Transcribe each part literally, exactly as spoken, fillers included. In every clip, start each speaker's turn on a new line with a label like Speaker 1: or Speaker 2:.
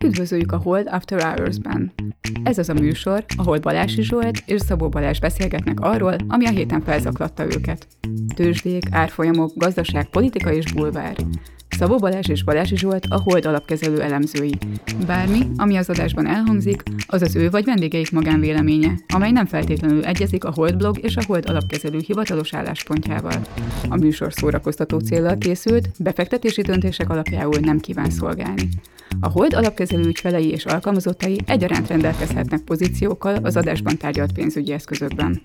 Speaker 1: Üdvözöljük a Hold After Hours-ben. Ez az a műsor, ahol Balási Zsolt és Szabó Balázs beszélgetnek arról, ami a héten felzaklatta őket. Tőzsdék, árfolyamok, gazdaság, politika és bulvár. Szabó Balázs és Balási Zsolt a Hold alapkezelő elemzői. Bármi, ami az adásban elhangzik, az az ő vagy vendégeik magánvéleménye, amely nem feltétlenül egyezik a Hold blog és a Hold alapkezelő hivatalos álláspontjával. A műsor szórakoztató céllal készült, befektetési döntések alapjául nem kíván szolgálni. A Hold alapkezelő ügyfelei és alkalmazottai egyaránt rendelkezhetnek pozíciókkal az adásban tárgyalt pénzügyi eszközökben.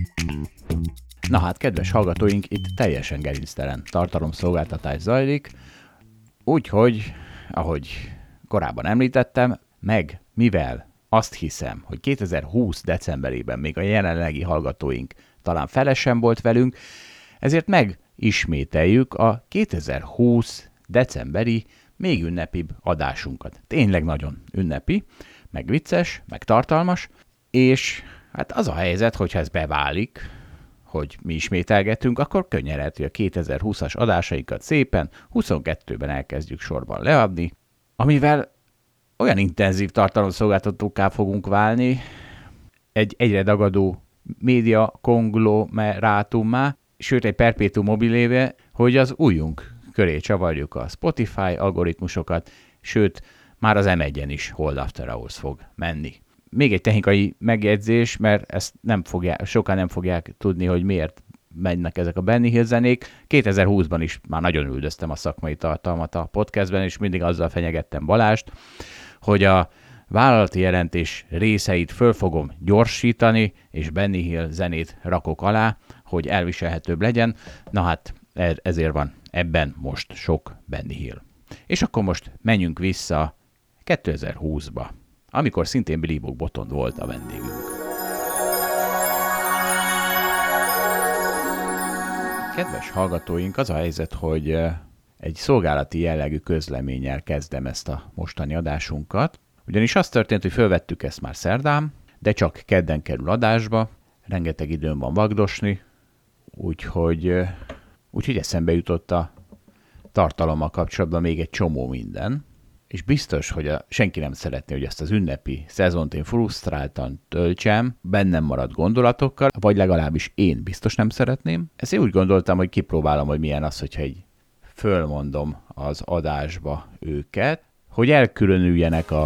Speaker 2: Na hát, kedves hallgatóink, itt teljesen gerinctelen tartalomszolgáltatás zajlik, úgyhogy, ahogy korábban említettem, meg mivel azt hiszem, hogy kétezer-húsz decemberében még a jelenlegi hallgatóink talán fele sem volt velünk, ezért megismételjük a kétezer-húsz decemberi még ünnepibb adásunkat. Tényleg nagyon ünnepi, meg vicces, meg tartalmas, és hát az a helyzet, hogyha ez beválik, hogy mi ismételgetünk, akkor könnyen lehet, hogy a kétezer-húszas adásainkat szépen huszonkettőben elkezdjük sorban leadni, amivel olyan intenzív tartalomszolgáltatókká fogunk válni, egy egyre dagadó média konglomerátummá, sőt egy perpétuum mobiléve, hogy az ujjunk köré csavarjuk a Spotify algoritmusokat, sőt, már az em egyen is Hold After Hours fog menni. Még egy technikai megjegyzés, mert ezt nem fogják, sokan nem fogják tudni, hogy miért mennek ezek a Benny Hill zenék. kétezer-húszban is már nagyon üldöztem a szakmai tartalmat a podcastben, és mindig azzal fenyegettem Balást, hogy a vállalati jelentés részeit föl fogom gyorsítani, és Benny Hill zenét rakok alá, hogy elviselhetőbb legyen. Na hát ezért van ebben most sok Benny Hill. És akkor most menjünk vissza kétezer-húszba. Amikor szintén Billy Bob Botond volt a vendégünk. Kedves hallgatóink, az a helyzet, hogy egy szolgálati jellegű közleménnyel kezdem ezt a mostani adásunkat, ugyanis az történt, hogy fölvettük ezt már szerdán, de csak kedden kerül adásba, rengeteg időm van vagdosni, úgyhogy, úgyhogy eszembe jutott a tartalommal kapcsolatban még egy csomó minden, és biztos, hogy a, senki nem szeretné, hogy ezt az ünnepi szezont én frusztráltan töltsem, bennem maradt gondolatokkal, vagy legalábbis én biztos nem szeretném. Ezért úgy gondoltam, hogy kipróbálom, hogy milyen az, hogyha egy fölmondom az adásba őket, hogy elkülönüljenek a,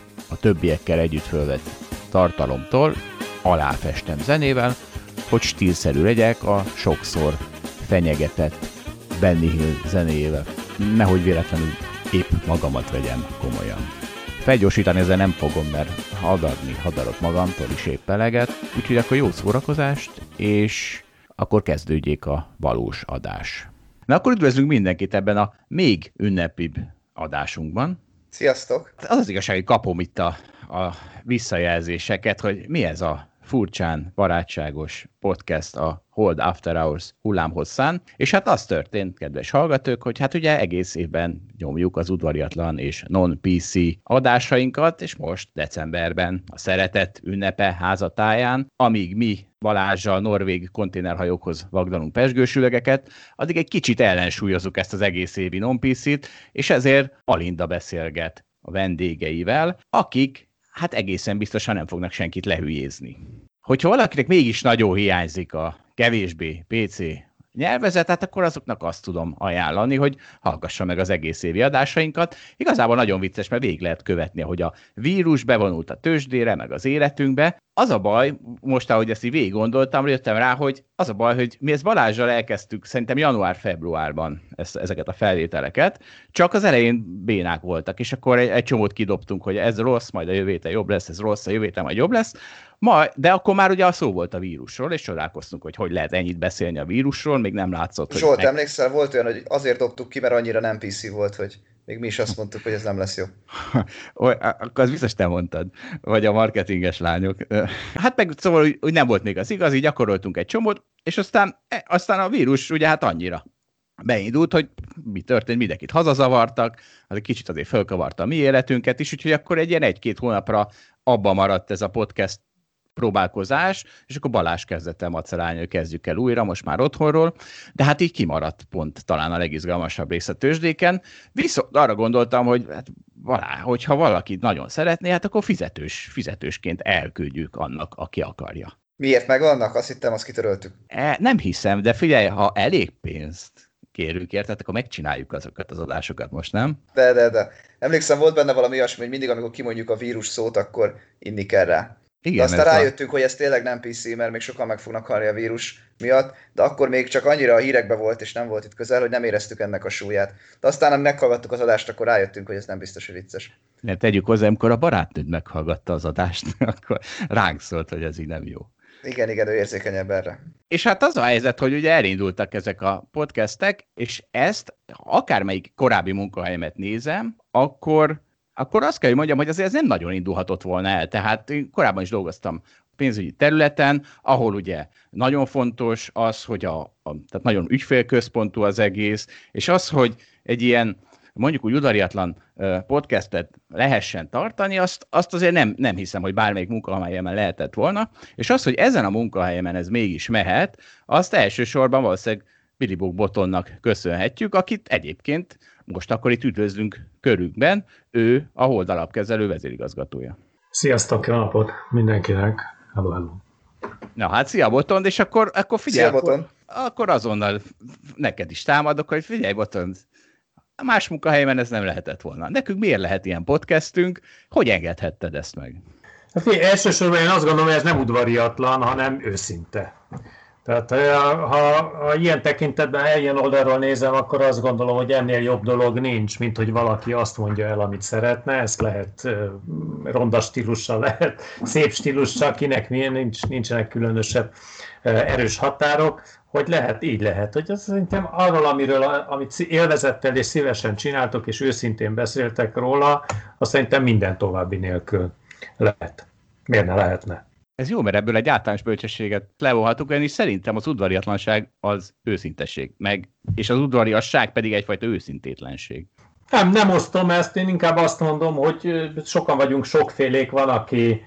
Speaker 2: a többiekkel együtt fölvett tartalomtól, aláfestem zenével, hogy stílszerű legyek a sokszor fenyegetett Benny Hill zenéjével. Nehogy véletlenül épp magamat vegyem komolyan. Felgyorsítani ezzel nem fogom, mert hadarni hadarok magamtól is épp eleget, úgyhogy akkor jó szórakozást, és akkor kezdődjék a valós adás. Na akkor üdvözlünk mindenkit ebben a még ünnepibb adásunkban.
Speaker 3: Sziasztok!
Speaker 2: Az az igazság, hogy kapom itt a, a visszajelzéseket, hogy mi ez a furcsán barátságos podcast a Hold After Hours hullámhosszán, és hát az történt, kedves hallgatók, hogy hát ugye egész évben nyomjuk az udvariatlan és non-pé cé adásainkat, és most decemberben a szeretet ünnepe házatáján, amíg mi Balázsral norvég konténerhajókhoz vagdalunk pezsgősüvegeket, addig egy kicsit ellensúlyozzuk ezt az egész évi non-pé cét, és ezért Alinda beszélget a vendégeivel, akik hát egészen biztosan nem fognak senkit lehülyézni. Hogyha valakinek mégis nagyon hiányzik a kevésbé pé cé nyelvezet, hát akkor azoknak azt tudom ajánlani, hogy hallgassa meg az egész évi adásainkat. Igazából nagyon vicces, mert végig lehet követni, hogy a vírus bevonult a tőzsdére, meg az életünkbe. Az a baj, most ahogy ezt így végig gondoltam, jöttem rá, hogy az a baj, hogy mi ezt Balázsral elkezdtük szerintem január-februárban ezt, ezeket a felvételeket, csak az elején bénák voltak, és akkor egy, egy csomót kidobtunk, hogy ez rossz, majd a jövő héten jobb lesz, ez rossz, a jövő héten majd jobb lesz. Ma, de akkor már ugye a szó volt a vírusról, és csodálkoztunk, hogy hogy lehet ennyit beszélni a vírusról, még nem látszott.
Speaker 3: Zsolt,
Speaker 2: hogy meg...
Speaker 3: emlékszel, volt olyan, hogy azért dobtuk ki, mert annyira nem pé cé volt, hogy még mi is azt mondtuk, hogy ez nem lesz jó.
Speaker 2: Akkor az biztos te mondtad, vagy a marketinges lányok. Hát meg szóval, hogy, hogy nem volt még az igaz, így gyakoroltunk egy csomót, és aztán, aztán a vírus ugye hát annyira beindult, hogy mi történt, mindenkit hazazavartak, az egy kicsit azért fölkavarta a mi életünket is, úgyhogy akkor egy ilyen egy-két hónapra abba maradt ez a podcast próbálkozás, és akkor Balázs kezdett el macerálni, hogy kezdjük el újra, most már otthonról, de hát így kimaradt pont talán a legizgalmasabb rész a tőzsdéken. Viszont arra gondoltam, hogy hát valá, hogyha valaki nagyon szeretné, hát akkor fizetős, fizetősként elküldjük annak, aki akarja.
Speaker 3: Miért megvannak? Azt hittem, azt kitöröltük.
Speaker 2: E, nem hiszem, de figyelj, ha elég pénzt kérünk érte, akkor megcsináljuk azokat az adásokat most, nem?
Speaker 3: De, de, de. Emlékszem, volt benne valami olyasmi, hogy mindig, amikor kimondjuk a vírus szót, akkor inni kell rá. Igen, de aztán rájöttünk, a... hogy ez tényleg nem pé cé, mert még sokan meg fognak halni a vírus miatt, de akkor még csak annyira a hírekbe volt, és nem volt itt közel, hogy nem éreztük ennek a súlyát. De aztán, amikor meghallgattuk az adást, akkor rájöttünk, hogy ez nem biztos, hogy vicces.
Speaker 2: Ne tegyük hozzá, amikor a barátnőd meghallgatta az adást, akkor ránk szólt, hogy ez így nem jó.
Speaker 3: Igen, igen, ő érzékenyebb erre.
Speaker 2: És hát az a helyzet, hogy ugye elindultak ezek a podcastek, és ezt, akármelyik korábbi munkahelyemet nézem, akkor, akkor azt kell, hogy mondjam, hogy azért ez nem nagyon indulhatott volna el. Tehát én korábban is dolgoztam pénzügyi területen, ahol ugye nagyon fontos az, hogy a, a tehát nagyon ügyfélközpontú az egész, és az, hogy egy ilyen mondjuk úgy udvariatlan podcastet lehessen tartani, azt, azt azért nem, nem hiszem, hogy bármelyik munkahelyemen lehetett volna, és az, hogy ezen a munkahelyemen ez mégis mehet, azt elsősorban valószínűleg Billy Book Bottonnak köszönhetjük, akit egyébként most akkor itt üdvözlünk körünkben, ő a Hold alapkezelő vezérigazgatója.
Speaker 4: Sziasztok, jó napot mindenkinek! Hello, hello!
Speaker 2: Na hát, szia Botton, és akkor, akkor figyelj,
Speaker 3: szia,
Speaker 2: akkor, akkor azonnal neked is támadok, hogy figyelj Botton, más munkahelyen ez nem lehetett volna. Nekünk miért lehet ilyen podcastünk? Hogy engedhetted ezt meg?
Speaker 4: Hát figyelj, elsősorban én azt gondolom, hogy ez nem udvariatlan, hanem őszinte. Tehát ha, ha ilyen tekintetben, ilyen oldalról nézem, akkor azt gondolom, hogy ennél jobb dolog nincs, mint hogy valaki azt mondja el, amit szeretne. Ezt lehet ronda stílussal, lehet szép stílussal, kinek milyen, nincs, nincsenek különösebb erős határok. Hogy lehet, így lehet. Hogy az szerintem arról, amiről, amit élvezettel és szívesen csináltok, és őszintén beszéltek róla, azt szerintem minden további nélkül lehet. Miért ne lehetne?
Speaker 2: Ez jó, mert ebből egy általános bölcsességet levonhatunk, és szerintem az udvariatlanság az őszintesség, meg, és az udvariasság pedig egyfajta őszintétlenség.
Speaker 4: Nem, nem osztom ezt, én inkább azt mondom, hogy sokan vagyunk, sokfélék, van, aki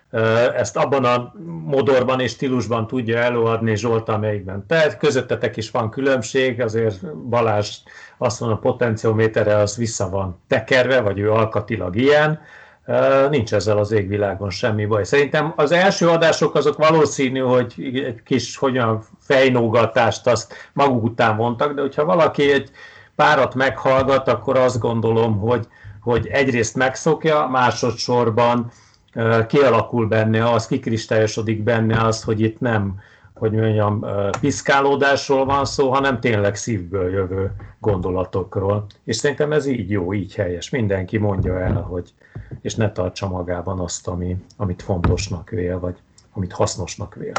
Speaker 4: ezt abban a modorban és stílusban tudja előadni, Zsolt, amelyikben te. Közöttetek is van különbség, azért Balázs azt mondja, a potenciométere az vissza van tekerve, vagy ő alkatilag ilyen. Nincs ezzel az égvilágon semmi baj. Szerintem az első adások azok valószínű, hogy egy kis hogyan, fejnógatást azt maguk után vontak, de hogyha valaki egy párat meghallgat, akkor azt gondolom, hogy, hogy egyrészt megszokja, másodszorban kialakul benne az, kikristályosodik benne az, hogy itt nem, hogy mondjam, piszkálódásról van szó, hanem tényleg szívből jövő gondolatokról. És szerintem ez így jó, így helyes. Mindenki mondja el, hogy, és ne tartsa magában azt, ami, amit fontosnak vél, vagy amit hasznosnak vél.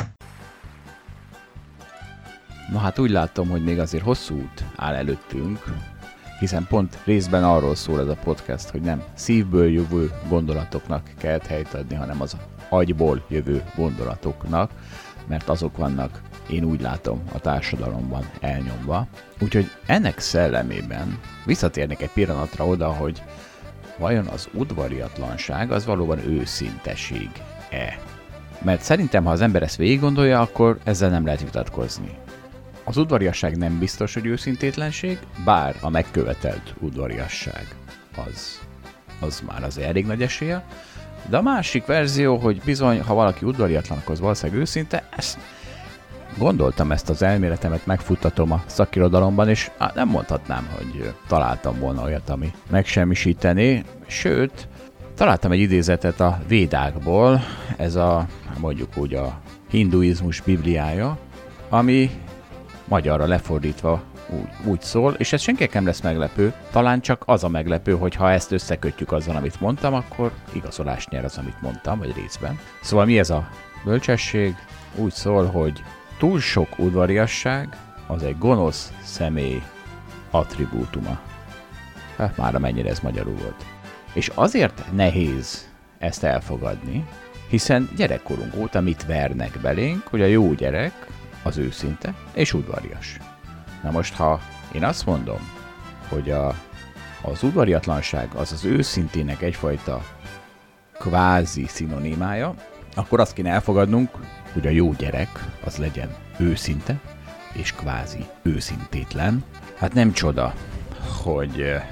Speaker 2: Na hát úgy látom, hogy még azért hosszú út áll előttünk, hiszen pont részben arról szól ez a podcast, hogy nem szívből jövő gondolatoknak kell helyt adni, hanem az agyból jövő gondolatoknak, mert azok vannak, én úgy látom, a társadalomban elnyomva. Úgyhogy ennek szellemében visszatérnék egy pillanatra oda, hogy vajon az udvariatlanság az valóban őszinteség-e? Mert szerintem, ha az ember ezt végig gondolja, akkor ezzel nem lehet vitatkozni. Az udvariasság nem biztos, hogy őszintétlenség, bár a megkövetelt udvariasság az, az már azért elég nagy esélye. De a másik verzió, hogy bizony, ha valaki udvariatlan, akkor az valószínűleg őszinte, ezt gondoltam, ezt az elméletemet megfuttatom a szakirodalomban, és á, nem mondhatnám, hogy találtam volna olyat, ami megsemmisítené. Sőt, találtam egy idézetet a Védákból, ez a, mondjuk úgy a hinduizmus bibliája, ami magyarra lefordítva úgy, úgy szól, és ez senkinek nem lesz meglepő, talán csak az a meglepő, hogy ha ezt összekötjük azzal, amit mondtam, akkor igazolást nyer az, amit mondtam, vagy részben. Szóval mi ez a bölcsesség? Úgy szól, hogy túl sok udvariasság az egy gonosz személy attribútuma. Hát már amennyire ez magyarul volt. És azért nehéz ezt elfogadni, hiszen gyerekkorunk óta mit vernek belénk, hogy a jó gyerek az őszinte és udvarias. Na most, ha én azt mondom, hogy a, az udvariatlanság az az őszintének egyfajta kvázi szinonimája, akkor azt kéne elfogadnunk, hogy a jó gyerek az legyen őszinte és kvázi őszintétlen. Hát nem csoda, hogy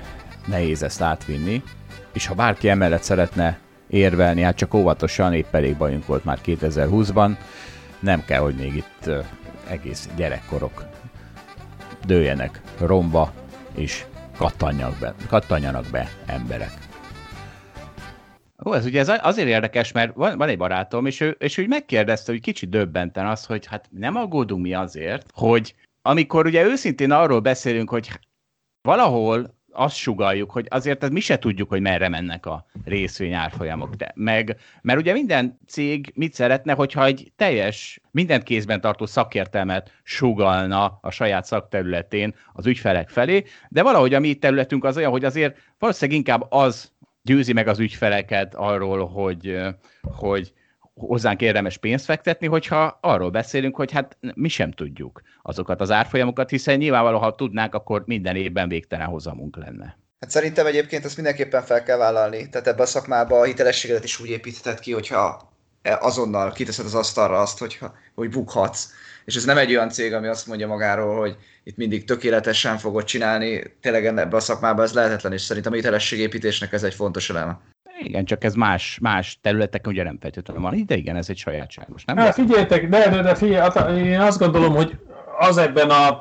Speaker 2: nehéz ezt átvinni, és ha bárki emellett szeretne érvelni, hát csak óvatosan, épp elég bajunk volt már kétezer-húszban, nem kell, hogy még itt uh, egész gyerekkorok dőljenek romba, és kattanjanak be, kattanjanak be emberek. Ó, ez ugye ez azért érdekes, mert van, van egy barátom, és ő, és ő megkérdezte, hogy kicsit döbbenten az, hogy hát nem aggódunk mi azért, hogy amikor ugye őszintén arról beszélünk, hogy valahol azt sugalljuk, hogy azért mi se tudjuk, hogy merre mennek a részvényárfolyamok. De meg, mert ugye minden cég mit szeretne, hogyha egy teljes, mindent kézben tartó szakértelmet sugalna a saját szakterületén az ügyfelek felé, de valahogy a mi területünk az olyan, hogy azért valószínűleg inkább az győzi meg az ügyfeleket arról, hogy, hogy hozzánk érdemes pénzt fektetni, hogyha arról beszélünk, hogy hát mi sem tudjuk azokat az árfolyamokat, hiszen nyilvánvalóan, ha tudnánk, akkor minden évben végtelen hozamunk lenne.
Speaker 3: Hát szerintem egyébként ezt mindenképpen fel kell vállalni. Tehát ebben a szakmában a hitelességedet is úgy építheted ki, hogyha azonnal kiteszed az asztalra azt, hogyha, hogy bukhatsz. És ez nem egy olyan cég, ami azt mondja magáról, hogy itt mindig tökéletesen fogod csinálni. Tényleg ebben a szakmában ez lehetetlen, és szerintem a hitelességépítésnek ez egy fontos eleme.
Speaker 2: Igen, csak ez más, más területeken ugye nem feltétlenül van, de igen, ez egy sajátságos, nem?
Speaker 4: Hát figyeljetek, de, de, de figyelj, én azt gondolom, hogy az ebben a,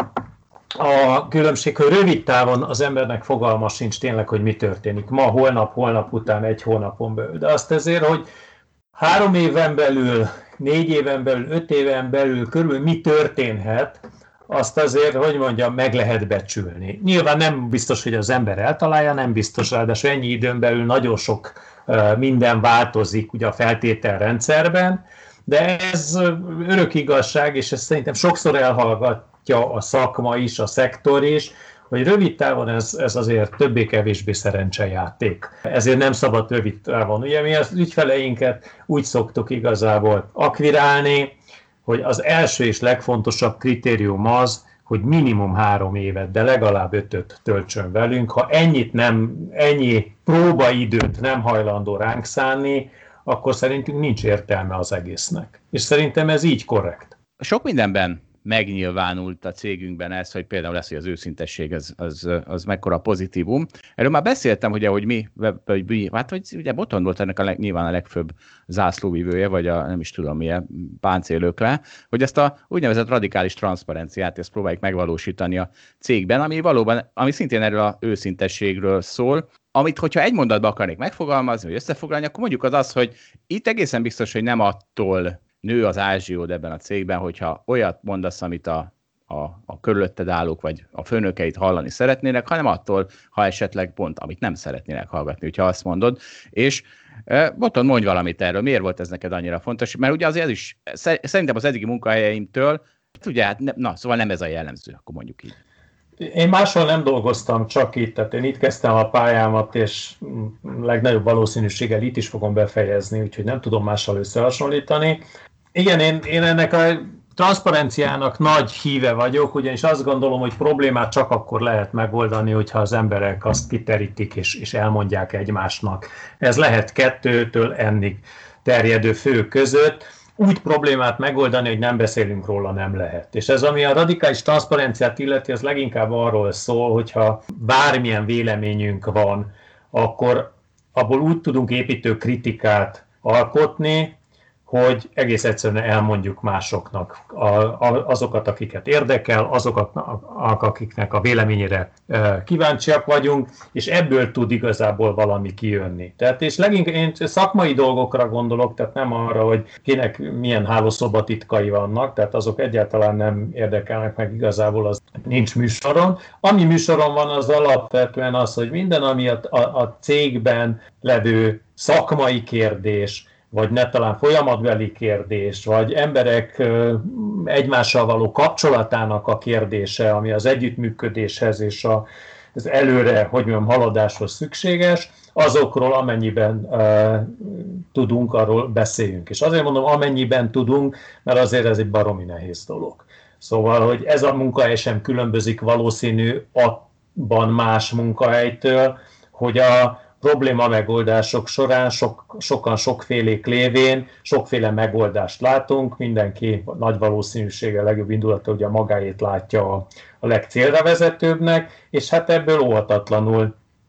Speaker 4: a különbség, hogy rövid távon az embernek fogalma sincs tényleg, hogy mi történik. Ma, holnap, holnap után, egy hónapon belül. De azt ezért, hogy három éven belül, négy éven belül, öt éven belül körül mi történhet, azt azért, hogy mondjam, meg lehet becsülni. Nyilván nem biztos, hogy az ember eltalálja, nem biztos, ráadásul ennyi időn belül nagyon sok uh, minden változik ugye a feltételrendszerben, de ez örök igazság, és ezt szerintem sokszor elhallgatja a szakma is, a szektor is, hogy rövid távon ez, ez azért többé-kevésbé szerencsejáték. Ezért nem szabad rövid távon. Ugye mi az ügyfeleinket úgy szoktuk igazából akvirálni, hogy az első és legfontosabb kritérium az, hogy minimum három évet, de legalább ötöt töltsön velünk. Ha ennyit nem, ennyi próbaidőt nem hajlandó ránk szánni, akkor szerintünk nincs értelme az egésznek. És szerintem ez így korrekt.
Speaker 2: Sok mindenben megnyilvánult a cégünkben ez, hogy például lesz, hogy az őszintesség az, az, az mekkora pozitívum. Erről már beszéltem, ugye, hogy mi, hogy mi hát hogy ugye Botond volt ennek a leg, nyilván a legfőbb zászlóvivője, vagy a nem is tudom milyen páncélökle, hogy ezt a úgynevezett radikális transzparenciát ezt próbáljuk megvalósítani a cégben, ami valóban, ami szintén erről az őszintességről szól, amit, hogyha egy mondatban akarnék megfogalmazni, vagy összefoglalni, akkor mondjuk az az, hogy itt egészen biztos, hogy nem attól nő az ázsiód ebben a cégben, hogyha olyat mondasz, amit a, a, a körülötted állók, vagy a főnökeit hallani szeretnének, hanem attól, ha esetleg pont, amit nem szeretnének hallgatni, hogyha azt mondod. És e, Botond, mondj valamit erről, miért volt ez neked annyira fontos? Mert ugye azért ez is, szerintem az eddigi munkahelyeimtől, ugye hát, ne, na, szóval nem ez a jellemző, akkor mondjuk így.
Speaker 4: Én máshol nem dolgoztam, csak itt, tehát én itt kezdtem a pályámat, és legnagyobb valószínűséggel itt is fogom befejezni, úgyhogy nem tudom máshol összehasonlítani. Igen, én, én ennek a transzparenciának nagy híve vagyok, ugyanis azt gondolom, hogy problémát csak akkor lehet megoldani, hogyha az emberek azt kiterítik és, és elmondják egymásnak. Ez lehet kettőtől ennig terjedő fő között. Úgy problémát megoldani, hogy nem beszélünk róla, nem lehet. És ez, ami a radikális transzparenciát illeti, az leginkább arról szól, hogyha bármilyen véleményünk van, akkor abból úgy tudunk építő kritikát alkotni, hogy egész egyszerűen elmondjuk másoknak azokat, akiket érdekel, azokat, akiknek a véleményére kíváncsiak vagyunk, és ebből tud igazából valami kijönni. Tehát és leginkább én szakmai dolgokra gondolok, tehát nem arra, hogy kinek milyen hálószobatitkai vannak, tehát azok egyáltalán nem érdekelnek meg igazából, az nincs műsoron. Ami műsoron van, az alapvetően az, hogy minden, ami a, a, a cégben levő szakmai kérdés, vagy ne talán folyamatbeli kérdés, vagy emberek egymással való kapcsolatának a kérdése, ami az együttműködéshez és az előre, hogy mondjam, haladáshoz szükséges, azokról amennyiben uh, tudunk, arról beszéljünk. És azért mondom, amennyiben tudunk, mert azért ez egy baromi nehéz dolog. Szóval, hogy ez a munkahely sem különbözik valószínű abban más munkahelytől, hogy a probléma megoldások során sok, sokan sokfélék lévén sokféle megoldást látunk, mindenki nagy valószínűséggel legjobb indulata, hogy a magáét látja a, a legcélra vezetőbbnek, és hát ebből óhatatlanul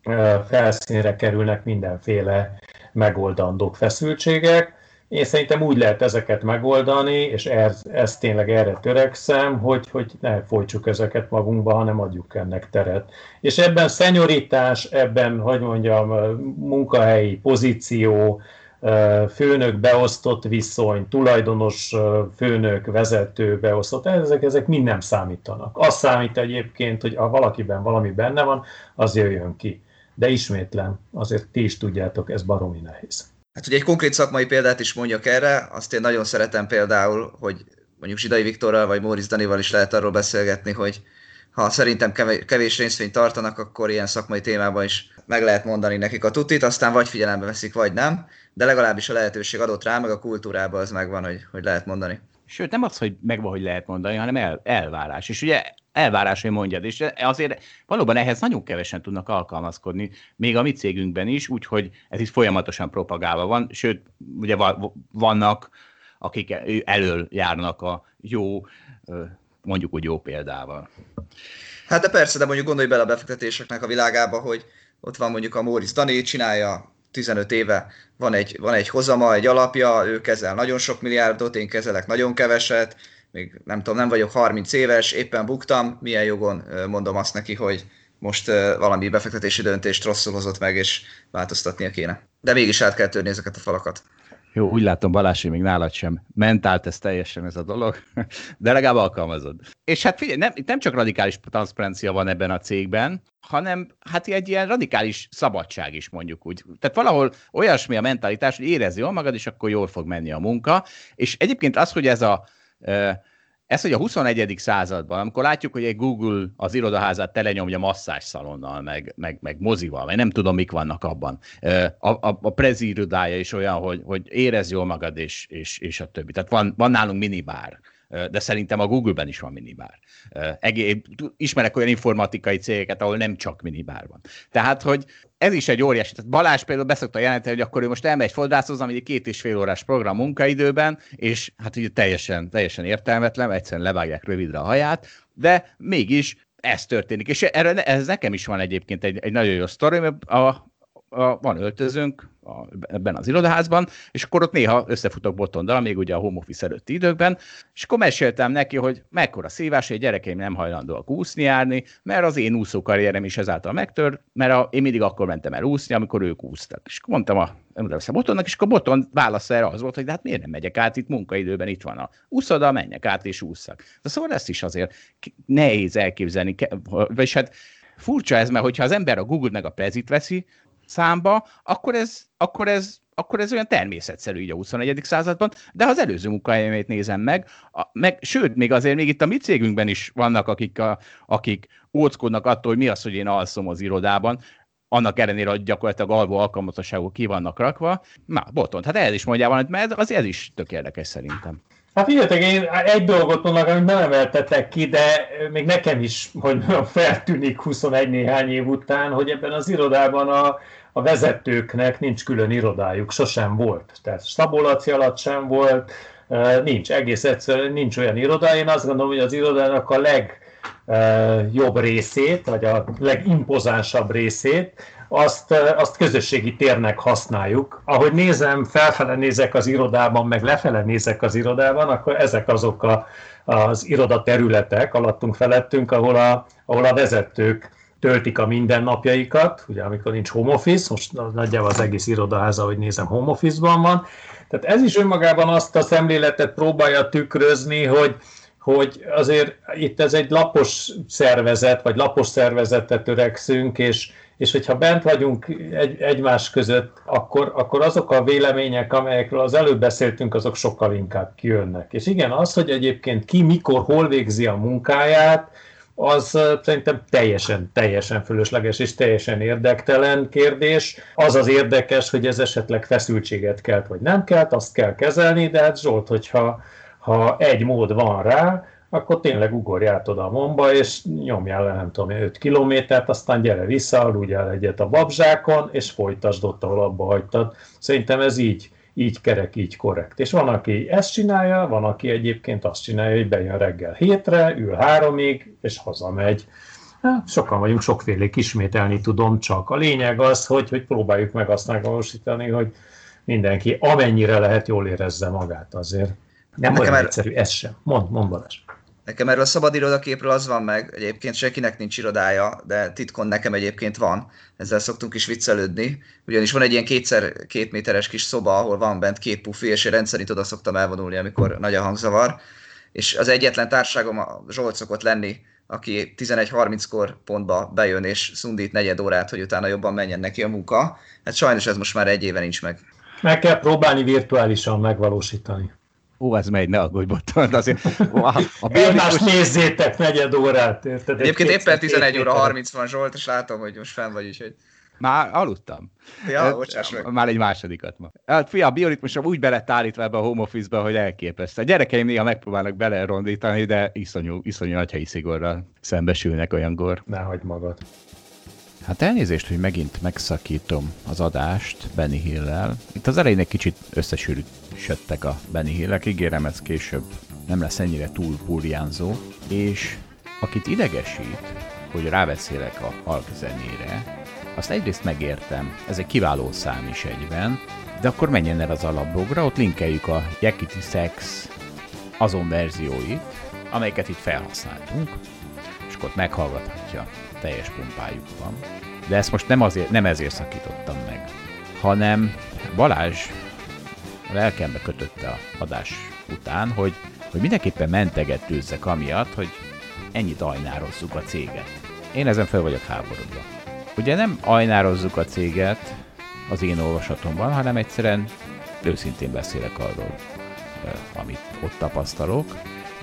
Speaker 4: felszínre kerülnek mindenféle megoldandók, feszültségek. Én szerintem úgy lehet ezeket megoldani, és ez, ez tényleg erre törekszem, hogy, hogy ne folytsuk ezeket magunkba, hanem adjuk ennek teret. És ebben szenyoritás, ebben, hogy mondjam, munkahelyi pozíció, főnök beosztott viszony, tulajdonos főnök, vezető beosztott, ezek, ezek mind nem számítanak. Az számít egyébként, hogy ha valakiben valami benne van, az jöjjön ki. De ismétlem, azért ti is tudjátok, ez baromi nehéz.
Speaker 3: Hát ugye egy konkrét szakmai példát is mondjak erre, azt én nagyon szeretem például, hogy mondjuk Zsidai Viktorral vagy Móricz Danival is lehet arról beszélgetni, hogy ha szerintem kevés részvényt tartanak, akkor ilyen szakmai témában is meg lehet mondani nekik a tutit, aztán vagy figyelembe veszik, vagy nem, de legalábbis a lehetőség adott rá, meg a kultúrában az megvan, hogy, hogy lehet mondani.
Speaker 2: Sőt, nem az, hogy megvan, hogy lehet mondani, hanem el, elvárás. És ugye elvárás, hogy mondjad, és azért valóban ehhez nagyon kevesen tudnak alkalmazkodni, még a mi cégünkben is, úgyhogy ez itt folyamatosan propagálva van, sőt, ugye vannak, akik elől járnak a jó, mondjuk úgy jó példával.
Speaker 3: Hát de persze, de mondjuk gondolj bele a befektetéseknek a világába, hogy ott van mondjuk a Móricz Dani, csinálja tizenöt éve, van egy, van egy hozama, egy alapja, ő kezel nagyon sok milliárdot, én kezelek nagyon keveset, még nem tudom, nem vagyok harminc éves, éppen buktam, milyen jogon mondom azt neki, hogy most valami befektetési döntést rosszul hozott meg, és változtatnia kéne. De mégis át kell törni ezeket a falakat.
Speaker 2: Jó, úgy látom, Balázs, hogy még nálad sem ment át ez teljesen ez a dolog, de legalább alkalmazod. És hát figyelj, nem, nem csak radikális transzparencia van ebben a cégben, hanem hát egy ilyen radikális szabadság is, mondjuk úgy. Tehát valahol olyasmi a mentalitás, hogy érezd jól magad, és akkor jól fog menni a munka. És egyébként az, hogy ez a... Ez, hogy a huszonegyedik században, amikor látjuk, hogy egy Google az irodaházát telenyomja masszázsszalonnal, meg, meg, meg mozival, vagy nem tudom, mik vannak abban. A, a, a prezi irodája is olyan, hogy, hogy érezd jól magad, és, és, és a többi. Tehát van, van nálunk minibár, de szerintem a Google-ben is van minibár. Ismerek olyan informatikai cégeket, ahol nem csak minibár van. Tehát, hogy ez is egy óriási. Tehát Balázs például beszokta jelenteni, hogy akkor ő most elmegy fodrászozni, ami egy két és fél órás program munkaidőben, és hát ugye teljesen, teljesen értelmetlen, egyszerűen levágják rövidre a haját, de mégis ez történik. És erre, ez nekem is van egyébként egy, egy nagyon jó sztori, mert a, a, van öltözőnk a, ebben az irodaházban, és akkor ott néha összefutok Botondal, még ugye a home office előtti időkben, és akkor meséltem neki, hogy mekkora szívás, hogy gyerekeim nem hajlandóak úszni járni, mert az én úszókarrierem is ezáltal megtör, mert a, én mindig akkor mentem el úszni, amikor ők úsztak. És akkor mondtam a, a Botondnak, és akkor Botond válasza erre az volt, hogy de hát miért nem megyek át itt munkaidőben, itt van a úszoda, menjek át és ússzak. De szóval ezt is azért nehéz elképzelni, vagyis hát furcsa ez, mert hogyha az ember a Google meg a Prezit veszi számba, akkor ez, akkor ez, akkor ez olyan természetszerű így a huszonegyedik században, de ha az előző munkahelyemét nézem meg, a, meg, sőt, még azért még itt a mi cégünkben is vannak, akik, a, akik óckodnak attól, hogy mi az, hogy én alszom az irodában, annak ellenére, hogy gyakorlatilag alvó alkalmatosságok ki vannak rakva. Na, Botond, hát ez is mondjál valamit, mert az ez is tök érdekes szerintem.
Speaker 4: Hát figyeljetek, én egy dolgot mondok, amit nem emeltetek ki, de még nekem is, hogy feltűnik huszonegy néhány év után, hogy ebben az irodában a, a vezetőknek nincs külön irodájuk, sosem volt. Tehát Szabó Laci alatt sem volt, nincs, egész egyszerűen nincs olyan iroda. Én azt gondolom, hogy az irodának a legjobb részét, vagy a legimpozánsabb részét, Azt, azt közösségi térnek használjuk. Ahogy nézem, felfele nézek az irodában, meg lefele nézek az irodában, akkor ezek azok a, az irodaterületek alattunk, felettünk, ahol a, ahol a vezetők töltik a mindennapjaikat, ugye amikor nincs home office, most nagyjából az egész irodaház, ahogy nézem, home office-ban van. Tehát ez is önmagában azt a szemléletet próbálja tükrözni, hogy hogy azért itt ez egy lapos szervezet, vagy lapos szervezetet törekszünk, és, és hogyha bent vagyunk egy, egymás között, akkor, akkor azok a vélemények, amelyekről az előbb beszéltünk, azok sokkal inkább kijönnek. És igen, az, hogy egyébként ki, mikor, hol végzi a munkáját, az szerintem teljesen, teljesen fölösleges és teljesen érdektelen kérdés. Az az érdekes, hogy ez esetleg feszültséget kelt, vagy nem kelt, azt kell kezelni, de hát Zsolt, hogyha ha egy mód van rá, akkor tényleg ugorjál oda a momba, és nyomjál le, nem tudom, öt kilométert, aztán gyere vissza, aludjál egyet a babzsákon, és folytasd ott, ahol abba hagytad. Szerintem ez így, így kerek, így korrekt. És van, aki ezt csinálja, van, aki egyébként azt csinálja, hogy bejön reggel hétre, ül háromig, és hazamegy. Hát, sokan vagyunk, sokfélék, ismételni tudom, csak a lényeg az, hogy, hogy próbáljuk meg azt megvalósítani, hogy mindenki amennyire lehet jól érezze magát azért. Nem olyan er... egyszerű, ez sem. Mond, mond Balázs.
Speaker 3: Nekem erről a szabad irodaképről az van meg, egyébként senkinek nincs irodája, de titkon nekem egyébként van. Ezzel szoktunk is viccelődni. Ugyanis van egy ilyen kétszer két méteres kis szoba, ahol van bent két pufi, és én rendszerint oda szoktam elvonulni, amikor nagy a hangzavar. És az egyetlen társágom a Zsolt szokott lenni, aki tizenegy harminckor pontba bejön és szundít negyed órát, hogy utána jobban menjen neki a munka. Hát sajnos ez most már egy éve nincs meg.
Speaker 4: Meg kell próbálni virtuálisan megvalósítani.
Speaker 2: Ó, ez megy, ne aggódj, Botton, azért...
Speaker 4: A bionikus... nézzétek negyed órát, érted?
Speaker 3: Egyébként éppen tizenegy óra harminc van, Zsolt, és látom, hogy most fenn vagy, úgyhogy...
Speaker 2: Már aludtam.
Speaker 3: Ja, bocsáss meg.
Speaker 2: Már egy másodikat ma. Hát fia, a bioritmusom úgy belett állítva ebbe a home office-be, hogy elképesztő. A gyerekeim néha megpróbálnak belerondítani, de iszonyú, iszonyú nagyhelyi szigorral szembesülnek olyankor.
Speaker 4: Ne hagyd magad.
Speaker 2: Hát elnézést, hogy megint megszakítom az adást Benny Hill-lel. Itt az elején egy kicsit összesűrűsödtek a Benny Hill-ek, ígérem, ez később nem lesz ennyire túl burjánzó. És akit idegesít, hogy rábeszélek a halk zenére, azt egyrészt megértem, ez egy kiváló szám is egyben, de akkor menjen el az alapblogra, ott linkeljük a Yakety Sax azon verzióit, amelyeket itt felhasználtunk, és akkor ott meghallgathatja teljes pumpájukban. De ezt most nem, azért, nem ezért szakítottam meg, hanem Balázs a lelkembe kötötte a adás után, hogy, hogy mindenképpen mentegetőzzek amiatt, hogy ennyit ajnározzuk a céget. Én ezen fel vagyok háborodva. Ugye nem ajnározzuk a céget az én olvasatomban, hanem egyszerűen őszintén beszélek arról, amit ott tapasztalok.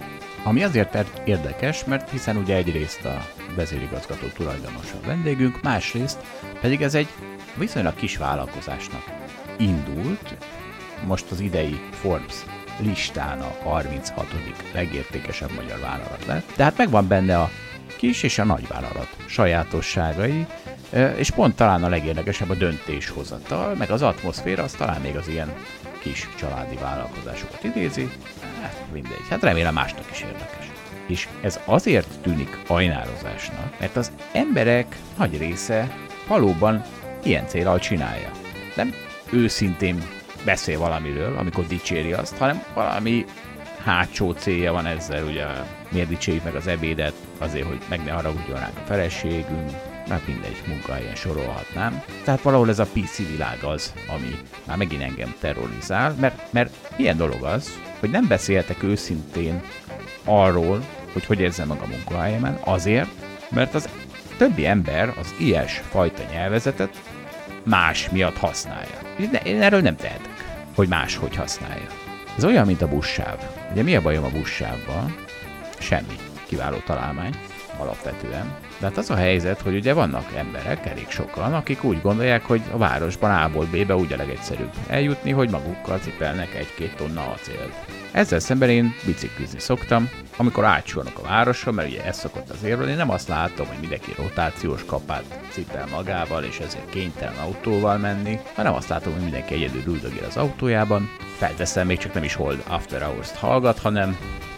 Speaker 2: Ami azért érdekes, mert hiszen ugye egyrészt a vezérigazgató tulajdonos a vendégünk, másrészt pedig ez egy viszonylag kis vállalkozásnak indult. Most az idei Forbes listán a harminchatodik legértékesebb magyar vállalat lett. Tehát megvan benne a kis és a nagy vállalat sajátosságai, és pont talán a legérdekesebb a döntéshozatal, meg az atmoszféra, az talán még az ilyen kis családi vállalkozásokat idézi. Hát mindegy, hát remélem másnak is érdekes. És ez azért tűnik ajnározásnak, mert az emberek nagy része valóban ilyen célral csinálja. Nem őszintén beszél valamiről, amikor dicséri azt, hanem valami hátsó célja van ezzel, ugye miért dicsérjük meg az ebédet, azért, hogy meg ne haragudjon ránk a feleségünk, már mindegy munkahelyen sorolhatnám. Tehát valahol ez a pé cé világ az, ami már megint engem terrorizál, mert, mert ilyen dolog az, hogy nem beszéltek őszintén arról, hogy hogy érzem meg a munkahelyemen, azért, mert az többi ember az ilyes fajta nyelvezetet más miatt használja. Én erről nem tehetek, hogy máshogy használja. Ez olyan, mint a buszsáv. Ugye mi a bajom a buszsávval? Semmi. Kiváló találmány, alapvetően. De hát az a helyzet, hogy ugye vannak emberek, elég sokan, akik úgy gondolják, hogy a városban A-ból B-be úgy a legegyszerűbb eljutni, hogy magukkal cipelnek egy-két tonna acélt. Ezzel szemben én biciklizni szoktam, amikor átsorolok a városon, mert ugye ez szokott az érvelni, nem azt látom, hogy mindenki rotációs kapát cipel magával, és ezért kénytelen autóval menni, hanem azt látom, hogy mindenki egyedül üldögél az autójában. Felteszem, még csak nem is Hold After Hours-t hallgat, hanem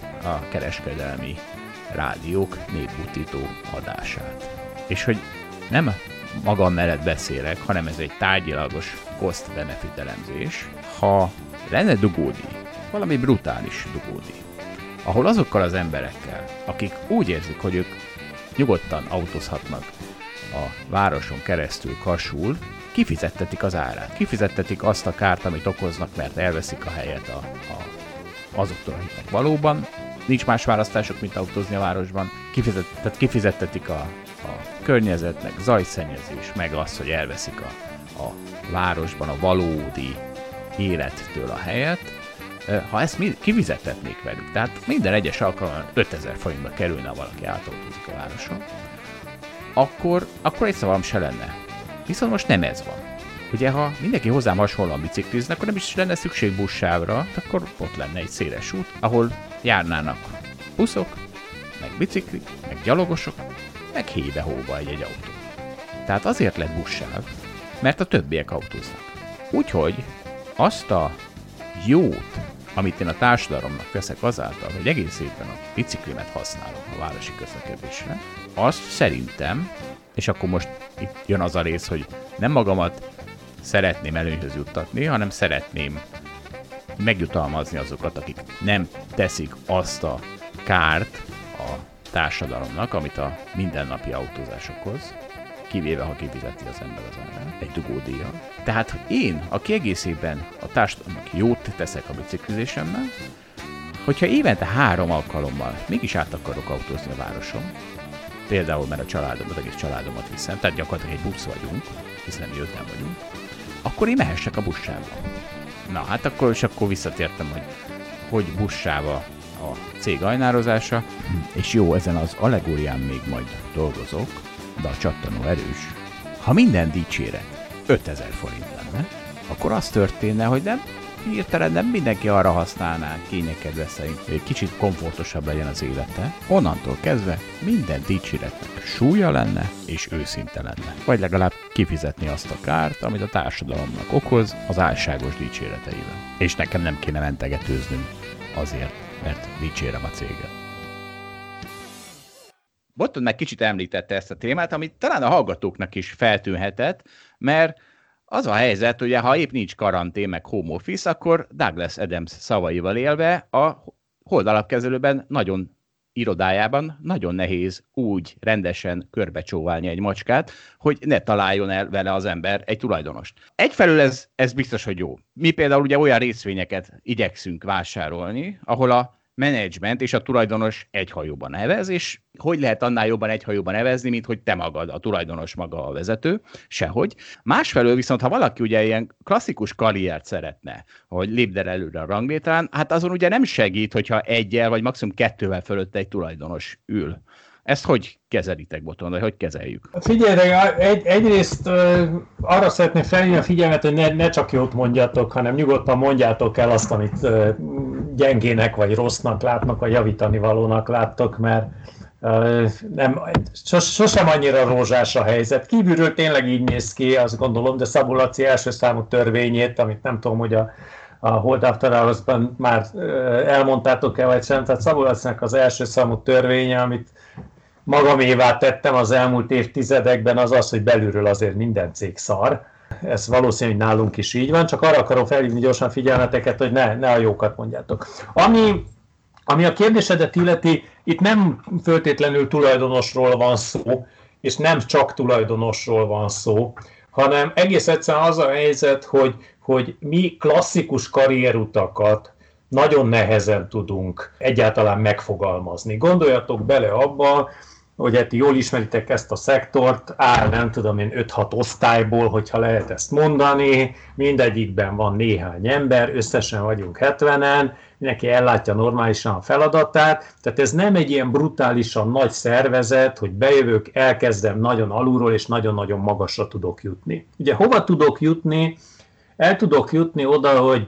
Speaker 2: a kereskedelmi rádiók népbutító adását. És hogy nem magam mellett beszélek, hanem ez egy tárgyilagos cost-benefit elemzés, ha lenne dugódi, valami brutális dugódi, ahol azokkal az emberekkel, akik úgy érzik, hogy ők nyugodtan autózhatnak a városon keresztül Kasul, kifizettetik az árát, kifizettetik azt a kárt, amit okoznak, mert elveszik a helyet a, a, azoktól, akiknek valóban nincs más választások, mint autózni a városban, Kifizet, tehát kifizettetik a, a környezetnek, zajszennyezés, meg azt, hogy elveszik a, a városban a valódi élettől a helyet. Ha ezt mi kifizettetnék velük, tehát minden egyes alkalommal ötezer forintba kerülne, ha valaki átautózik a városon, akkor, akkor egy szavam se lenne. Viszont most nem ez van. Ugye, ha mindenki hozzám hasonlóan biciklizne, akkor nem is lenne szükség buszsávra, akkor ott lenne egy széles út, ahol járnának buszok, meg biciklik, meg gyalogosok, meg hébe-hóba egy-egy autó. Tehát azért lett buszsáv, mert a többiek autóznak. Úgyhogy azt a jót, amit én a társadalomnak veszek azáltal, hogy egész évben a biciklimet használom a városi közlekedésre, azt szerintem, és akkor most itt jön az a rész, hogy nem magamat szeretném előnyhöz juttatni, hanem szeretném megjutalmazni azokat, akik nem teszik azt a kárt a társadalomnak, amit a mindennapi autózás okoz, kivéve, ha kifizeti az ember az ember, egy dugódíjjal. Tehát, hogy én, aki egész évben a társadalomnak jót teszek a biciklizésemmel, hogyha évente három alkalommal mégis át akarok autózni a városon, például, mert a családom, az egész családomat viszem, tehát gyakorlatilag egy busz vagyunk, hiszen mi öten vagyunk, akkor én mehessek a buszsába. Na, hát akkor, és akkor visszatértem, hogy hogy buszsába a cég ajnározása, és jó, ezen az allegórián még majd dolgozok, de a csattanó erős. Ha minden dicséret ötezer forint lenne, akkor az történne, hogy nem hirtelen nem mindenki arra használná kényekedve szerint, hogy egy kicsit komfortosabb legyen az élete. Onnantól kezdve minden dicséretnek súlya lenne és őszinte lenne. Vagy legalább kifizetni azt a kárt, amit a társadalomnak okoz az álságos dicséreteivel. És nekem nem kéne mentegetőznünk azért, mert dicsérem a céget. Botton meg kicsit említette ezt a témát, amit talán a hallgatóknak is feltűnhetett, mert az a helyzet, hogy ha épp nincs karantén, meg home office, akkor Douglas Adams szavaival élve a holdalapkezelőben nagyon irodájában nagyon nehéz úgy rendesen körbecsóválni egy macskát, hogy ne találjon el vele az ember egy tulajdonost. Egyfelől ez, ez biztos, hogy jó. Mi például ugye olyan részvényeket igyekszünk vásárolni, ahol a menedzsment és a tulajdonos egy hajóban nevez, és hogy lehet annál jobban egy hajóban nevezni, mint hogy te magad, a tulajdonos maga a vezető, sehogy. Másfelől viszont, ha valaki ugye ilyen klasszikus karriert szeretne, hogy lépd el előre a ranglétrán, hát azon ugye nem segít, hogyha egyel vagy maximum kettővel fölött egy tulajdonos ül. Ezt hogy kezelitek, Botton, vagy hogy kezeljük?
Speaker 4: Figyelj, egy, egyrészt uh, arra szeretném felhívni a figyelmet, hogy ne, ne csak jót mondjatok, hanem nyugodtan mondjátok el azt, amit uh, gyengének vagy rossznak látnak, vagy javítani valónak láttok, mert uh, nem, sos, sosem annyira rózsás a helyzet. Kívülről tényleg így néz ki, azt gondolom, de Szabó Laci első számú törvényét, amit nem tudom, hogy a a Hold After Hours-ban már elmondtátok-e vagy sem, tehát Szabó Lacinak az első számú törvénye, amit magamévá tettem az elmúlt évtizedekben, az az, hogy belülről azért minden cég szar. Ez valószínű, hogy nálunk is így van, csak arra akarom felhívni gyorsan figyelmeteket, hogy ne, ne a jókat mondjátok. Ami, ami a kérdésedet illeti, itt nem föltétlenül tulajdonosról van szó, és nem csak tulajdonosról van szó, hanem egész egyszerűen az a helyzet, hogy, hogy mi klasszikus karrierutakat nagyon nehezen tudunk egyáltalán megfogalmazni. Gondoljatok bele abba, hogy hát jól ismeritek ezt a szektort, áll nem tudom én öt-hat osztályból, hogyha lehet ezt mondani, mindegyikben van néhány ember, összesen vagyunk hetvenen, mindenki ellátja normálisan a feladatát, tehát ez nem egy ilyen brutálisan nagy szervezet, hogy bejövök, elkezdem nagyon alulról, és nagyon-nagyon magasra tudok jutni. Ugye hova tudok jutni? El tudok jutni oda, hogy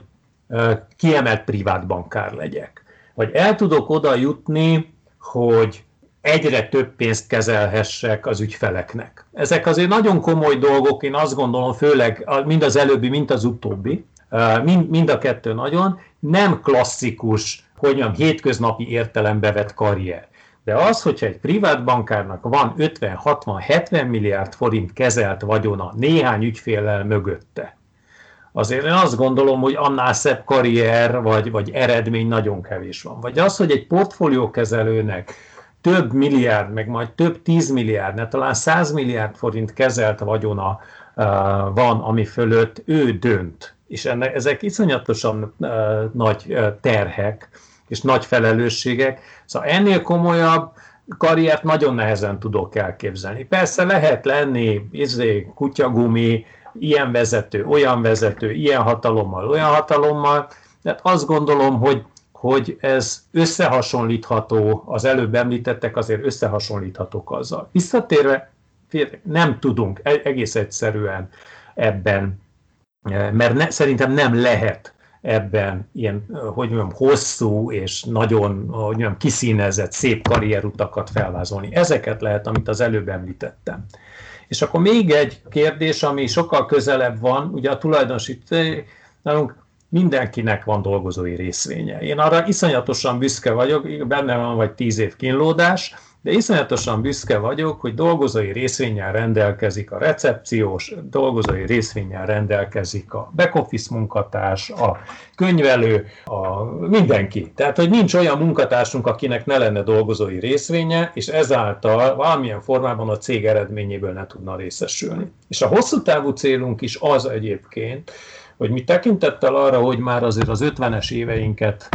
Speaker 4: kiemelt privátbankár legyek. Vagy el tudok oda jutni, hogy egyre több pénzt kezelhessek az ügyfeleknek. Ezek azért nagyon komoly dolgok, én azt gondolom, főleg mind az előbbi, mind az utóbbi, mind, mind a kettő nagyon, nem klasszikus, hogy mondjam, hétköznapi értelembe vett karrier. De az, hogyha egy privátbankárnak van ötven, hatvan, hetven milliárd forint kezelt vagyona néhány ügyféllel mögötte, azért én azt gondolom, hogy annál szebb karrier vagy, vagy eredmény nagyon kevés van. Vagy az, hogy egy portfóliókezelőnek több milliárd, meg majd több tízmilliárd, ne talán száz milliárd forint kezelt vagyona uh, van, ami fölött ő dönt. És ennek, ezek iszonyatosan uh, nagy uh, terhek és nagy felelősségek. Szóval ennél komolyabb karriert nagyon nehezen tudok elképzelni. Persze lehet lenni izé, kutyagumi, ilyen vezető, olyan vezető, ilyen hatalommal, olyan hatalommal, de azt gondolom, hogy, hogy ez összehasonlítható, az előbb említettek azért összehasonlíthatók azzal. Visszatérve, nem tudunk egész egyszerűen ebben, mert ne, szerintem nem lehet ebben ilyen, hogy mondjam, hosszú és nagyon, hogy mondjam, kiszínezett, szép karrierutakat felvázolni. Ezeket lehet, amit az előbb említettem. És akkor még egy kérdés, ami sokkal közelebb van, ugye a tulajdonosi, nálunk mindenkinek van dolgozói részvénye. Én arra iszonyatosan büszke vagyok, benne van vagy tíz év kínlódás, de iszonyatosan büszke vagyok, hogy dolgozói részvénnyel rendelkezik a recepciós, dolgozói részvénnyel rendelkezik a back-office munkatárs, a könyvelő, a mindenki. Tehát, hogy nincs olyan munkatársunk, akinek ne lenne dolgozói részvénye, és ezáltal valamilyen formában a cég eredményéből ne tudna részesülni. És a hosszú távú célunk is az egyébként, hogy mi tekintettel arra, hogy már azért az ötvenes éveinket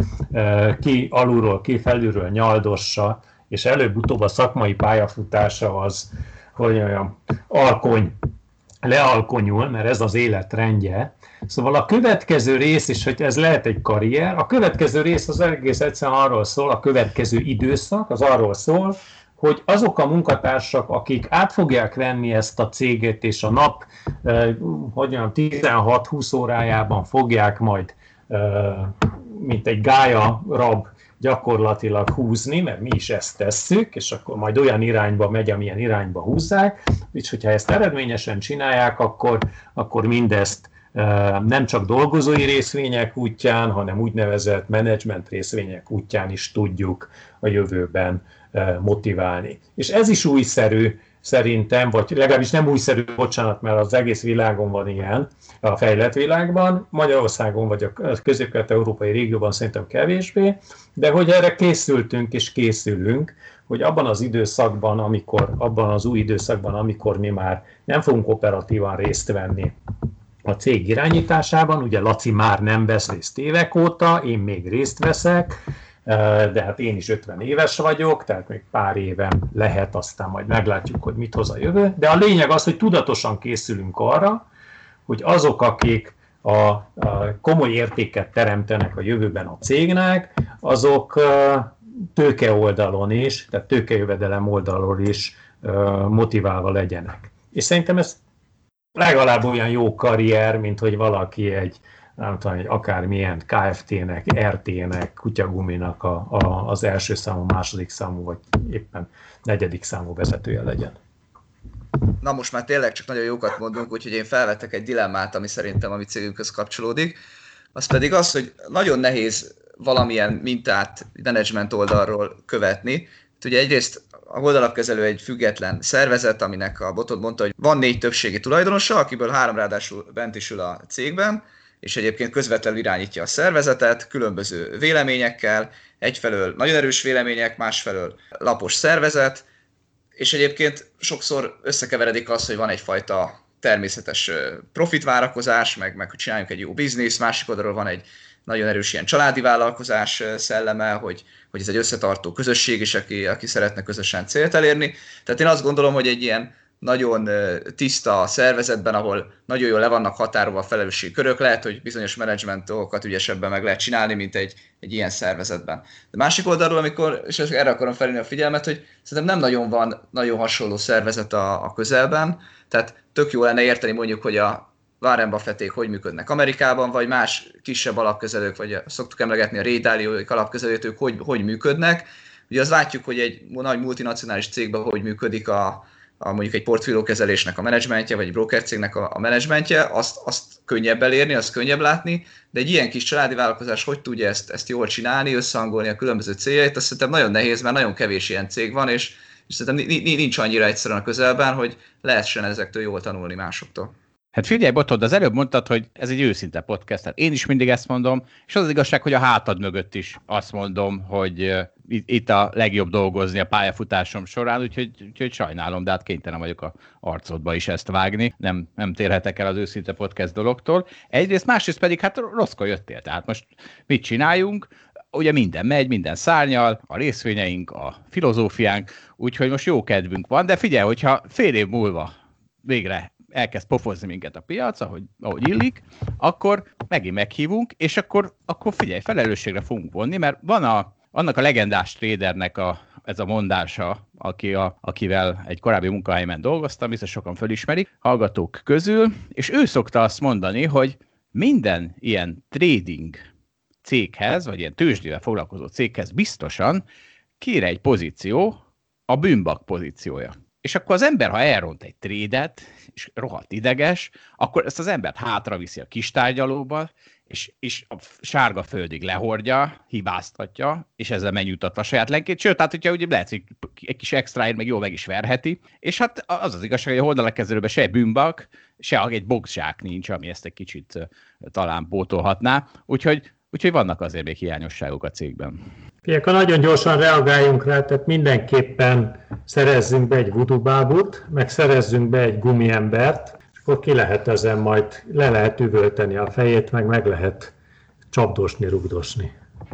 Speaker 4: ki alulról, ki felülről nyaldossa, és előbb-utóbb a szakmai pályafutása az, hogy olyan alkony, lealkonyul, mert ez az életrendje. Szóval a következő rész is, hogy ez lehet egy karrier, a következő rész az egész egyszerűen arról szól, a következő időszak az arról szól, hogy azok a munkatársak, akik át fogják venni ezt a céget, és a nap eh, hogy mondjam, tizenhat-húsz órájában fogják majd, eh, mint egy gálya rab, gyakorlatilag húzni, mert mi is ezt tesszük, és akkor majd olyan irányba megy, amilyen irányba húzzák, és hogyha ezt eredményesen csinálják, akkor, akkor mindezt nem csak dolgozói részvények útján, hanem úgynevezett menedzsment részvények útján is tudjuk a jövőben motiválni. És ez is újszerű szerintem, vagy legalábbis nem újszerű, bocsánat, mert az egész világon van ilyen, a fejlett világban, Magyarországon vagy a közép-kelet-európai régióban szerintem kevésbé, de hogy erre készültünk és készülünk, hogy abban az időszakban, amikor, abban az új időszakban, amikor mi már nem fogunk operatívan részt venni a cég irányításában, ugye Laci már nem vesz részt évek óta, én még részt veszek, de hát én is ötven éves vagyok, tehát még pár éven lehet, aztán majd meglátjuk, hogy mit hoz a jövő. De a lényeg az, hogy tudatosan készülünk arra, hogy azok, akik a, a komoly értéket teremtenek a jövőben a cégnek, azok tőke oldalon is, tehát tőkejövedelem oldalon is motiválva legyenek. És szerintem ez legalább olyan jó karrier, mint hogy valaki egy nem tudom, hogy akármilyen ká ef té-nek, er té-nek, Kutyaguminak a, a, az első számú, második számú, vagy éppen negyedik számú vezetője legyen.
Speaker 3: Na most már tényleg csak nagyon jókat mondunk, úgyhogy én felvettek egy dilemmát, ami szerintem a mi cégünkhöz kapcsolódik. Az pedig az, hogy nagyon nehéz valamilyen mintát menedzsment oldalról követni. Ugye egyrészt a oldalapkezelő egy független szervezet, aminek a botod mondta, hogy van négy többségi tulajdonosa, akiből három ráadásul bent is ül a cégben, és egyébként közvetlenül irányítja a szervezetet, különböző véleményekkel, egyfelől nagyon erős vélemények, másfelől lapos szervezet, és egyébként sokszor összekeveredik az, hogy van egyfajta természetes profitvárakozás, meg, meg hogy csináljunk egy jó biznisz, másik oldalról van egy nagyon erős ilyen családi vállalkozás szelleme, hogy, hogy ez egy összetartó közösség is, aki, aki szeretne közösen célt elérni. Tehát én azt gondolom, hogy egy ilyen nagyon tiszta szervezetben, ahol nagyon jól le vannak határolva a felelősségi körök, lehet, hogy bizonyos menedzsment dolgokat ügyesebben meg lehet csinálni, mint egy, egy ilyen szervezetben. De másik oldalról, amikor, és erre akarom felhívni a figyelmet, hogy szerintem nem nagyon van nagyon hasonló szervezet a, a közelben, tehát tök jó lenne érteni mondjuk, hogy a Warren Buffették hogy működnek Amerikában, vagy más kisebb alapkezelők, vagy szoktuk emlegetni a Ray Dalio-ik alapkezelőtők, hogy, hogy működnek. Ugye azt látjuk, hogy egy nagy multinacionális cégben hogy működik a, a mondjuk egy portfóliókezelésnek a menedzsmentje, vagy egy broker cégnek a, a menedzsmentje, azt, azt könnyebb elérni, azt könnyebb látni, de egy ilyen kis családi vállalkozás hogy tudja ezt, ezt jól csinálni, összehangolni a különböző céljait, azt szerintem nagyon nehéz, mert nagyon kevés ilyen cég van, és, és szerintem nincs annyira egyszerűen a közelben, hogy lehessen ezektől jól tanulni másoktól.
Speaker 2: Hát figyelj, Botod, az előbb mondtad, hogy ez egy őszinte podcast, tehát én is mindig ezt mondom, és az az igazság, hogy a hátad mögött is azt mondom, hogy itt a legjobb dolgozni a pályafutásom során, úgyhogy, úgyhogy sajnálom, de hát kénytelen vagyok a arcodba is ezt vágni, nem, nem térhetek el az őszinte podcast dologtól. Egyrészt, másrészt pedig hát rosszkor jöttél, tehát most mit csináljunk? Ugye minden megy, minden szárnyal, a részvényeink, a filozófiánk, úgyhogy most jó kedvünk van, de figyelj, hogyha fél év múlva végre elkezd pofozni minket a piac, ahogy, ahogy illik, akkor megint meghívunk, és akkor, akkor figyelj, felelősségre fogunk vonni, mert van a, annak a legendás tradernek a, ez a mondása, aki a, akivel egy korábbi munkahelyemen dolgoztam, biztos sokan fölismerik, hallgatók közül, és ő szokta azt mondani, hogy minden ilyen trading céghez, vagy ilyen tőzsdével foglalkozó céghez biztosan kér egy pozíció, a bűnbak pozíciója. és akkor az ember, ha elront egy trédet, és rohadt ideges, akkor ezt az embert hátraviszi a kis tárgyalóba, és, és a sárga földig lehordja, hibáztatja, és ezzel megnyugtatva a saját lenkét. Sőt, tehát hogyha ugye lehet, hogy egy kis extraért meg jól meg is verheti, és hát az az igazság, hogy a holdalagkezelőben se egy bűnbak, se egy boxsák nincs, ami ezt egy kicsit uh, talán pótolhatná. Úgyhogy, úgyhogy vannak azért még hiányosságok a cégben.
Speaker 4: Ilyenkor nagyon gyorsan reagáljunk rá, tehát mindenképpen szerezzünk be egy voodoo bábút, meg szerezzünk be egy gumiembert, és akkor ki lehet ezen majd, le lehet üvölteni a fejét, meg meg lehet csapdosni, rugdosni.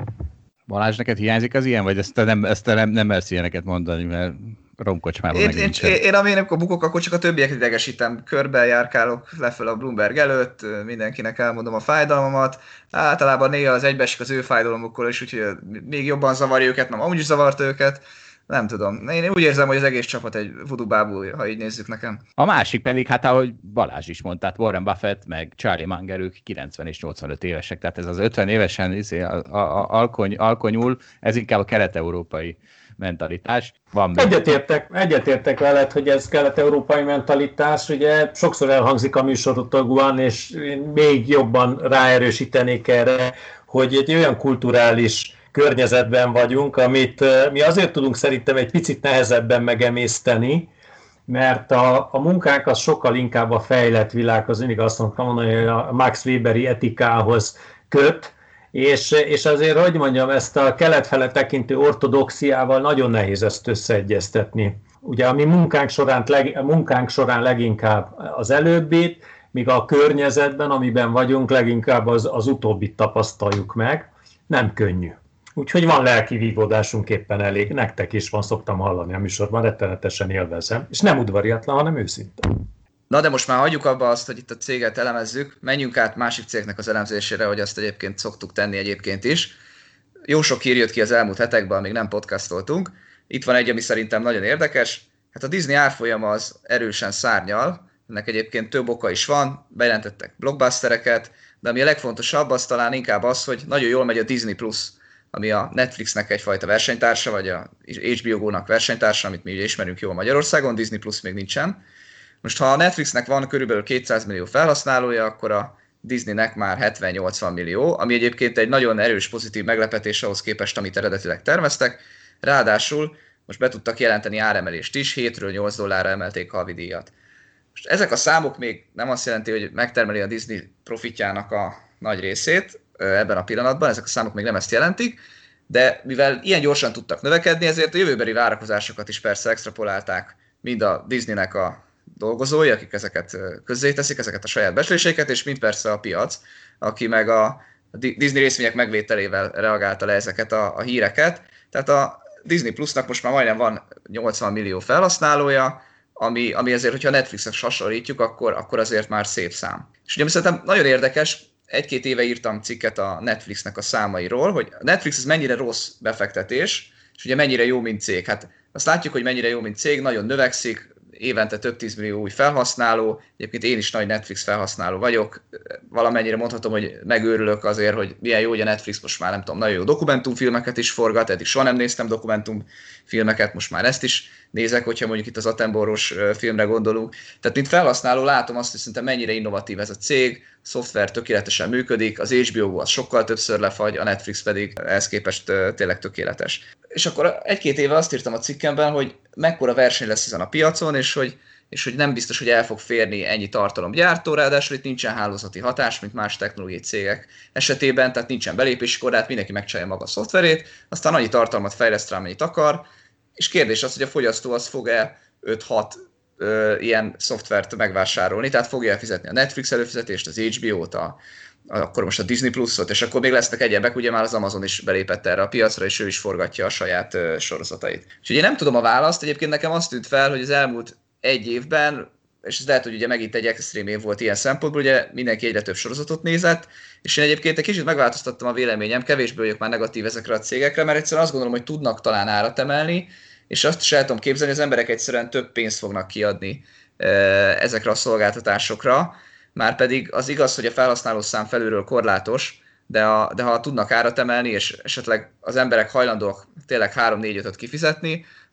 Speaker 2: Balázs, neked hiányzik az ilyen, vagy ezt te nem, ezt te nem, nem mersz ilyeneket mondani, mert romkocsmában
Speaker 3: én,
Speaker 2: meg nincsen.
Speaker 3: Én, én, én amikor bukok, akkor csak a többieket idegesítem, körbe járkálok lefel a Bloomberg előtt, mindenkinek elmondom a fájdalmamat, általában néha az egybeesik az ő fájdalmukkal is, úgyhogy még jobban zavarja őket, nem amúgy is zavart őket, nem tudom. Én úgy érzem, hogy az egész csapat egy voodoo bábú, ha így nézzük nekem.
Speaker 2: A másik pedig, hát ahogy Balázs is mondta, tehát Warren Buffett meg Charlie Munger, ők kilencven és nyolcvanöt évesek, tehát ez az ötven évesen izé, a, a, a, alkony, alkonyul, ez inkább a kelet-európai mentalitás. Van
Speaker 4: egyetértek, egyetértek veled, hogy ez kelet-európai mentalitás, ugye sokszor elhangzik a műsorotokban, és én még jobban ráerősítenék erre, hogy egy olyan kulturális környezetben vagyunk, amit mi azért tudunk szerintem egy picit nehezebben megemészteni, mert a, a munkánk az sokkal inkább a fejlett világhoz, mindig azt mondtam mondani, hogy a Max Weberi etikához köt, és, és azért, hogy mondjam, ezt a kelet-fele tekintő ortodoxiával nagyon nehéz ezt összeegyeztetni. Ugye a mi munkánk során, leg, munkánk során leginkább az előbbit, míg a környezetben, amiben vagyunk, leginkább az, az utóbbit tapasztaljuk meg. Nem könnyű. Úgyhogy van lelki vívódásunk éppen elég. Nektek is van, szoktam hallani a műsorban, rettenetesen élvezem. És nem udvariatlan, hanem őszinte.
Speaker 3: Na de most már hagyjuk abba azt, hogy itt a céget elemezzük, menjünk át másik cégnek az elemzésére, hogy azt egyébként szoktuk tenni egyébként is. Jó sok hír jött ki az elmúlt hetekben, amíg nem podcastoltunk. Itt van egy, ami szerintem nagyon érdekes. Hát a Disney árfolyama az erősen szárnyal, ennek egyébként több oka is van, bejelentettek blockbustereket, de ami a legfontosabb, az talán inkább az, hogy nagyon jól megy a Disney Plus, ami a Netflixnek egyfajta versenytársa, vagy a há bé o Go-nak versenytársa, amit mi ugye ismerünk jól Magyarországon, Disney Plus még nincsen. Most ha a Netflixnek van körülbelül kétszáz millió felhasználója, akkor a Disneynek már hetven-nyolcvan millió, ami egyébként egy nagyon erős pozitív meglepetés ahhoz képest, amit eredetileg terveztek. Ráadásul most be tudtak jelenteni áremelést is, hétről nyolc dollárra emelték a havidíjat. Most ezek a számok még nem azt jelenti, hogy megtermeli a Disney profitjának a nagy részét ebben a pillanatban, ezek a számok még nem ezt jelentik, de mivel ilyen gyorsan tudtak növekedni, ezért a jövőbeli várakozásokat is persze extrapolálták mind a Disneynek a dolgozói, akik ezeket közzéteszik, ezeket a saját becsléseiket, és mind persze a piac, aki meg a Disney részvények megvételével reagálta le ezeket a, a híreket. Tehát a Disney Plusnak most már majdnem van nyolcvan millió felhasználója, ami, ami azért, hogyha Netflixnek hasonlítjuk, akkor, akkor azért már szép szám. És ugye szerintem nagyon érdekes, egy-két éve írtam cikket a Netflixnek a számairól, hogy a Netflix ez mennyire rossz befektetés, és ugye mennyire jó, mint cég. Hát azt látjuk, hogy mennyire jó, mint cég, nagyon növekszik, évente több tízmillió új felhasználó, egyébként én is nagy Netflix felhasználó vagyok, valamennyire mondhatom, hogy megőrülök azért, hogy milyen jó, hogy a Netflix most már nem tudom, nagyon jó dokumentumfilmeket is forgat, eddig soha nem néztem dokumentumfilmeket, most már ezt is nézek, hogyha mondjuk itt az Attenborough-os filmre gondolunk. Tehát mint felhasználó látom azt, hogy szerintem mennyire innovatív ez a cég, a szoftver tökéletesen működik, az há bé o az sokkal többször lefagy, a Netflix pedig ehhez képest tényleg tökéletes. És akkor egy-két éve azt írtam a cikkemben, hogy mekkora verseny lesz ezen a piacon, és hogy, és hogy nem biztos, hogy el fog férni ennyi tartalomgyártó, ráadásul itt nincsen hálózati hatás, mint más technológiai cégek esetében, tehát nincsen belépési korlát, mindenki megcsinálja maga a szoftverét, aztán annyi tartalmat fejleszt rá, amennyit akar, és kérdés az, hogy a fogyasztó az fog-e öt-hat ö, ilyen szoftvert megvásárolni, tehát fogja fizetni a Netflix előfizetést, az há bé o-t, a, akkor most a Disney Plus-ot, és akkor még lesznek egyebek, ugye már az Amazon is belépett erre a piacra, és ő is forgatja a saját uh, sorozatait. Úgyhogy én nem tudom a választ, egyébként nekem azt tűnt fel, hogy az elmúlt egy évben, és ez lehet, hogy ugye megint egy extrém év volt ilyen szempontból, ugye mindenki egyre több sorozatot nézett, és én egyébként egy kicsit megváltoztattam a véleményem, kevésbé vagyok már negatív ezekre a cégekre, mert egyszerűen azt gondolom, hogy tudnak talán árat emelni, és azt is el tudom képzelni, hogy az emberek egyszerűen több pénzt fognak kiadni uh, ezekre a szolgáltatásokra. Márpedig az igaz, hogy a felhasználó szám felülről korlátos, de, a, de ha tudnak árat emelni, és esetleg az emberek hajlandóak tényleg három négy ötöt kifizetni,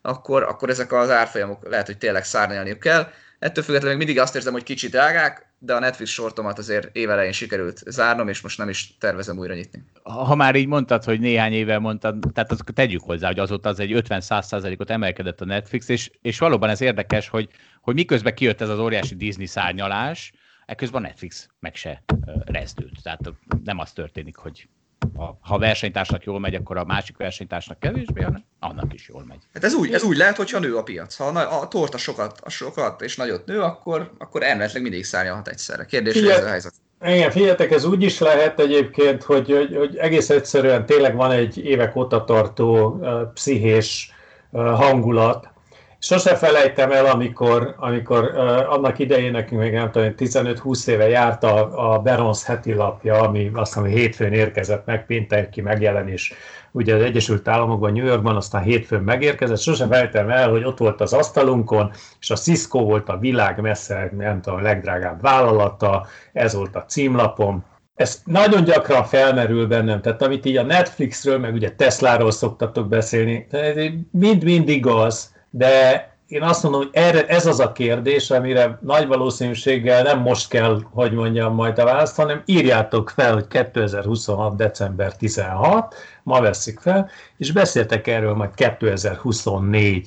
Speaker 3: akkor, akkor ezek az árfolyamok lehet, hogy tényleg szárnyalniuk kell. Ettől függetlenül még mindig azt érzem, hogy kicsit drágák, de a Netflix sortomat azért évelején sikerült zárnom, és most nem is tervezem újra nyitni.
Speaker 2: Ha már így mondtad, hogy néhány éve mondtad, tehát azt tegyük hozzá, hogy azóta az egy ötven-száz százalékot emelkedett a Netflix, és, és valóban ez érdekes, hogy, hogy miközben kijött ez az óriási Disney szárnyalás, ekközben a Netflix meg se rezdült. Tehát nem az történik, hogy ha a versenytársnak jól megy, akkor a másik versenytársnak kevésbé, hanem annak is jól megy.
Speaker 3: Hát ez úgy, ez úgy lehet, hogyha nő a piac. Ha a, a torta sokat, a sokat és nagyot nő, akkor, akkor elméletileg mindig szárnyalhat egyszerre. Kérdés, hogy ez a helyzet.
Speaker 4: Igen, figyeljetek, ez úgy is lehet egyébként, hogy, hogy, hogy egész egyszerűen tényleg van egy évek óta tartó uh, pszichés uh, hangulat. Sose felejtem el, amikor, amikor uh, annak idején nekünk még nem tudom, tizenöt-húsz éve járt a, a Barron's heti lapja, ami azt hiszem, hétfőn érkezett meg, pénteki megjelenés ugye az Egyesült Államokban, New Yorkban, aztán hétfőn megérkezett. Sose felejtem el, hogy ott volt az asztalunkon, és a Cisco volt a világ messze, nem tudom, a legdrágább vállalata, ez volt a címlapom. Ez nagyon gyakran felmerül bennem, tehát amit így a Netflixről, meg ugye Tesláról szoktatok beszélni, mind-mind igaz, de én azt mondom, hogy erre, ez az a kérdés, amire nagy valószínűséggel nem most kell, hogy mondjam majd a választ, hanem írjátok fel, hogy kétezer-huszonhat. december tizenhatodika, ma veszik fel, és beszéltek erről majd kétezer-huszonnégy.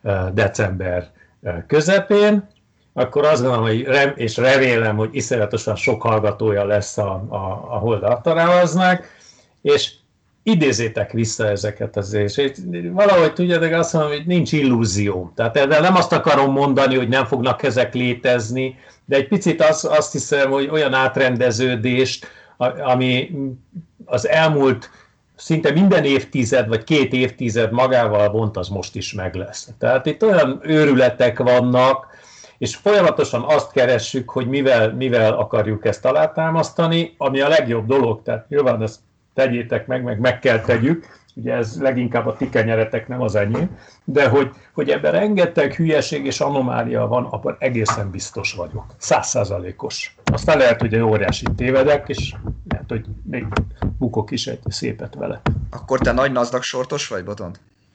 Speaker 4: december közepén, akkor azt gondolom, hogy rem, és remélem, hogy iszonyatosan sok hallgatója lesz a, a, a Hold After, és idézzétek vissza ezeket azért. És valahogy tudjátok, azt mondom, hogy nincs illúzió. Tehát nem azt akarom mondani, hogy nem fognak ezek létezni, de egy picit azt, azt hiszem, hogy olyan átrendeződést, ami az elmúlt szinte minden évtized, vagy két évtized magával vont, az most is meg lesz. Tehát itt olyan őrületek vannak, és folyamatosan azt keressük, hogy mivel, mivel akarjuk ezt alátámasztani, ami a legjobb dolog, tehát nyilván ezt tegyétek meg, meg meg kell tegyük, ugye ez leginkább a ti kenyeretek, nem az enyém, de hogy, hogy ebben rengeteg hülyeség és anomália van, abban egészen biztos vagyok. Száz százalékos. Aztán lehet, hogy egy óriási tévedek, és lehet, hogy még bukok is egy szépet vele.
Speaker 3: Akkor te nagy Nasdaq sortos vagy, Botond?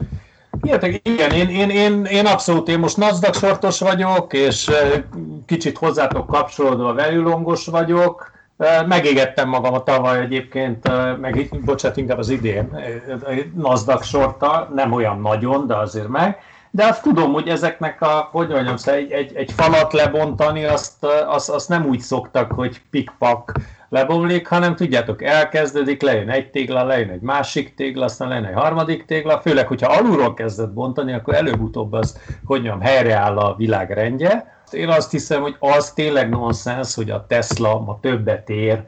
Speaker 4: Igen, igen én, én, én, én abszolút, én most Nasdaq sortos vagyok, és kicsit hozzátok kapcsolódva velülongos vagyok. Megégettem magam a tavaly egyébként, meg, bocsánat, inkább az idén Nasdaq sorttal, nem olyan nagyon, de azért meg. De azt tudom, hogy ezeknek a, hogy mondjam, egy, egy, egy falat lebontani, azt, azt, azt nem úgy szoktak, hogy pikpak lebomlik, hanem tudjátok, elkezdődik, lejön egy tégla, lejön egy másik tégla, aztán lejön egy harmadik tégla, főleg, hogyha alulról kezdett bontani, akkor előbb-utóbb az, hogy mondjam, helyreáll a világ rendje. Én azt hiszem, hogy az tényleg nonsens, hogy a Tesla ma többet ér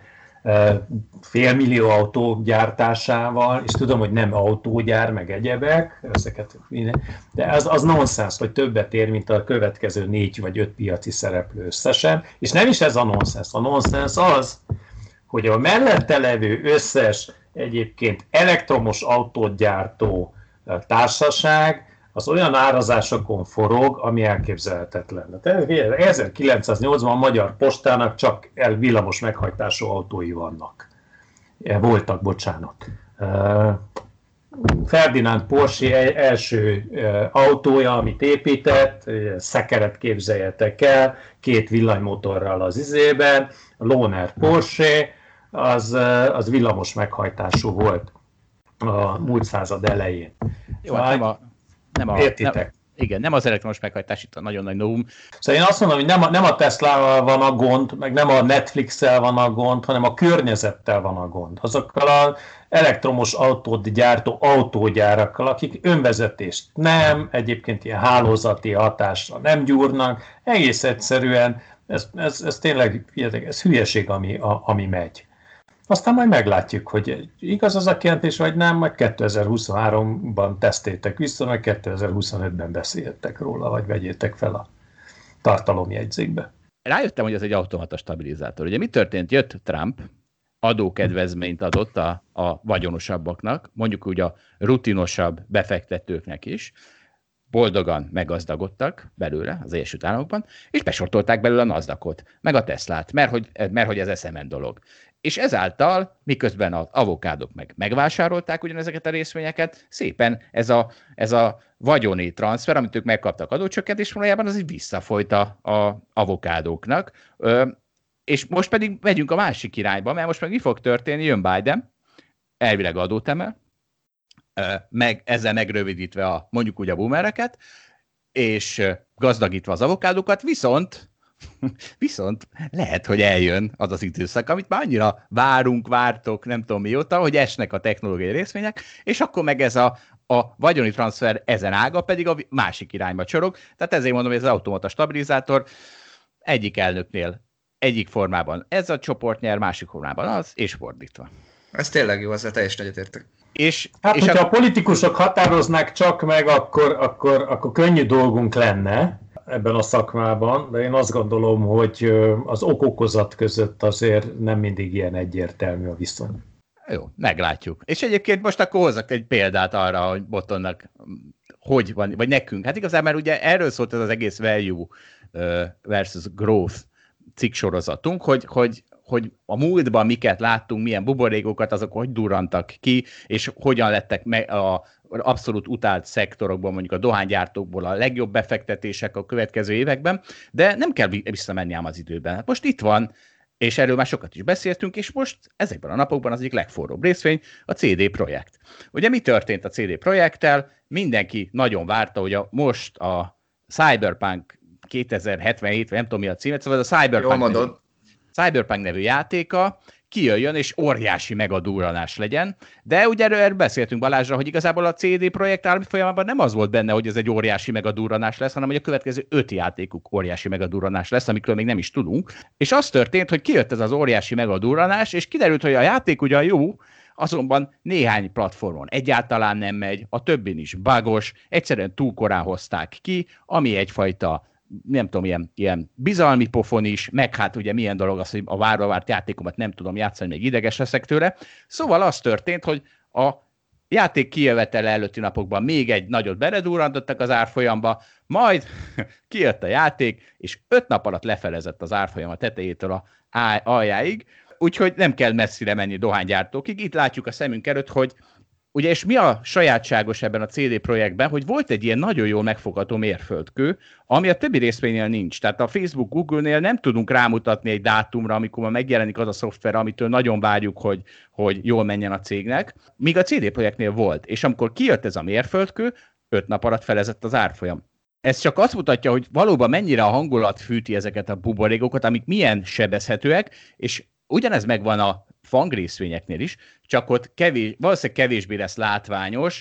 Speaker 4: félmillió autó gyártásával, és tudom, hogy nem autógyár, meg egyebek, ezeket minden, de az, az nonsens, hogy többet ér, mint a következő négy vagy öt piaci szereplő összesen, és nem is ez a nonsens. A nonsens az, hogy a mellette levő összes egyébként elektromos autót gyártó társaság az olyan árazásokon forog, ami elképzelhetetlen. ezerkilencszáznyolcvan a Magyar Postának csak el villamos meghajtású autói vannak. Voltak, bocsánat. Ferdinand Porsche első autója, amit épített, szekeret képzeljetek el, két villanymotorral az izében, a Lohner Porsche, az, az villamos meghajtású volt a múlt század elején.
Speaker 2: Jó, szóval, nem a, nem a,
Speaker 4: értitek?
Speaker 2: Nem, igen, nem az elektromos meghajtás, itt a nagyon nagy novum.
Speaker 4: Szóval én azt mondom, hogy nem a, nem a Teslával van a gond, meg nem a Netflix-el van a gond, hanem a környezettel van a gond. Azokkal az elektromos autót gyártó autógyárakkal, akik önvezetést nem, egyébként ilyen hálózati hatásra nem gyúrnak, egész egyszerűen, ez, ez, ez tényleg, ez hülyeség, ami, a, ami megy. Aztán majd meglátjuk, hogy igaz az a kijelentés, vagy nem, majd kétezer-huszonháromban tesztétek vissza, meg kétezer-huszonötben beszéltek róla, vagy vegyétek fel a tartalomjegyzékbe.
Speaker 2: Rájöttem, hogy ez egy automata stabilizátor. Ugye mi történt? Jött Trump, adókedvezményt adott a, a vagyonosabbaknak, mondjuk úgy a rutinosabb befektetőknek is, boldogan meggazdagodtak belőle az Egyesült Államokban, és besortolták belőle a NASDAQ-ot, meg a Teslát, mert hogy, mert hogy ez eszemen dolog. És ezáltal, miközben az avokádok meg megvásárolták ugyanezeket a részvényeket, szépen ez a, ez a vagyoni transfer, amit ők megkaptak adócsökkentés valójában, az így visszafolyt a, a avokádóknak. Ö, és most pedig megyünk a másik irányba, mert most meg mi fog történni? Jön Biden, elvileg adót emel, meg, ezzel megrövidítve a, mondjuk úgy a boomereket, és gazdagítva az avokádokat, viszont, viszont lehet, hogy eljön az az időszak, amit már annyira várunk, vártok, nem tudom mióta, hogy esnek a technológiai részvények, és akkor meg ez a, a vagyoni transfer ezen ága pedig a másik irányba csorog. Tehát ezért mondom, hogy ez az automata stabilizátor egyik elnöknél egyik formában ez a csoport nyer, másik formában az, és fordítva.
Speaker 3: Ez tényleg jó, ezzel teljesen egyetértek.
Speaker 2: És,
Speaker 4: hát,
Speaker 2: és
Speaker 4: hogyha
Speaker 2: a...
Speaker 4: a politikusok határoznák csak meg, akkor, akkor, akkor könnyű dolgunk lenne ebben a szakmában, de én azt gondolom, hogy az ok-okozat között azért nem mindig ilyen egyértelmű a viszony.
Speaker 2: Jó, meglátjuk. És egyébként most akkor hozzak egy példát arra, hogy Bottonnak hogy van, vagy nekünk. Hát igazából már ugye erről szólt ez az egész value versus growth cikksorozatunk, hogy, hogy hogy a múltban miket láttunk, milyen buborékokat, azok hogy durrantak ki, és hogyan lettek me- a abszolút utált szektorokból, mondjuk a dohánygyártókból a legjobb befektetések a következő években, de nem kell visszamenni ám az időben. Hát most itt van, és erről már sokat is beszéltünk, és most ezekben a napokban az egyik legforróbb részvény a cé dé Projekt. Ugye mi történt a cé dé Projekttel? Mindenki nagyon várta, hogy a, most a Cyberpunk kétezer-hetvenhét, vagy nem tudom mi a címet, szóval a Cyberpunk nevű, Cyberpunk nevű játéka kijöjjön, és óriási megadurranás legyen. De ugye erről beszéltünk Balázsra, hogy igazából a cé dé Projekt állami folyamában nem az volt benne, hogy ez egy óriási megadurranás lesz, hanem hogy a következő öt játékuk óriási megadurranás lesz, amikről még nem is tudunk. És az történt, hogy kijött ez az óriási megadurranás, és kiderült, hogy a játék ugyan jó, azonban néhány platformon egyáltalán nem megy, a többin is bugos, egyszerűen túl korán hozták ki, ami egyfajta nem tudom, ilyen, ilyen bizalmi pofon is, meg hát ugye milyen dolog az, hogy a várva várt játékomat nem tudom játszani, még ideges leszek tőle. Szóval az történt, hogy a játék kijövetele előtti napokban még egy nagyot beledurrantottak az árfolyamba, majd kijött a játék, és öt nap alatt lefelezett az árfolyam a tetejétől a aljáig, úgyhogy nem kell messzire menni dohánygyártókig. Itt látjuk a szemünk előtt, hogy ugye, és mi a sajátságos ebben a cé dé Projektben, hogy volt egy ilyen nagyon jól megfogható mérföldkő, ami a többi részvénynél nincs. Tehát a Facebook, Google-nél nem tudunk rámutatni egy dátumra, amikor már megjelenik az a szoftver, amitől nagyon várjuk, hogy, hogy jól menjen a cégnek, míg a cé dé Projektnél volt. És amikor kijött ez a mérföldkő, öt nap alatt felezett az árfolyam. Ez csak azt mutatja, hogy valóban mennyire a hangulat fűti ezeket a buborékokat, amik milyen sebezhetőek, és ugyanez megvan a fang részvényeknél is, csak ott kevés, valószínűleg kevésbé lesz látványos,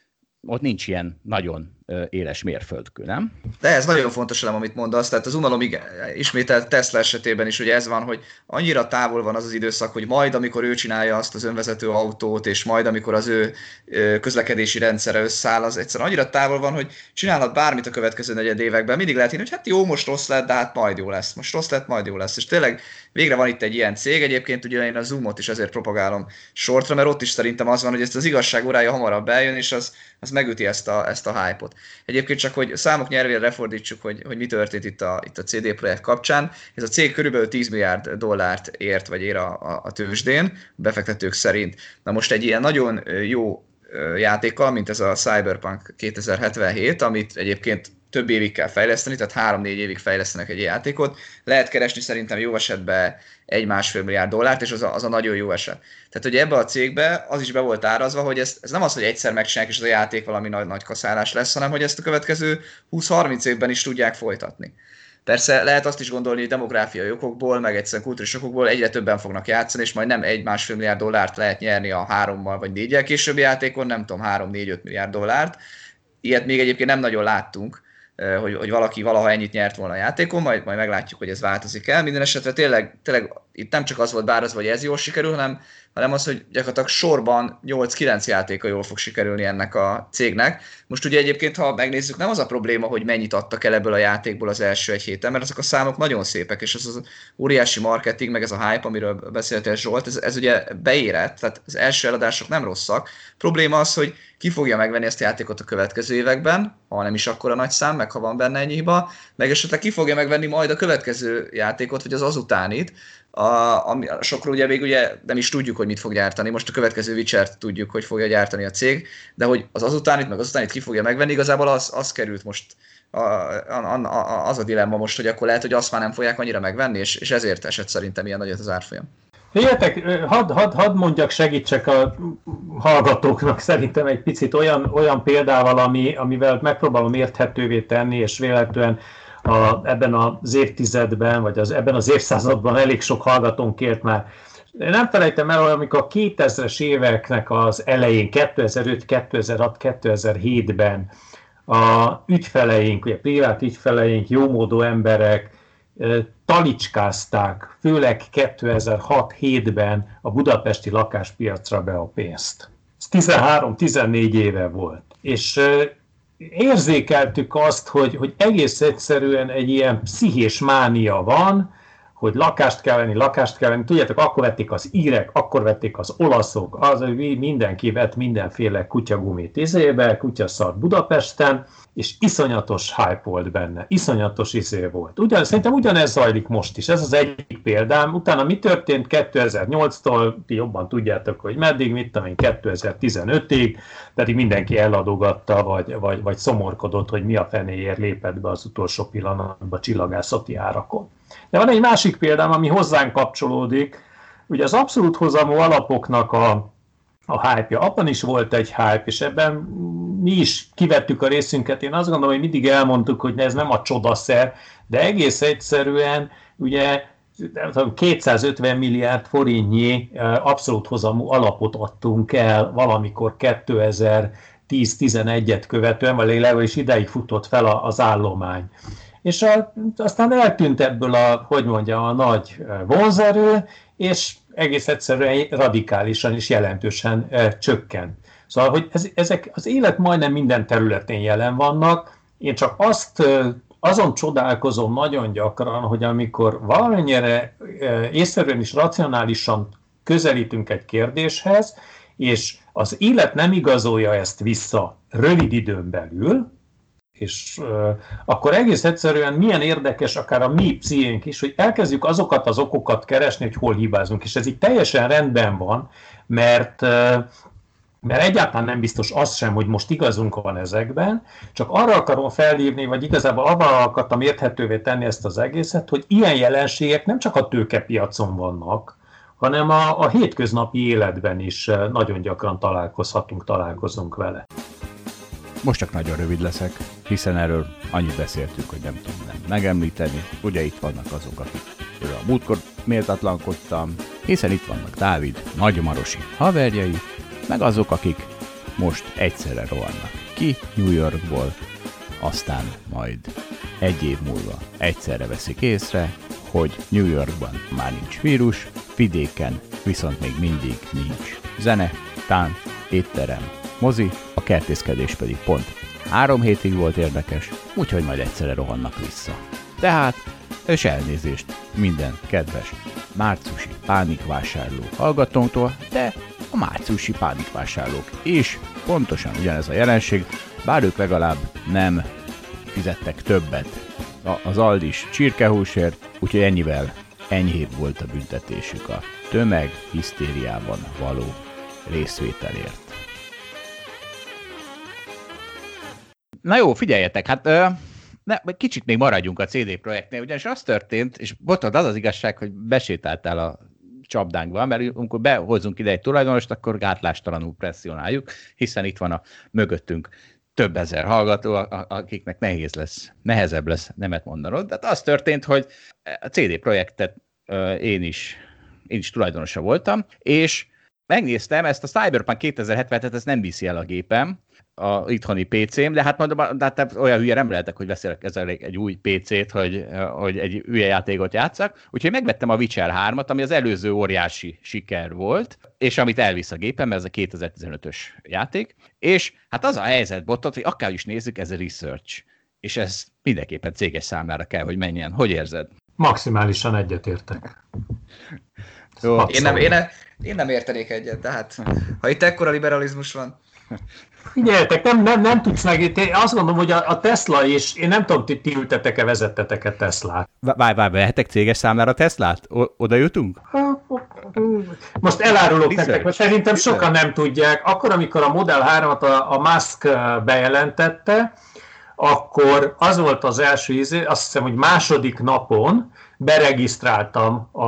Speaker 2: ott nincs ilyen nagyon ö, éles mérföldkő, nem?
Speaker 3: De ez nagyon fontos elem, amit mondasz, tehát az unalom igen, ismételt Tesla esetében is ugye ez van, hogy annyira távol van az az időszak, hogy majd amikor ő csinálja azt az önvezető autót, és majd amikor az ő közlekedési rendszere összeáll, az egyszerűen annyira távol van, hogy csinálhat bármit a következő negyed években, mindig lehet hinni, hogy hát jó, most rossz lett, de hát majd jó lesz, most rossz lett, majd jó lesz, és tényleg végre van itt egy ilyen cég, egyébként ugye én a Zoomot is ezért propagálom sortra, mert ott is szerintem az van, hogy ezt az igazság órája hamarabb eljön, és az, az megüti ezt a, ezt a hype-ot. Egyébként csak, hogy számok nyelvére lefordítsuk, hogy, hogy mi történt itt a, itt a cé dé Projekt kapcsán. Ez a cég körülbelül tíz milliárd dollárt ért, vagy ér a, a, a tőzsdén, befektetők szerint. Na most egy ilyen nagyon jó játékkal, mint ez a Cyberpunk kétezer-hetvenhét, amit egyébként több évig kell fejleszteni, tehát három-négy évig fejlesztenek egy játékot. Lehet keresni szerintem jó esetben egy-másfél milliárd dollárt, és az a, az a nagyon jó eset. Tehát, hogy ebbe a cégbe az is be volt árazva, hogy ez, ez nem az, hogy egyszer megcsinálják, és az a játék valami nagy, nagy kaszálás lesz, hanem hogy ezt a következő húsz-harminc évben is tudják folytatni. Persze lehet azt is gondolni, hogy demográfiai okokból, meg egyszerűen kulturális okokból egyre többen fognak játszani, és majd nem egy-másfél milliárd dollárt lehet nyerni a hárommal vagy négyel későbbi játékon, nem tudom, három-négy-öt milliárd dollárt. Ilyet még egyébként nem nagyon láttunk, hogy, hogy valaki valaha ennyit nyert volna a játékon, majd, majd meglátjuk, hogy ez változik el. Minden esetre tényleg, tényleg itt nem csak az volt bár az, hogy ez jól sikerül, hanem, hanem az, hogy gyakorlatilag sorban nyolc-kilenc játéka jól fog sikerülni ennek a cégnek. Most ugye egyébként, ha megnézzük, nem az a probléma, hogy mennyit adtak el ebből a játékból az első egy héten, mert ezek a számok nagyon szépek, és az az óriási marketing, meg ez a hype, amiről beszéltél Zsolt, ez, ez ugye beérett, tehát az első eladások nem rosszak. Probléma az, hogy ki fogja megvenni ezt a játékot a következő években, ha nem is akkora nagy szám, meg ha van benne ennyi hiba, meg esetleg ki fogja megvenni majd a következő játékot, vagy az azutánit, a, ami, sokról ugye még ugye nem is tudjuk, hogy mit fog gyártani. Most a következő Witcher-t tudjuk, hogy fogja gyártani a cég, de hogy az azutánit, meg azutánit ki fogja megvenni, igazából az, az került most, a, a, a, az a dilemma most, hogy akkor lehet, hogy azt már nem fogják annyira megvenni, és, és ezért esett szerintem ilyen nagyot az árfolyam.
Speaker 4: Figyeljetek, hadd had, had mondjak, segítsek a hallgatóknak szerintem egy picit olyan, olyan példával, ami, amivel megpróbálom érthetővé tenni, és véletlenül a, ebben az évtizedben, vagy az, ebben az évszázadban elég sok hallgatónk kért már. Nem felejtem el, hogy amikor a kétezres éveknek az elején, kétezer-öt, kétezer-hat, kétezer-hétben a ügyfeleink, ugye privát ügyfeleink, jómódú emberek talicskázták, főleg kétezer-hat-hétben a budapesti lakáspiacra be a pénzt. Ez tizenhárom-tizennégy éve volt. És érzékeltük azt, hogy, hogy egész egyszerűen egy ilyen pszichés mánia van, hogy lakást kell venni, lakást kell venni. Tudjátok, akkor vették az írek, akkor vették az olaszok, az, mindenki vett mindenféle kutyagumit izébe, kutyaszart Budapesten, és iszonyatos hype volt benne, iszonyatos izé volt. Ugyan, szerintem ugyanez zajlik most is, ez az egyik példám. Utána mi történt kétezer-nyolctól, ti jobban tudjátok, hogy meddig, mit tudom én, kétezer-tizenötig, pedig mindenki eladogatta, vagy, vagy, vagy szomorkodott, hogy mi a fenéért lépett be az utolsó pillanatban csillagászati árakon. De van egy másik példám, ami hozzánk kapcsolódik. Ugye az abszolút hozamú alapoknak a, a hype-ja, abban is volt egy hype, és ebben mi is kivettük a részünket. Én azt gondolom, hogy mindig elmondtuk, hogy ez nem a csodaszer, de egész egyszerűen ugye kétszázötven milliárd forintnyi abszolút hozamú alapot adtunk el valamikor kétezer-tíz-tizenegyet követően, vagy legalábbis ideig futott fel az állomány. És a, aztán eltűnt ebből a, hogy mondjam, a nagy vonzerő, és egész egyszerűen radikálisan és jelentősen e, csökkent. Szóval, hogy ez, ezek az élet majdnem minden területén jelen vannak, én csak azt, azon csodálkozom nagyon gyakran, hogy amikor valamennyire e, észszerűen és racionálisan közelítünk egy kérdéshez, és az élet nem igazolja ezt vissza rövid időn belül, és uh, akkor egész egyszerűen milyen érdekes akár a mi pszichénk is, hogy elkezdjük azokat az okokat keresni, hogy hol hibázunk, és ez így teljesen rendben van, mert, uh, mert egyáltalán nem biztos az sem, hogy most igazunk van ezekben, csak arra akarom felhívni, vagy igazából arra akartam érthetővé tenni ezt az egészet, hogy ilyen jelenségek nem csak a tőkepiacon vannak, hanem a, a hétköznapi életben is nagyon gyakran találkozhatunk, találkozunk vele.
Speaker 2: Most csak nagyon rövid leszek, hiszen erről annyit beszéltünk, hogy nem tudom nem megemlíteni. Ugye itt vannak azok, akikről a múltkor méltatlankodtam, hiszen itt vannak Dávid nagymarosi haverjai, meg azok, akik most egyszerre rohannak ki New Yorkból, aztán majd egy év múlva egyszerre veszik észre, hogy New Yorkban már nincs vírus, vidéken viszont még mindig nincs zene, tánc, étterem, mozi, a kertészkedés pedig pont három hétig volt érdekes, úgyhogy majd egyszerre rohannak vissza. Tehát, és elnézést minden kedves márciusi pánikvásárló hallgatónktól, de a márciusi pánikvásárlók is pontosan ugyanez a jelenség, bár ők legalább nem fizettek többet az Aldis csirkehúsért, úgyhogy ennyivel enyhébb volt a büntetésük a tömeg hisztériában való részvételért. Na jó, figyeljetek, hát ö, ne, kicsit még maradjunk a cé dé Projektnél, ugyanis az történt, és bocsánat, az az igazság, hogy besétáltál a csapdánkba, mert amikor behozunk ide egy tulajdonost, akkor gátlástalanul presszionáljuk, hiszen itt van a mögöttünk több ezer hallgató, akiknek nehéz lesz, nehezebb lesz nemet mondanod. Tehát az történt, hogy a cé dé Projektet ö, én is, én is tulajdonosa voltam, és megnéztem, ezt a Cyberpunk kétezer-hetvenet, ezt nem viszi el a gépem, a itthoni pé cém, de hát mondom, de hát olyan hülye nem lehetek, hogy veszek ezzel egy új pé cét, hogy, hogy egy hülye játékot játsszak. Úgyhogy megvettem a Witcher hármat, ami az előző óriási siker volt, és amit elvisz a gépem, mert ez a kétezer-tizenötös játék. És hát az a helyzet, botot, hogy akár is nézzük, ez a research. És ez mindenképpen céges számlára kell, hogy menjen. Hogy érzed?
Speaker 4: Maximálisan egyetértek.
Speaker 3: Jó. Én, nem, én, nem, én nem értenék egyet, de hát ha itt ekkora liberalizmus van.
Speaker 4: Figyeljetek, nem, nem, nem tudsz meg, én azt gondolom, hogy a, a Tesla is, én nem tudom, ti, ti ültetek-e, vezettetek-e Teslát.
Speaker 2: Várj, várj, vehetek céges számlára Teslát? O- oda jutunk?
Speaker 4: Most elárulok nektek, mert szerintem sokan nem tudják. Akkor, amikor a Model hármat a, a Musk bejelentette, akkor az volt az első ízé, azt hiszem, hogy második napon beregisztráltam a,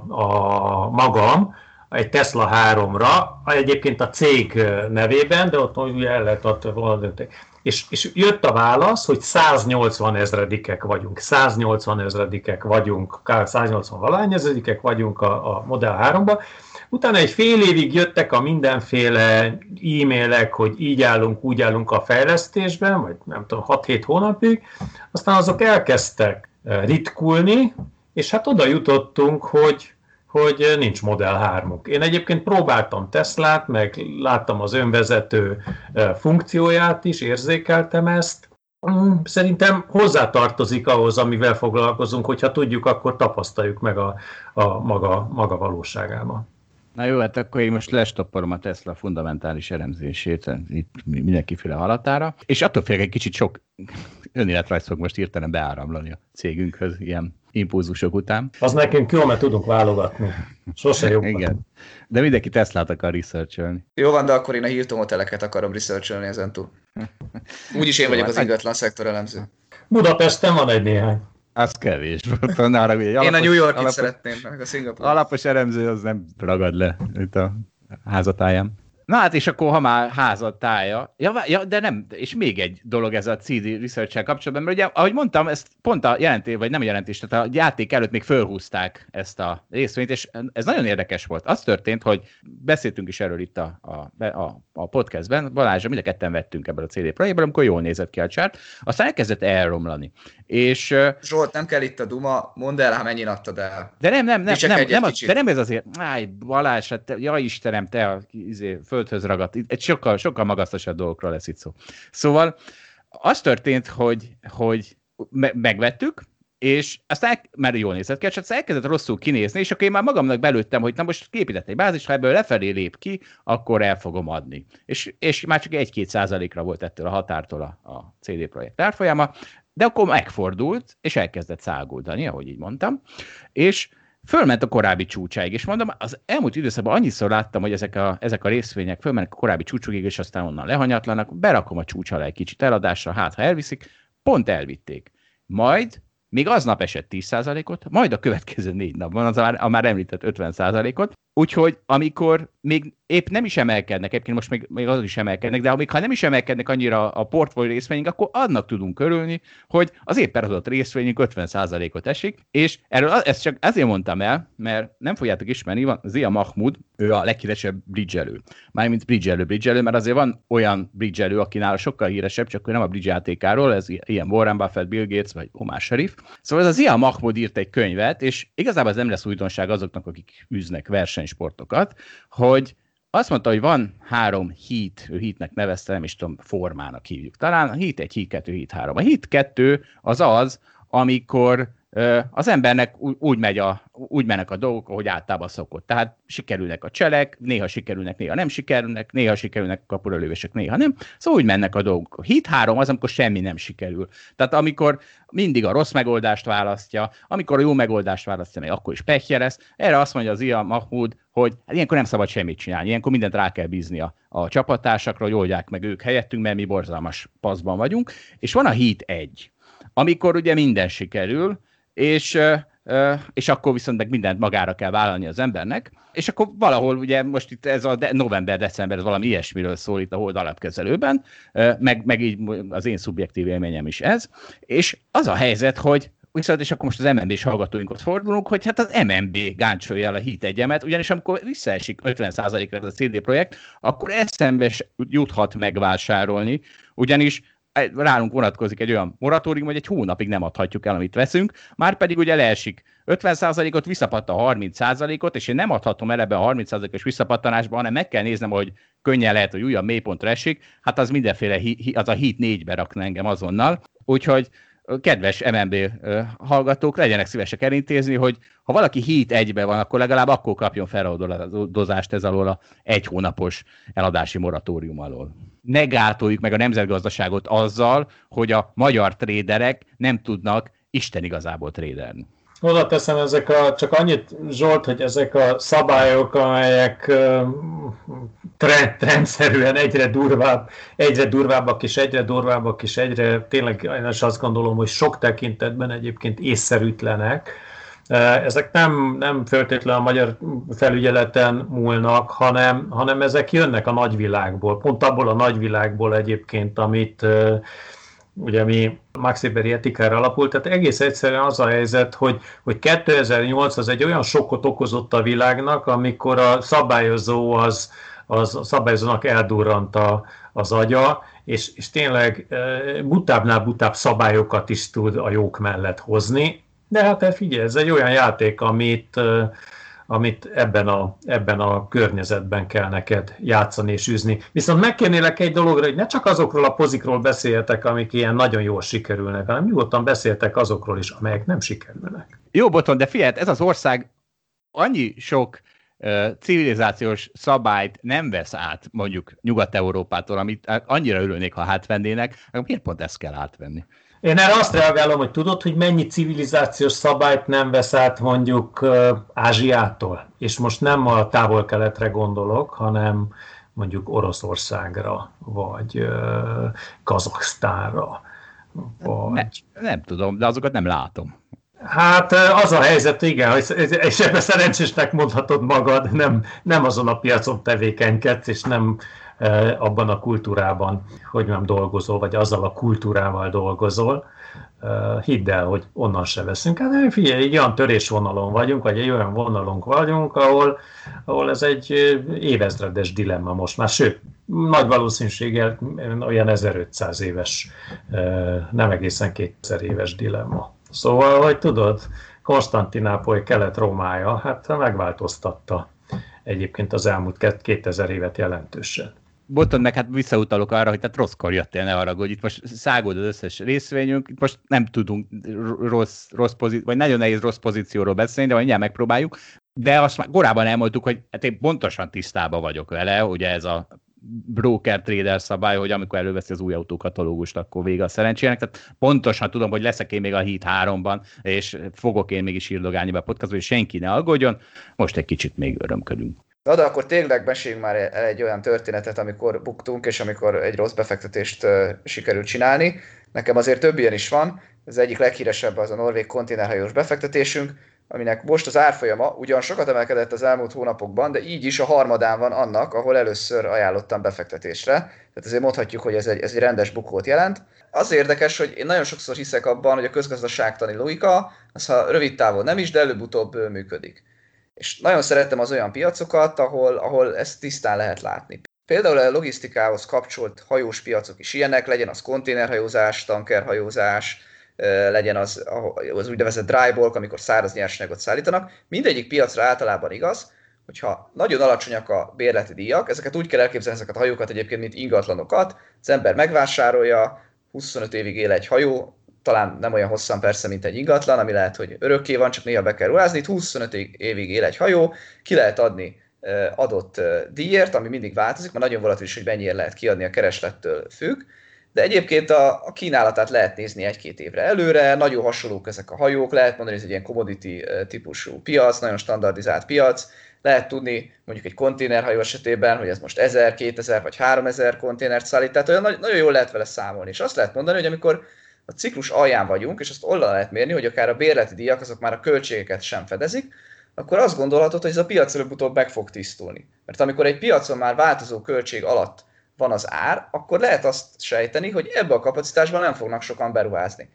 Speaker 4: a magam egy Tesla háromra, egyébként a cég nevében, de ott ugye el lehet adni valami. És, és jött a válasz, hogy száznyolcvan ezredikek vagyunk, száznyolcvan ezredikek vagyunk, száznyolcvan valány ezredikek vagyunk a, a Model háromba. Utána egy fél évig jöttek a mindenféle e-mailek, hogy így állunk, úgy állunk a fejlesztésben, vagy nem tudom, hat-hét hónapig, aztán azok elkezdtek ritkulni, és hát oda jutottunk, hogy, hogy nincs Model hármuk. Én egyébként próbáltam Teslát, meg láttam az önvezető funkcióját is, érzékeltem ezt. Szerintem hozzátartozik ahhoz, amivel foglalkozunk, hogyha tudjuk, akkor tapasztaljuk meg a, a maga, maga valóságában.
Speaker 2: Na jó, hát akkor én most lestopparom a Tesla fundamentális elemzését, itt mindenkiféle halatára, és attól félek egy kicsit sok önéletrajz fog most hirtelen beáramlani a cégünkhöz ilyen impulzusok után.
Speaker 4: Az nekünk jó, mert tudunk válogatni. Sose jobb.
Speaker 2: Igen, de mindenki Teslát akar researcholni.
Speaker 3: Jó van, de akkor én a Hilton hoteleket akarom researcholni ezentúl. Úgyis én vagyok az ingatlan szektor elemző.
Speaker 4: Budapesten van egy néhány.
Speaker 2: Az kevés. Arra, egy
Speaker 3: alapos, Én a New Yorkit alapos, szeretném, meg a Szingapur.
Speaker 2: Alapos elemző az nem ragad le itt a házatáján. Na hát, és akkor, ha már házatája, ja, ja, de nem, és még egy dolog ez a cé dé Research-sel kapcsolatban, mert ugye, ahogy mondtam, ezt pont a jelentés, vagy nem a jelentés, tehát a játék előtt még fölhúzták ezt a részvényt, és ez nagyon érdekes volt. Az történt, hogy beszéltünk is erről itt a, a, a, a podcastben, Balázsra mind a ketten vettünk ebből a cé dé projektből, amikor jól nézett ki a csárt, aztán elkezdett elromlani. És,
Speaker 3: Zsolt, nem kell itt a duma, mondd el, ha mennyien adtad el.
Speaker 2: De nem, nem, nem, nem, nem az, de nem ez azért, áj, Balázs, hát te, ja Istenem, te a izé, földhöz ragadt, egy sokkal, sokkal magasztosabb dolgokról lesz itt szó. Szóval az történt, hogy, hogy me- megvettük, és aztán, mert jól nézett ki, és aztán elkezdett rosszul kinézni, és akkor én már magamnak belőttem, hogy na most képített egy bázis, ha ebből lefelé lép ki, akkor el fogom adni. És, és már csak egy-két százalékra volt ettől a határtól a, a cé dé projekt árfolyama, de akkor megfordult, és elkezdett száguldani, ahogy így mondtam, és fölment a korábbi csúcsáig, és mondom, az elmúlt időszakban annyiszor láttam, hogy ezek a, ezek a részvények fölmennek a korábbi csúcsokig, és aztán onnan lehanyatlanak, berakom a csúcs alá egy kicsit eladásra, hát ha elviszik, pont elvitték. Majd még aznap esett tíz százalékot, majd a következő négy napban az a, a már említett ötven százalékot, úgyhogy amikor még épp nem is emelkednek, egyébként most még, még azon is emelkednek, de amíg ha nem is emelkednek annyira a portfólió részvényünk, akkor annak tudunk örülni, hogy az éppen adott részvényünk ötven százalékot esik, és erről ezt csak azért mondtam el, mert nem fogjátok ismerni, van Zia Mahmood, ő a leghíresebb bridge-elő. Mármint bridge-elő, bridge-elő, mert azért van olyan bridge-elő, aki nála sokkal híresebb, csak ő nem a bridge játékáról, ez ilyen Warren Buffett, Bill Gates vagy Omar Sharif. Szóval ez a Zia Mahmood írt egy könyvet, és igazából ez nem lesz újdonság azoknak, akik űznek versenysportokat, hogy azt mondta, hogy van három heat, ő heatnek nevezte, nem is tudom, formának hívjuk. Talán a heat egy, heat kettő, heat három. A heat kettő az az, amikor ö, az embernek úgy, úgy, megy a, úgy mennek a dolgok, ahogy általában szokott. Tehát sikerülnek a cselek, néha sikerülnek, néha nem sikerülnek, néha sikerülnek a kapuralövések, néha nem. Szóval úgy mennek a dolgok. A heat három az, amikor semmi nem sikerül. Tehát amikor mindig a rossz megoldást választja, amikor a jó megoldást választja, még akkor is pehje lesz. Erre azt mondja az Zia Mahmood, hogy hát ilyenkor nem szabad semmit csinálni, ilyenkor mindent rá kell bízni a, a csapattársakra, hogy oldják meg ők helyettünk, mert mi borzalmas paszban vagyunk. És van a heat egy, amikor ugye minden sikerül, és, és akkor viszont meg mindent magára kell vállalni az embernek, és akkor valahol ugye most itt ez a de- november-december, ez valami ilyesmiről szól itt a Hold alapkezelőben, meg, meg így az én szubjektív élményem is ez, és az a helyzet, hogy viszont és akkor most az em en bé-s hallgatóinkhoz fordulunk, hogy hát az em en bé gáncsolja el a Heat egyemet, ugyanis amikor visszaesik ötven százalékra ez a cé dé Projekt, akkor eszembe juthat megvásárolni, ugyanis rálunk vonatkozik egy olyan moratórium, hogy egy hónapig nem adhatjuk el, amit veszünk, már pedig ugye leesik ötven százalékot, visszapatta a harminc százalékot, és én nem adhatom el ebben a harminc százalékos visszapattanásban, hanem meg kell néznem, hogy könnyen lehet, hogy újabb mélypontra esik, hát az mindenféle, az a Heat négybe rakna engem azonnal. Úgyhogy kedves em en bé hallgatók, legyenek szívesek elintézni, hogy ha valaki Heat egybe van, akkor legalább akkor kapjon feloldozást ez alól a egy hónapos eladási moratórium alól. Ne gátoljuk meg a nemzetgazdaságot azzal, hogy a magyar tréderek nem tudnak Isten igazából trédelni.
Speaker 4: Oda teszem ezek a, csak annyit, Zsolt, hogy ezek a szabályok, amelyek trend, trendszerűen egyre durvább, egyre durvábbak és egyre durvábbak és egyre, tényleg én is azt gondolom, hogy sok tekintetben egyébként észszerűtlenek. Ezek nem, nem feltétlenül a magyar felügyeleten múlnak, hanem, hanem ezek jönnek a nagyvilágból, pont abból a nagyvilágból egyébként, amit ugye mi Max Weberi etikára alapult, tehát egész egyszerűen az a helyzet, hogy, hogy kétezer-nyolc az egy olyan sokkot okozott a világnak, amikor a szabályozó az, az a szabályozónak eldurrant a, az agya, és, és tényleg butábbnál butább szabályokat is tud a jók mellett hozni, de hát figyelj, ez egy olyan játék, amit, amit ebben, a, ebben a környezetben kell neked játszani és űzni. Viszont megkérnélek egy dologra, hogy ne csak azokról a pozikról beszéljetek, amik ilyen nagyon jól sikerülnek, hanem nyugodtan beszéltek azokról is, amelyek nem sikerülnek.
Speaker 2: Jó, Boton, de figyelj, ez az ország annyi sok uh, civilizációs szabályt nem vesz át mondjuk Nyugat-Európától, amit annyira örülnék, ha átvennének, miért pont ezt kell átvenni?
Speaker 4: Én erre azt reagálom, hogy tudod, hogy mennyi civilizációs szabályt nem vesz át mondjuk Ázsiától, és most nem a távol-keletre gondolok, hanem mondjuk Oroszországra, vagy Kazaksztánra.
Speaker 2: Vagy... Ne, nem tudom, de azokat nem látom.
Speaker 4: Hát az a helyzet, igen, és ebben szerencsésnek mondhatod magad, nem, nem azon a piacon tevékenykedsz, és nem abban a kultúrában, hogy nem dolgozol, vagy azzal a kultúrával dolgozol. Hidd el, hogy onnan se veszünk. Hát figyelj, egy olyan törésvonalon vagyunk, vagy egy olyan vonalon vagyunk, ahol, ahol ez egy évezredes dilemma most már, sőt, nagy valószínűséggel olyan ezerötszáz éves, nem egészen kétezer éves dilemma. Szóval, hogy tudod, Konstantinápoly Kelet-Rómája, hát megváltoztatta egyébként az elmúlt kétezer évet jelentősen.
Speaker 2: Boton, meg hát visszautalok arra, hogy tehát rosszkor jöttél, ne arra, hogy itt most szágod az összes részvényünk, itt most nem tudunk rossz, rossz pozíció, vagy nagyon nehéz rossz pozícióról beszélni, de mindjárt megpróbáljuk. De azt már korábban elmondtuk, hogy hát én pontosan tisztában vagyok vele, ugye ez a broker-trader szabály, hogy amikor előveszi az új autókatalógust, akkor vége a szerencsének. Tehát pontosan tudom, hogy leszek én még a Heat háromban, és fogok én mégis írdogálni be a podcastba, hogy senki ne aggódjon. Most egy kicsit még örömködünk.
Speaker 3: Na, de akkor tényleg meséljünk már el egy olyan történetet, amikor buktunk, és amikor egy rossz befektetést uh, sikerült csinálni. Nekem azért több ilyen is van. Az egyik leghíresebb az a norvég konténerhajós befektetésünk, aminek most az árfolyama ugyan sokat emelkedett az elmúlt hónapokban, de így is a harmadán van annak, ahol először ajánlottam befektetésre. Tehát azért mondhatjuk, hogy ez egy, ez egy rendes bukót jelent. Az érdekes, hogy én nagyon sokszor hiszek abban, hogy a közgazdaságtani logika, az ha rövid távon nem is, de előbb-utóbb működik. És nagyon szeretem az olyan piacokat, ahol, ahol ezt tisztán lehet látni. Például a logisztikához kapcsolt hajós piacok is ilyenek, legyen az konténerhajózás, tankerhajózás, legyen az, az úgynevezett dry bulk, amikor száraz nyersanyagot szállítanak. Mindegyik piacra általában igaz, hogyha nagyon alacsonyak a bérleti díjak, ezeket úgy kell elképzelni, ezeket a hajókat egyébként, mint ingatlanokat, az ember megvásárolja, huszonöt évig él egy hajó, talán nem olyan hosszan persze, mint egy ingatlan, ami lehet, hogy örökké van, csak néha be kell ruházni, itt huszonöt évig él egy hajó, ki lehet adni adott díjért, ami mindig változik, mert nagyon volatilis, hogy mennyire lehet kiadni, a kereslettől függ, de egyébként a, a kínálatát lehet nézni egy-két évre előre, nagyon hasonlók ezek a hajók, lehet mondani, hogy ez egy ilyen commodity típusú piac, nagyon standardizált piac, lehet tudni mondjuk egy konténerhajó esetében, hogy ez most ezer, kétezer vagy háromezer konténert szállít, tehát olyan nagyon jól lehet vele számolni, és azt lehet mondani, hogy amikor a ciklus alján vagyunk, és azt onnan lehet mérni, hogy akár a bérleti díjak azok már a költségeket sem fedezik, akkor azt gondolhatod, hogy ez a piac előbb-utóbb meg fog tisztulni. Mert amikor egy piacon már változó költség alatt van az ár, akkor lehet azt sejteni, hogy ebbe a kapacitásban nem fognak sokan beruházni.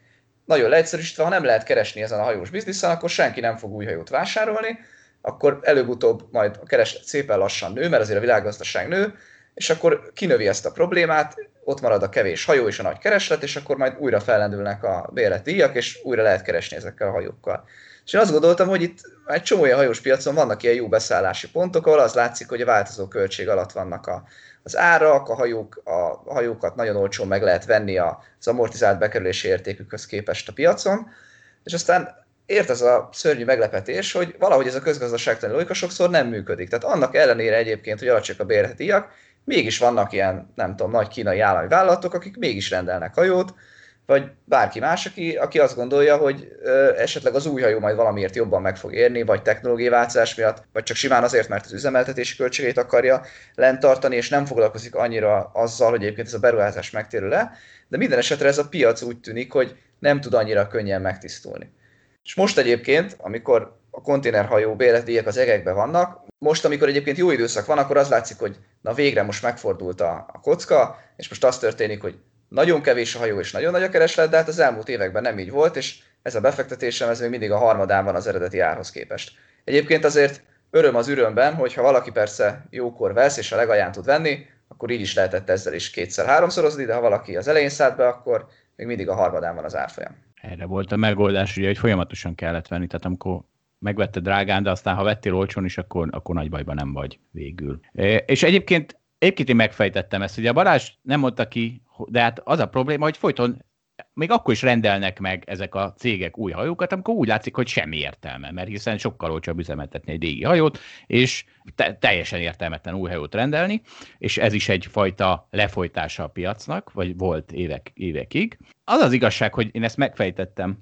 Speaker 3: nagyon leegyszerűsítve, ha nem lehet keresni ezen a hajós bizniszen, akkor senki nem fog új hajót vásárolni, akkor előbb-utóbb majd a kereslet szépen lassan nő, mert azért a világgazdaság nő, és akkor kinövi ezt a problémát, ott marad a kevés hajó és a nagy kereslet, és akkor majd újra fellendülnek a bérleti díjak, és újra lehet keresni ezekkel a hajókkal. És én azt gondoltam, hogy itt egy csomó olyan hajós piacon vannak ilyen jó beszállási pontok, ahol az látszik, hogy a változó költség alatt vannak a, az árak, a, hajók, a hajókat nagyon olcsón meg lehet venni az amortizált bekerülési értékükhöz képest a piacon, és aztán ért ez a szörnyű meglepetés, hogy valahogy ez a közgazdaságtani logika sokszor nem működik. Tehát annak ellenére egyébként, hogy alacsonyak a bérleti díjak, mégis vannak ilyen, nem tudom, nagy kínai állami vállalatok, akik mégis rendelnek hajót, vagy bárki más, aki, aki azt gondolja, hogy ö, esetleg az új hajó majd valamiért jobban meg fog érni, vagy technológiai változás miatt, vagy csak simán azért, mert az üzemeltetési költségeit akarja lent tartani, és nem foglalkozik annyira azzal, hogy egyébként ez a beruházás megtérül le, de minden esetre ez a piac úgy tűnik, hogy nem tud annyira könnyen megtisztulni. És most egyébként, amikor a konténerhajó bérletdíjak az egekben vannak, most, amikor egyébként jó időszak van, akkor az látszik, hogy na végre most megfordult a, a kocka, és most az történik, hogy nagyon kevés a hajó és nagyon nagy a kereslet, de hát az elmúlt években nem így volt, és ez a befektetésem ez még mindig a harmadán van az eredeti árhoz képest. Egyébként azért öröm az ürömben, hogy ha valaki persze jókor vesz, és a legalján tud venni, akkor így is lehetett ezzel is kétszer-háromszorozni, de ha valaki az elején szállt be, akkor még mindig a harmadán van az árfolyam.
Speaker 2: Erre volt a megoldás, ugye, hogy folyamatosan kellett venni, tehát amikor megvetted drágán, de aztán ha vettél olcsón is, akkor, akkor nagy bajban nem vagy végül. És egyébként, egyébként én megfejtettem ezt, ugye a Balázs nem mondta ki, de hát az a probléma, hogy folyton még akkor is rendelnek meg ezek a cégek új hajókat, amikor úgy látszik, hogy semmi értelme, mert hiszen sokkal olcsóbb üzemeltetni egy régi hajót, és te- teljesen értelmetlen új hajót rendelni, és ez is egyfajta lefolytása a piacnak, vagy volt évek, évekig. Az az igazság, hogy én ezt megfejtettem,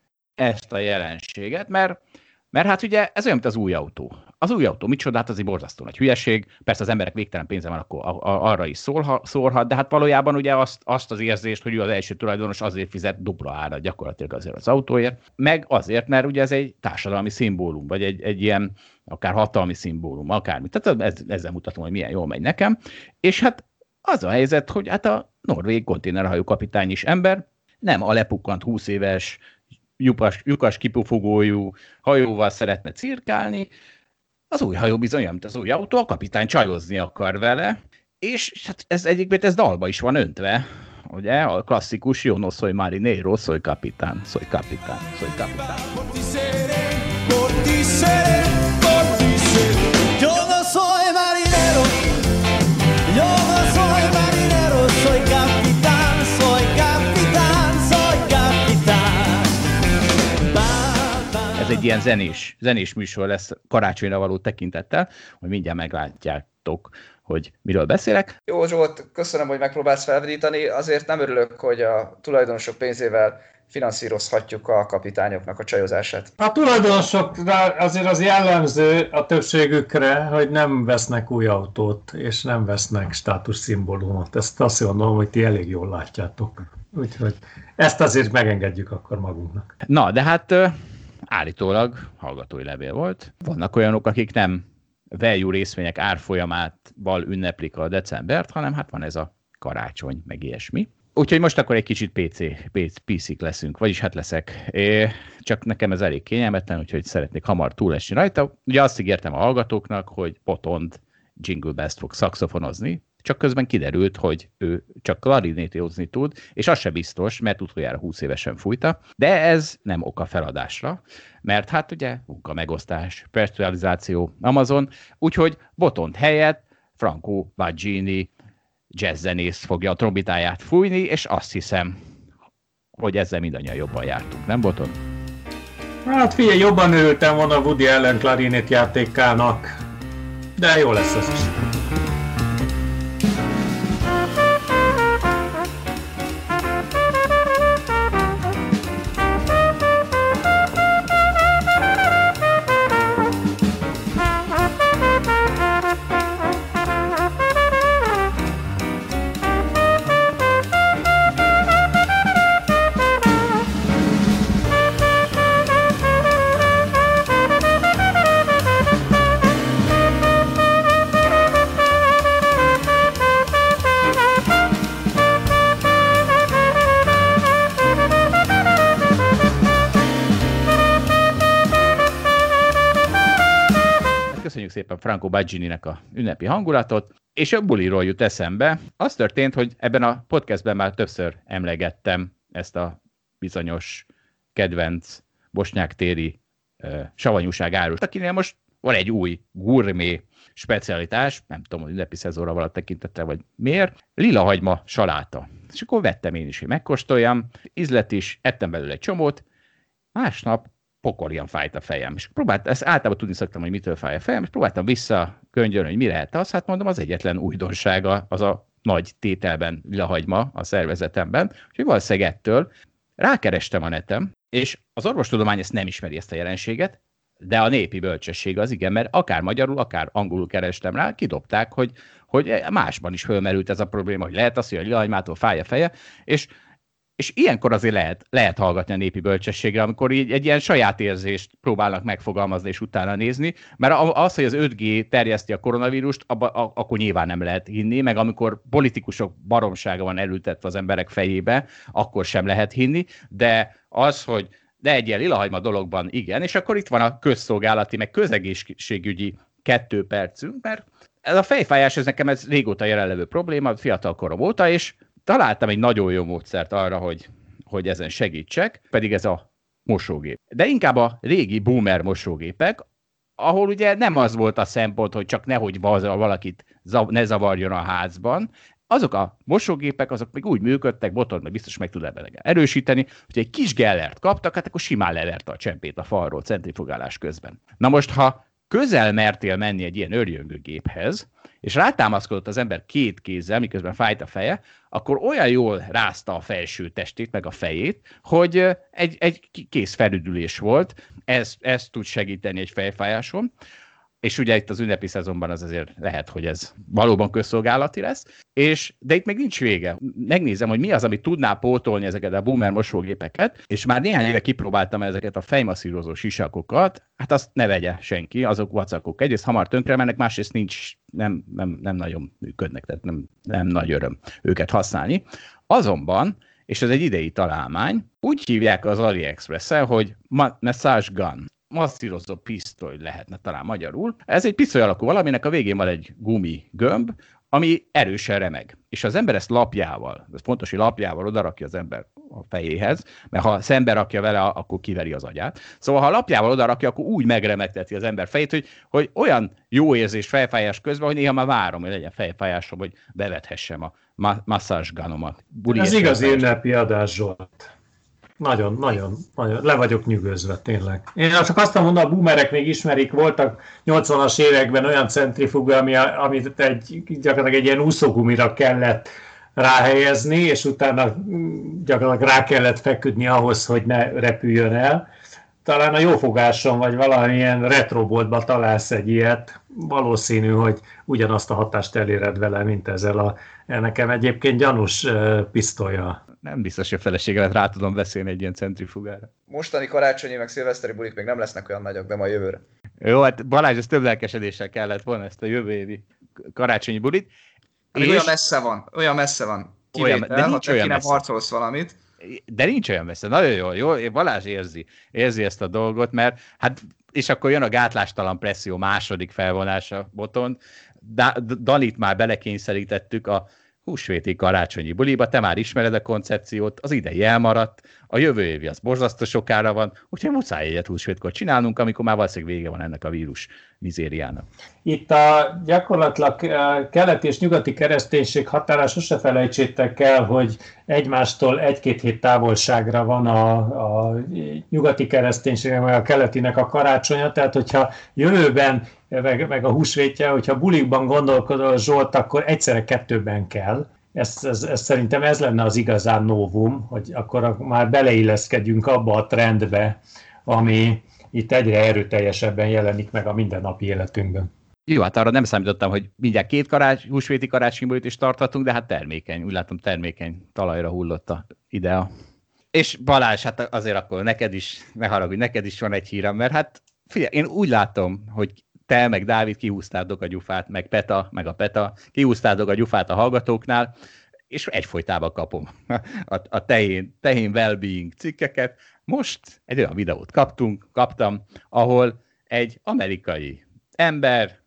Speaker 2: ezt a jelenséget, mert Mert hát ugye ez olyan, mint az új autó. Az új autó micsoda, hát az egy borzasztó nagy hülyeség. Persze az emberek végtelen pénze van, akkor arra is szólhat, de hát valójában ugye azt, azt az érzést, hogy ő az első tulajdonos azért fizet dupla árat gyakorlatilag azért az autóért, meg azért, mert ugye ez egy társadalmi szimbólum, vagy egy, egy ilyen akár hatalmi szimbólum, akármi. Tehát ez, ezzel mutatom, hogy milyen jól megy nekem. És hát az a helyzet, hogy hát a norvég konténerhajó kapitány is ember, nem a lepukkant húsz éves lyukas, lyukas kipufogójú hajóval szeretne cirkálni, az új hajó bizony, mint az új autó, a kapitány csajozni akar vele, és hát ez egyébként ez dalba is van öntve, ugye, a klasszikus Yo no soy marinero, soy capitán, soy capitán, soy capitán. Yo no soy marinero, yo no soy marinero, soy capitán, soy capitán, soy capitán. Ez egy ilyen zenés, zenés műsor lesz karácsonyra való tekintettel, hogy mindjárt meglátjátok, hogy miről beszélek.
Speaker 3: Jó, Zsolt, köszönöm, hogy megpróbálsz felvidítani. Azért nem örülök, hogy a tulajdonosok pénzével finanszírozhatjuk a kapitányoknak a csajozását.
Speaker 4: A tulajdonosokra azért az jellemző a többségükre, hogy nem vesznek új autót, és nem vesznek státuszszimbólumot. Ezt azt gondolom, hogy ti elég jól látjátok. Úgyhogy ezt azért megengedjük akkor magunknak.
Speaker 2: Na, de hát állítólag hallgatói levél volt. Vannak olyanok, akik nem value részvények árfolyamával ünneplik a decembert, hanem hát van ez a karácsony, meg ilyesmi. Úgyhogy most akkor egy kicsit pé cé, pé cé-k leszünk, vagyis hát leszek. É, csak nekem ez elég kényelmetlen, úgyhogy szeretnék hamar túlesni rajta. Ugye azt ígértem a hallgatóknak, hogy Botond Jingle Bells fog szaxofonozni, csak közben kiderült, hogy ő csak klarinétozni tud, és az se biztos, mert utoljára húsz évesen fújta, de ez nem oka feladásra, mert hát ugye munka megosztás, personalizáció, Amazon, úgyhogy Botond helyett Franco Baggini jazzzenész fogja a trombitáját fújni, és azt hiszem, hogy ezzel mindannyian jobban jártunk, nem Botond?
Speaker 4: Hát figyelj, jobban örültem volna Woody Allen klarinét játékának, de jó lesz ez is.
Speaker 2: szépen Franco Baggininek a ünnepi hangulatot, és a buliról jut eszembe. Az történt, hogy ebben a podcastben már többször emlegettem ezt a bizonyos kedvenc bosnyák-téri uh, savanyúság árust, akinél most van egy új gourmet specialitás, nem tudom, hogy ünnepi szezonra valahogy tekintettel, vagy miért, lilahagyma saláta. És akkor vettem én is, hogy megkóstoljam, ízlet is, ettem belőle egy csomót, másnap pokorjan fájt a fejem. És próbáltam, ezt általában tudni szoktam, hogy mitől fáj a fejem, és próbáltam visszakönyörölni, hogy mi lehet az, hát mondom, az egyetlen újdonsága az a nagy tételben lilahagyma a szervezetemben, úgyhogy valószínűleg ettől rákerestem a netem, és az orvostudomány ezt nem ismeri, ezt a jelenséget, de a népi bölcsesség az igen, mert akár magyarul, akár angolul kerestem rá, kidobták, hogy, hogy másban is fölmerült ez a probléma, hogy lehet az, hogy a lilahagymától fáj a feje, és, és ilyenkor azért lehet, lehet hallgatni a népi bölcsességre, amikor így egy ilyen saját érzést próbálnak megfogalmazni és utána nézni, mert az, hogy az öt G terjeszti a koronavírust, abba, a, akkor nyilván nem lehet hinni, meg amikor politikusok baromsága van elültetve az emberek fejébe, akkor sem lehet hinni, de az, hogy de egy ilyen lilahagyma dologban igen, és akkor itt van a közszolgálati, meg közegészségügyi kettő percünk, mert ez a fejfájás, ez nekem ez régóta jelenlevő probléma, fiatal korom óta, és találtam egy nagyon jó módszert arra, hogy, hogy ezen segítsek, pedig ez a mosógép. De inkább a régi boomer mosógépek, ahol ugye nem az volt a szempont, hogy csak nehogy valakit ne zavarjon a házban, azok a mosógépek, azok még úgy működtek, Botond meg biztos meg tud ebben erősíteni, hogy egy kis gellert kaptak, hát akkor simán leverte a csempét a falról centrifugálás közben. Na most, ha közel mertél menni egy ilyen örjöngő géphez, és rátámaszkodott az ember két kézzel, miközben fájt a feje, akkor olyan jól rázta a felső testét, meg a fejét, hogy egy, egy kész felüdülés volt. Ez, ez tud segíteni egy fejfájáson. És ugye itt az ünnepi szezonban az azért lehet, hogy ez valóban közszolgálati lesz, és, de itt még nincs vége. Megnézem, hogy mi az, amit tudná pótolni ezeket a boomer mosógépeket, és már néhány éve kipróbáltam ezeket a fejmasszírozó sisakokat, hát azt ne vegye senki, azok vacakok. Egyrészt hamar tönkre mennek, másrészt nincs, nem, nem, nem nagyon működnek, tehát nem, nem nagy öröm őket használni. Azonban, és ez egy idei találmány, úgy hívják az AliExpress-en, hogy massage gun. Masszírozó pisztoly lehetne talán magyarul. Ez egy pisztoly alakú valaminek a végén van egy gumi gömb, ami erősen remeg. És az ember ezt lapjával, ez fontos, hogy lapjával odarakja az ember a fejéhez, mert ha szembe rakja vele, akkor kiveri az agyát. Szóval ha lapjával odarakja, akkor úgy megremegteti az ember fejét, hogy, hogy olyan jó érzés fejfájás közben, hogy néha már várom, hogy legyen fejfájásom, hogy bevethessem a ma- masszázs gunomat.
Speaker 4: Ez igazi ünnepi adás, Zsolt. Nagyon, nagyon, nagyon, le vagyok nyűgözve, tényleg. Én csak azt mondom, a boomerek még ismerik, voltak nyolcvanas években olyan centrifuga, ami, amit egy, gyakorlatilag egy ilyen úszógumira kellett ráhelyezni, és utána gyakorlatilag rá kellett feküdni ahhoz, hogy ne repüljön el. Talán a jófogáson, vagy valamilyen retroboltban találsz egy ilyet, valószínű, hogy ugyanazt a hatást eléred vele, mint ezzel a nekem egyébként gyanús uh, pisztolya.
Speaker 2: Nem biztos, hogy a feleségemet rá tudom beszélni egy ilyen centrifugára.
Speaker 3: Mostani karácsonyi meg szilveszteri bulik még nem lesznek olyan nagyok, de majd jövőre.
Speaker 2: Jó, hát Balázs, ez több lelkesedéssel kellett volna ezt a jövő évi karácsonyi bulit.
Speaker 3: És... Olyan messze van, olyan messze van. Kivétel, olyan, de nincs ha olyan messze. Harcolsz valamit.
Speaker 2: De nincs olyan messze, nagyon jó, jó, Balázs érzi, érzi ezt a dolgot, mert hát, és akkor jön a gátlástalan presszió második felvonása Botond. Da- Dalit már belekényszerítettük a húsvéti karácsonyi buliba, te már ismered a koncepciót, az idei elmaradt, a jövő évi az borzasztó sokára van, úgyhogy muszáj egyet húsvétkor csinálnunk, amikor már valószínűleg vége van ennek a vírus mizériának.
Speaker 4: Itt a gyakorlatilag keleti és nyugati kereszténység határán sose felejtsétek el, hogy egymástól egy-két hét távolságra van a, a nyugati kereszténység, meg a keletinek a karácsonya, tehát hogyha jövőben, meg, meg a húsvétje, hogyha bulikban gondolkodol Zsolt, akkor egyszerre kettőben kell. Ez, ez, ez, szerintem ez lenne az igazán novum, hogy akkor már beleilleszkedjünk abba a trendbe, ami itt egyre erőteljesebben jelenik meg a mindennapi életünkben.
Speaker 2: Jó, hát arra nem számítottam, hogy mindjárt két karács, húsvéti karácsonybulit is tarthatunk, de hát termékeny, úgy látom termékeny talajra hullott a idea. És Balázs, hát azért akkor neked is, ne haragudj, neked is van egy hírem, mert hát figyelj, én úgy látom, hogy te meg Dávid kihúztátok a gyufát, meg Peta, meg a Peta, kihúztátok a gyufát a hallgatóknál, és egyfolytában kapom a, a tehén, tehén well-being cikkeket. Most egy olyan videót kaptunk, kaptam, ahol egy amerikai ember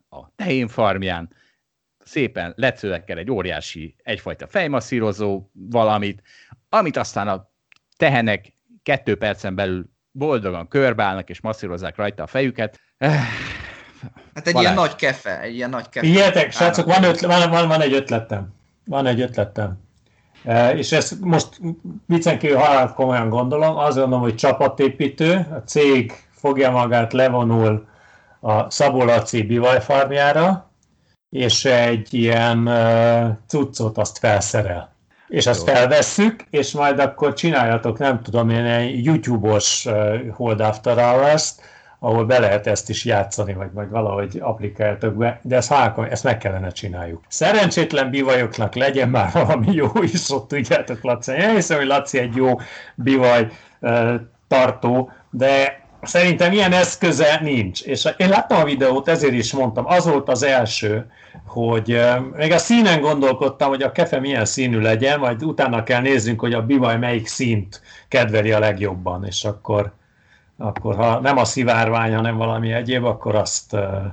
Speaker 2: a tehénfarmján, szépen lecölekkel egy óriási, egyfajta fejmasszírozó valamit, amit aztán a tehenek kettő percen belül boldogan körbeállnak és masszírozzák rajta a fejüket.
Speaker 3: Hát egy Balázs. ilyen nagy kefe, egy ilyen nagy kefe.
Speaker 4: Figyeljetek, srácok, van, ötl- van, van, van egy ötletem. Van egy ötletem. E, és ezt most viccen kívül halál komolyan gondolom, azt gondolom, hogy csapatépítő, a cég fogja magát, levonul a Szabó Laci bivajfarmjára, és egy ilyen uh, cuccot azt felszerel. És azt Jó. felvesszük, és majd akkor csináljatok, nem tudom én, egy YouTube-os uh, Hold After Hours-t, ahol be lehet ezt is játszani, vagy majd valahogy applikáltok be, de ezt, hákom, ezt meg kellene csináljuk. Szerencsétlen bivajoknak legyen már valami jó is, ott tudjátok, Laci. Én hiszem, hogy Laci egy jó bivaj uh, tartó, de szerintem ilyen eszköze nincs. És én láttam a videót, ezért is mondtam, az volt az első, hogy uh, még a színen gondolkodtam, hogy a kefe milyen színű legyen, majd utána kell néznünk, hogy a bivaj melyik színt kedveli a legjobban, és akkor akkor ha nem a szivárvány, hanem valami egyéb, akkor azt,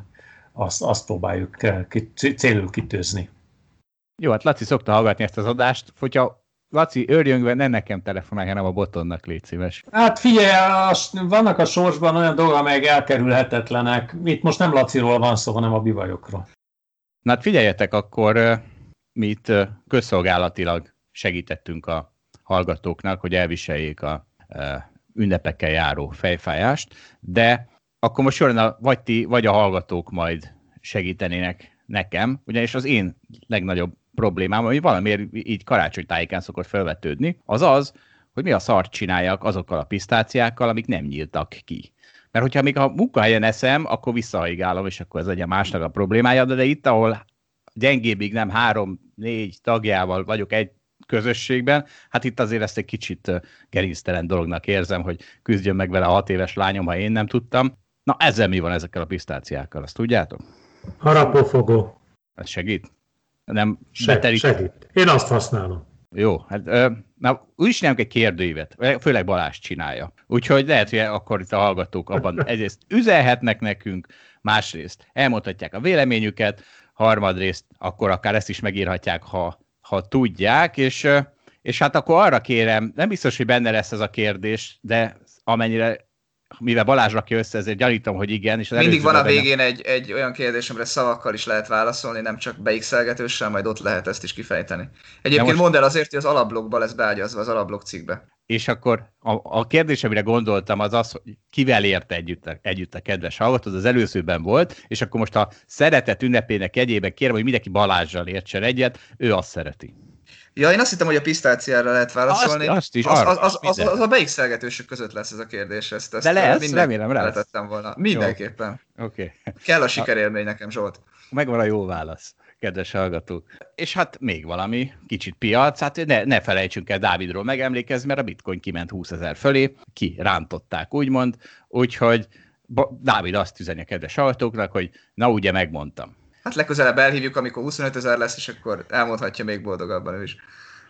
Speaker 4: azt, azt próbáljuk célul kitűzni.
Speaker 2: Jó, hát Laci szokta hallgatni ezt az adást, hogyha Laci őrjöngve, ne nekem telefonálj, hanem a Botonnak, légy szíves.
Speaker 4: Hát figyelj, vannak a sorsban olyan dolgok, amelyek elkerülhetetlenek. Itt most nem Laciról van szó, hanem a bivajokról.
Speaker 2: Na hát figyeljetek, akkor mi itt közszolgálatilag segítettünk a hallgatóknak, hogy elviseljék a ünnepekkel járó fejfájást, de akkor most során vagy ti, vagy a hallgatók majd segítenének nekem, ugyanis az én legnagyobb problémám, ami valamiért így karácsonytájékán szokott felvetődni, az az, hogy mi a szart csináljak azokkal a pisztáciákkal, amik nem nyíltak ki. Mert hogyha még a munkahelyen eszem, akkor visszahajgálom, és akkor ez legyen másnak a problémája, de, de itt, ahol gyengébbig nem három-négy tagjával vagyok egy közösségben, hát itt azért ezt egy kicsit gerinctelen dolognak érzem, hogy küzdjön meg vele a hat éves lányom, ha én nem tudtam. Na ezzel mi van ezekkel a pisztáciákkal, azt tudjátok?
Speaker 4: Harapófogó.
Speaker 2: Ez segít? Nem
Speaker 4: Seg,
Speaker 2: beterít...
Speaker 4: Segít. Én azt használom.
Speaker 2: Jó, hát na, úgy is csinálunk egy kérdőívet, főleg Balázs csinálja. Úgyhogy lehet, hogy akkor itt a hallgatók abban egyrészt üzenhetnek nekünk, másrészt elmondhatják a véleményüket, harmadrészt akkor akár ezt is megírhatják, ha ha tudják, és, és hát akkor arra kérem, nem biztos, hogy benne lesz ez a kérdés, de amennyire, mivel Balázs rakja össze, ezért gyanítom, hogy igen. És
Speaker 3: mindig van a végén egy, egy olyan kérdés, amire szavakkal is lehet válaszolni, nem csak beixelgetőssel, majd ott lehet ezt is kifejteni. Egyébként most... mondd el azért, hogy az alapblogba lesz beágyazva, az alapblog cikkbe.
Speaker 2: És akkor a, a kérdés, amire gondoltam, az az, hogy kivel érte együtt a, együtt a kedves hallgató, az előzőben volt, és akkor most a szeretet ünnepének jegyében kérem, hogy mindenki Balázsral értsen egyet, ő azt szereti.
Speaker 3: Ja, én azt hittem, hogy a pisztáciára lehet válaszolni.
Speaker 2: Azt, azt is,
Speaker 3: az, az, az, az, az a beixelgetősök között lesz ez a kérdés. Ezt, ezt
Speaker 2: de lesz, remélem lesz.
Speaker 3: Letettem volna. Mindenképpen.
Speaker 2: Okay.
Speaker 3: Kell a sikerélmény nekem, Zsolt.
Speaker 2: Megvan a jó válasz, kedves hallgatók. És hát még valami, kicsit piac, hát ne, ne felejtsünk el Dávidról megemlékezni, mert a bitcoin kiment húszezer fölé, ki rántották úgymond, úgyhogy Dávid azt üzeni a kedves hallgatóknak, hogy na ugye megmondtam.
Speaker 3: Hát legközelebb elhívjuk, amikor huszonötezer lesz, és akkor elmondhatja még boldogabban ő is.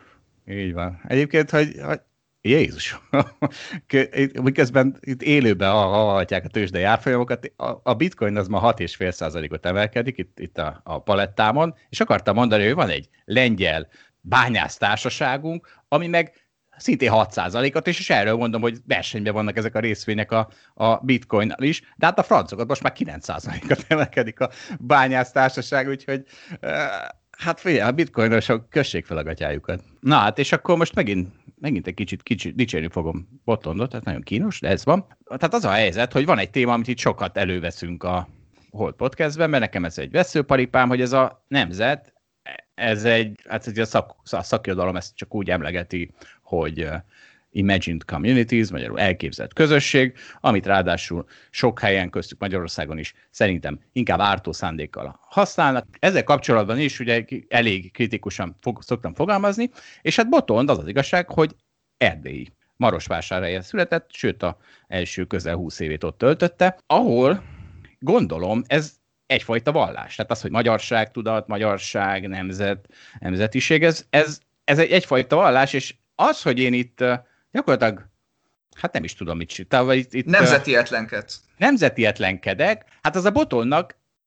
Speaker 2: Így van. Egyébként, hogy, hogy Jézus, miközben itt élőben hallhatják a tőzsdei árfolyamokat, a bitcoin az ma hat egész öt százalékot emelkedik itt, itt a, a palettámon, és akartam mondani, hogy van egy lengyel bányásztársaságunk, ami meg szintén hat százalékot, és, és erről mondom, hogy versenyben vannak ezek a részvények a, a bitcoinnal is, de hát a francokat most már kilenc százalékot emelkedik a bányásztársaság, úgyhogy hát figyelj, a bitcoinosok kössék fel a gatyájukat. Na hát, és akkor most megint, megint egy kicsit, kicsit dicsérni fogom Botondot, tehát nagyon kínos, de ez van. Tehát az a helyzet, hogy van egy téma, amit itt sokat előveszünk a Hold Podcastben, mert nekem ez egy veszőparipám, hogy ez a nemzet, ez egy, hát ez a, szak, a szakirodalom ezt csak úgy emlegeti, hogy uh, imagined communities, magyarul elképzelt közösség, amit ráadásul sok helyen, köztük Magyarországon is szerintem inkább ártó szándékkal használnak. Ezzel kapcsolatban is ugye elég kritikusan fog, szoktam fogalmazni, és hát Botond az az igazság, hogy erdélyi Marosvásárhelyen született, sőt a első közel húsz évét ott töltötte, ahol gondolom ez egyfajta vallás. Tehát az, hogy magyarság, tudat, magyarság, nemzet, nemzetiség, ez, ez, ez egy, egyfajta vallás, és az, hogy én itt gyakorlatilag, hát nem is tudom, mit csináltam. Itt, itt,
Speaker 3: nemzeti etlenkedsz.
Speaker 2: Nemzeti etlenkedek, hát az a Botonnak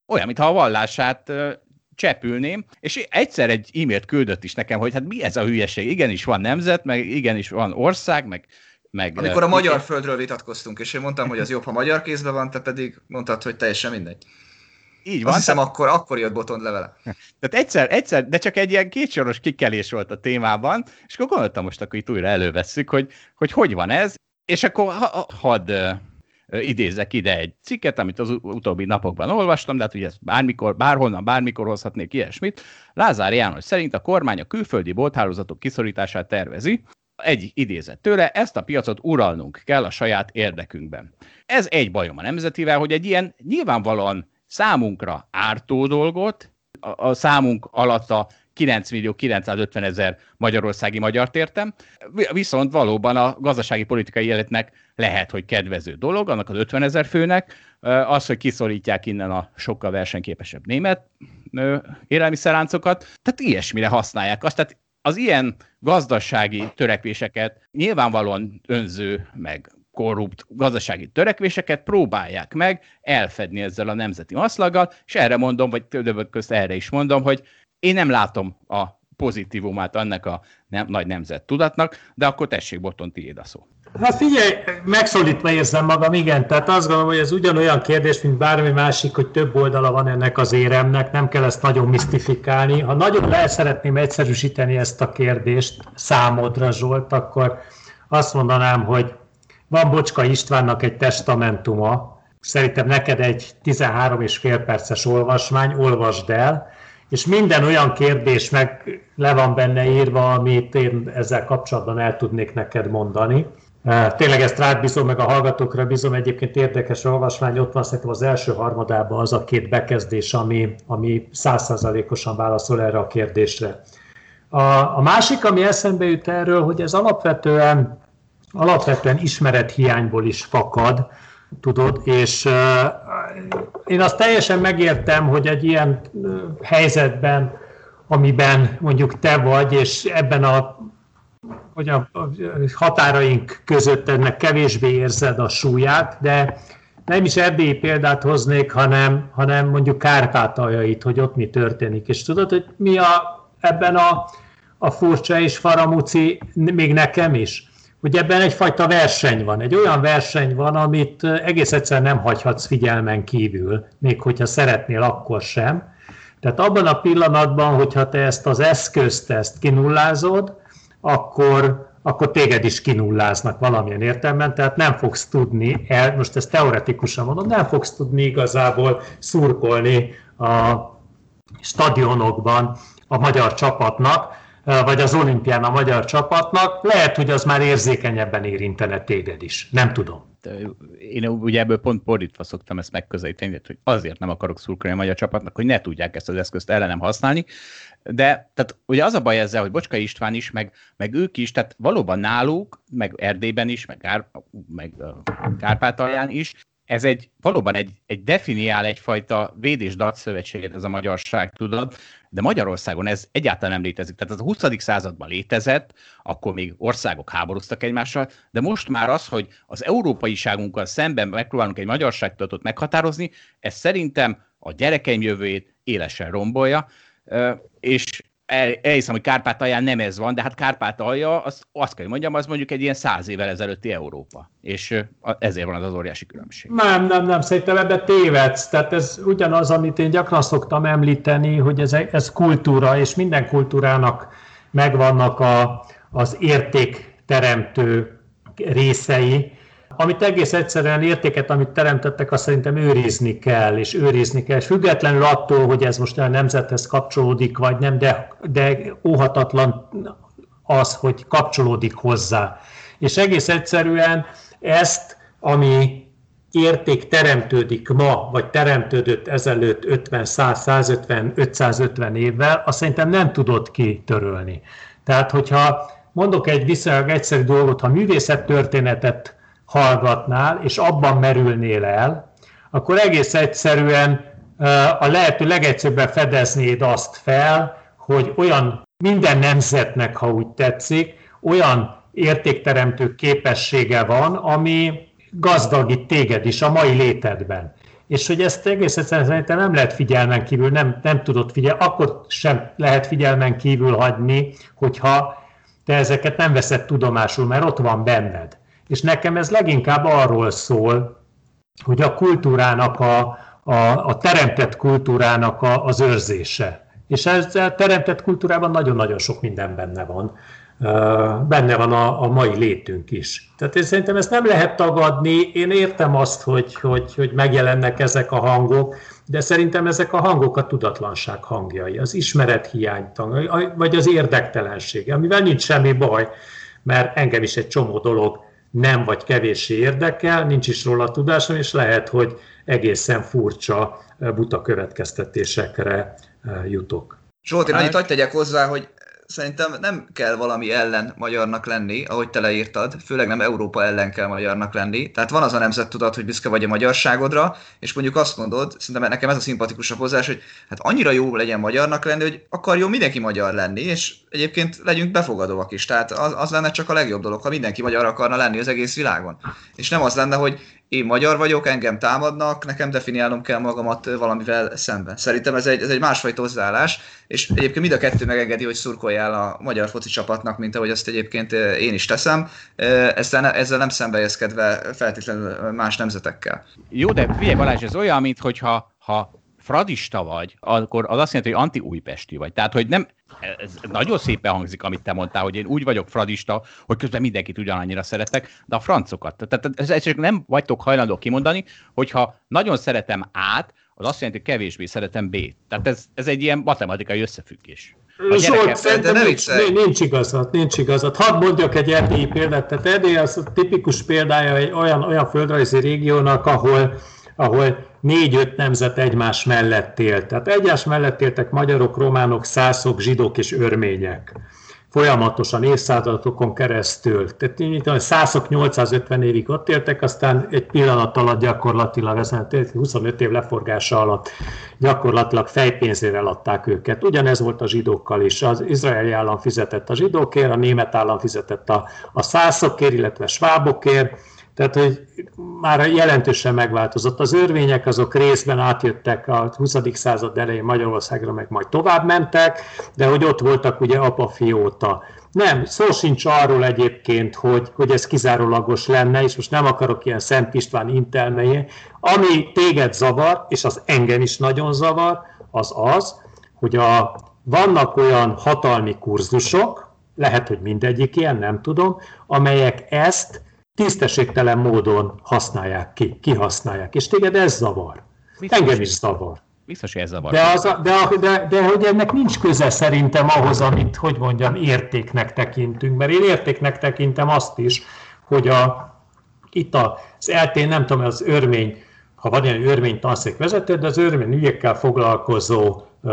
Speaker 2: olyan, mintha a vallását csepülném, és egyszer egy e-mailt küldött is nekem, hogy hát mi ez a hülyeség, igenis van nemzet, meg igenis van ország, meg... meg
Speaker 3: Amikor a magyar igen. földről vitatkoztunk, és én mondtam, hogy az jobb, ha magyar kézben van, te pedig mondtad, hogy teljesen mindegy.
Speaker 2: Így van.
Speaker 3: Azt hiszem, tehát... akkor, akkor jött Botond levele.
Speaker 2: Tehát egyszer, egyszer, de csak egy ilyen kétsoros kikelés volt a témában, és akkor gondoltam, most akkor itt újra elővesszük, hogy hogy, hogy van ez, és akkor ha, hadd uh, idézek ide egy cikket, amit az utóbbi napokban olvastam, de hát ugye ezt bármikor, bárhonnan, bármikor hozhatnék ilyesmit. Lázár János szerint a kormány a külföldi bolthálózatok kiszorítását tervezi. Egy idézet tőle, ezt a piacot uralnunk kell a saját érdekünkben. Ez egy bajom a nemzetivel, hogy egy ilyen nyilvánvalóan számunkra ártó dolgot, a, a számunk alatt a kilenc millió kilencszázötven ezer magyarországi magyart értem, viszont valóban a gazdasági politikai életnek lehet, hogy kedvező dolog, annak az ötven ezer főnek, az, hogy kiszorítják innen a sokkal versenyképesebb német élelmiszerláncokat, tehát ilyesmire használják azt, tehát az ilyen gazdasági törekvéseket, nyilvánvalóan önző, meg korrupt gazdasági törekvéseket próbálják meg elfedni ezzel a nemzeti maszlaggal, és erre mondom, vagy többek közt erre is mondom, hogy én nem látom a pozitívumát annak a nem, nagy nemzettudatnak, de akkor tessék, Botond, tiéd a szó.
Speaker 4: Hát figyelj, megszólítva érzem magam, igen, tehát azt gondolom, hogy ez ugyanolyan kérdés, mint bármi másik, hogy több oldala van ennek az éremnek, nem kell ezt nagyon misztifikálni. Ha nagyon le szeretném egyszerűsíteni ezt a kérdést számodra, Zsolt, akkor azt mondanám, hogy van Bocska Istvánnak egy testamentuma, szerintem neked egy tizenhárom és fél perces olvasmány, olvasd el, és minden olyan kérdés meg le van benne írva, amit én ezzel kapcsolatban el tudnék neked mondani. Tényleg ezt rád bízom, meg a hallgatókra bízom, egyébként érdekes olvasmány, ott van szerintem az első harmadában az a két bekezdés, ami, ami száz százalékosan válaszol erre a kérdésre. A, a másik, ami eszembe jut erről, hogy ez alapvetően, alapvetően ismerethiányból is fakad, tudod, és uh, én azt teljesen megértem, hogy egy ilyen uh, helyzetben, amiben mondjuk te vagy, és ebben a, hogy a, a határaink között ennek kevésbé érzed a súlyát, de nem is erdélyi példát hoznék, hanem, hanem mondjuk Kárpátaljait, hogy ott mi történik. És tudod, hogy mi a, ebben a, a furcsa és faramúci, még nekem is, hogy ebben egyfajta verseny van. Egy olyan verseny van, amit egész egyszerűen nem hagyhatsz figyelmen kívül, még hogyha szeretnél, akkor sem. Tehát abban a pillanatban, hogyha te ezt az eszközt, ezt kinullázod, akkor, akkor téged is kinulláznak valamilyen értelemben, tehát nem fogsz tudni, el, most ezt teoretikusan mondom, nem fogsz tudni igazából szurkolni a stadionokban a magyar csapatnak, vagy az olimpián a magyar csapatnak, lehet, hogy az már érzékenyebben érintene téged is. Nem tudom.
Speaker 2: Én ugye ebből pont fordítva szoktam ezt megközelíteni, hogy azért nem akarok szurkolni a magyar csapatnak, hogy ne tudják ezt az eszközt ellenem használni. De tehát ugye az a baj ezzel, hogy Bocska István is, meg, meg ők is, tehát valóban náluk, meg Erdélyben is, meg, Gár, meg Kárpátalján is, ez egy, valóban egy, egy definiál egyfajta véd- és dartszövetséget ez a magyarság, tudod, de Magyarországon ez egyáltalán nem létezik. Tehát az a huszadik században létezett, akkor még országok háborúztak egymással, de most már az, hogy az európaiságunkkal szemben megpróbálunk egy magyarságtudatot meghatározni, ez szerintem a gyerekeim jövőjét élesen rombolja, és El, elhiszem, hogy Kárpátalján nem ez van, de hát Kárpátalja, azt, azt kell, hogy mondjam, az mondjuk egy ilyen száz évvel ezelőtti Európa. És ezért van az az óriási különbség.
Speaker 4: Nem, nem, nem, szerintem ebbe tévedsz. Tehát ez ugyanaz, amit én gyakran szoktam említeni, hogy ez, ez kultúra, és minden kultúrának megvannak a, az értékteremtő részei, amit egész egyszerűen értéket, amit teremtettek, azt szerintem őrizni kell, és őrizni kell. És függetlenül attól, hogy ez most a nemzethez kapcsolódik, vagy nem, de, de óhatatlan az, hogy kapcsolódik hozzá. És egész egyszerűen ezt, ami érték teremtődik ma, vagy teremtődött ezelőtt ötven, száz, százötven, ötszázötven évvel, azt szerintem nem tudod kitörölni. Tehát, hogyha mondok egy viszonylag egyszerű dolgot, ha művészettörténetet hallgatnál, és abban merülnél el, akkor egész egyszerűen a lehető legegyszerűbben fedeznéd azt fel, hogy olyan minden nemzetnek, ha úgy tetszik, olyan értékteremtő képessége van, ami gazdagít téged is a mai létedben. és hogy ezt egész egyszerűen szerintem nem lehet figyelmen kívül, nem, nem tudod figyelni, akkor sem lehet figyelmen kívül hagyni, hogyha te ezeket nem veszed tudomásul, mert ott van benned. És nekem ez leginkább arról szól, hogy a kultúrának, a, a, a teremtett kultúrának a, az őrzése. És ez a teremtett kultúrában nagyon-nagyon sok minden benne van. Benne van a, a mai létünk is. Tehát én szerintem ezt nem lehet tagadni, én értem azt, hogy, hogy, hogy megjelennek ezek a hangok, de szerintem ezek a hangok a tudatlanság hangjai, az ismerethiány, vagy az érdektelenség, amivel nincs semmi baj, mert engem is egy csomó dolog nem vagy kevéssé érdekel, nincs is róla tudásom, és lehet, hogy egészen furcsa, buta következtetésekre jutok.
Speaker 3: Zsolt, én annyit hadd tegyek hozzá, hogy szerintem nem kell valami ellen magyarnak lenni, ahogy te leírtad, főleg nem Európa ellen kell magyarnak lenni. Tehát van az a nemzettudat, hogy büszke vagy a magyarságodra, és mondjuk azt mondod, szerintem nekem ez a szimpatikusabb hozzás, hogy hát annyira jó legyen magyarnak lenni, hogy akarjon mindenki magyar lenni, és egyébként legyünk befogadóak is. Tehát az, az lenne csak a legjobb dolog, ha mindenki magyar akarna lenni az egész világon. És nem az lenne, hogy én magyar vagyok, engem támadnak, nekem definiálnom kell magamat valamivel szemben. Szerintem ez egy, ez egy másfajta hozzáállás, és egyébként mind a kettő megengedi, hogy szurkoljál a magyar foci csapatnak, mint ahogy azt egyébként én is teszem, ezzel, ne, ezzel nem szembejezkedve feltétlenül más nemzetekkel.
Speaker 2: Jó, de figyelj Balázs, ez olyan, mintha ha fradista vagy, akkor az azt jelenti, hogy anti-újpesti vagy. Tehát, hogy nem, ez nagyon szépen hangzik, amit te mondtál, hogy én úgy vagyok fradista, hogy közben mindenkit ugyanannyira szeretek, de a francokat. Tehát ez egyszerűen nem vagytok hajlandók kimondani, hogyha nagyon szeretem át, az azt jelenti, hogy kevésbé szeretem B-t. Tehát ez, ez egy ilyen matematikai összefüggés.
Speaker 4: Zsolt, szerintem nincs, nincs igazat, nincs igazat. Hadd mondjak egy erdélyi példát. Tehát Erdély az a tipikus példája egy olyan, olyan földrajzi régiónak, ahol, ahol négy-öt nemzet egymás mellett élt. Tehát egymás mellett éltek magyarok, románok, szászok, zsidók és örmények. Folyamatosan, évszázadokon keresztül. Tehát szászok nyolcszázötven évig ott éltek, aztán egy pillanat alatt gyakorlatilag, huszonöt év leforgása alatt gyakorlatilag fejpénzért eladták őket. Ugyanez volt a zsidókkal is. Az izraeli állam fizetett a zsidókért, a német állam fizetett a, a szászokért, illetve svábokért. Tehát, hogy már jelentősen megváltozott. Az örvények azok részben átjöttek a huszadik század elején Magyarországra, meg majd tovább mentek, de hogy ott voltak ugye apa-fi óta. Nem, szó sincs arról egyébként, hogy, hogy ez kizárólagos lenne, és most nem akarok ilyen Szent István intelmejé. Ami téged zavar, és az engem is nagyon zavar, az az, hogy a, vannak olyan hatalmi kurzusok, lehet, hogy mindegyik ilyen, nem tudom, amelyek ezt tisztességtelen módon használják ki, kihasználják. És téged ez zavar. Biztos, engem is zavar.
Speaker 2: Biztos, hogy ez zavar.
Speaker 4: De, az a, de, de, de hogy ennek nincs köze szerintem ahhoz, amit, hogy mondjam, értéknek tekintünk. Mert én értéknek tekintem azt is, hogy a, itt az eltén, nem tudom, az örmény, ha van ilyen örmény tanszékvezető, de az örmény ügyekkel foglalkozó uh,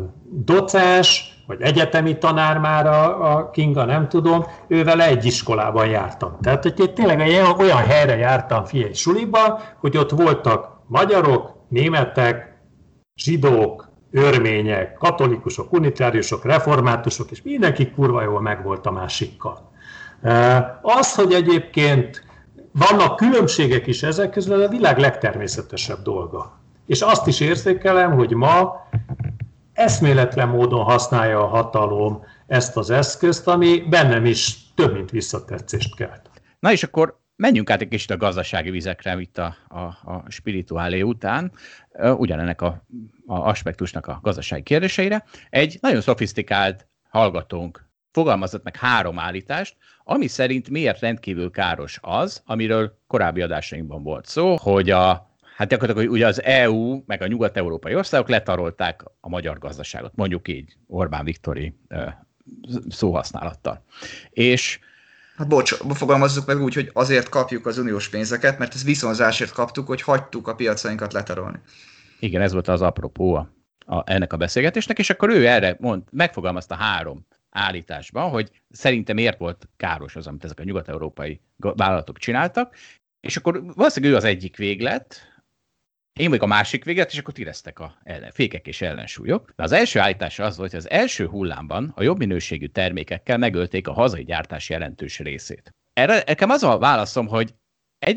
Speaker 4: docens, vagy egyetemi tanár már a, a Kinga, nem tudom, ővel egy iskolában jártam. Tehát, hogy én tényleg olyan helyre jártam figyelj suliban, hogy ott voltak magyarok, németek, zsidók, örmények, katolikusok, unitáriusok, reformátusok, és mindenki kurva jól megvolt a másikkal. Az, hogy egyébként vannak különbségek is ezek közül, a világ legtermészetesebb dolga. És azt is érzékelem, hogy ma eszméletlen módon használja a hatalom ezt az eszközt, ami bennem is több mint visszatetszést kelt.
Speaker 2: Na és akkor menjünk át egy kicsit a gazdasági vizekre itt a, a, a spirituálé után, ugyanennek a, a aspektusnak a gazdasági kérdéseire. Egy nagyon szofisztikált hallgatónk fogalmazott meg három állítást, ami szerint miért rendkívül káros az, amiről korábbi adásainkban volt szó, hogy a Hát gyakorlatilag ugye az é u, meg a nyugat-európai országok letarolták a magyar gazdaságot, mondjuk így Orbán Viktori szóhasználattal. És
Speaker 3: hát bocs, fogalmazzuk meg úgy, hogy azért kapjuk az uniós pénzeket, mert ez viszonzásért kaptuk, hogy hagytuk a piacainkat letarolni.
Speaker 2: Igen, ez volt az apropó a, a, ennek a beszélgetésnek, és akkor ő erre mond, megfogalmazta három állításban, hogy szerintem miért volt káros az, amit ezek a nyugat-európai vállalatok csináltak, és akkor valószínűleg ő az egyik véglet, én vagyok a másik véglet, és akkor tireztek a ellen, fékek és ellensúlyok. De az első állítása az volt, hogy az első hullámban a jobb minőségű termékekkel megölték a hazai gyártás jelentős részét. Erre nekem az a válaszom, hogy egyrészt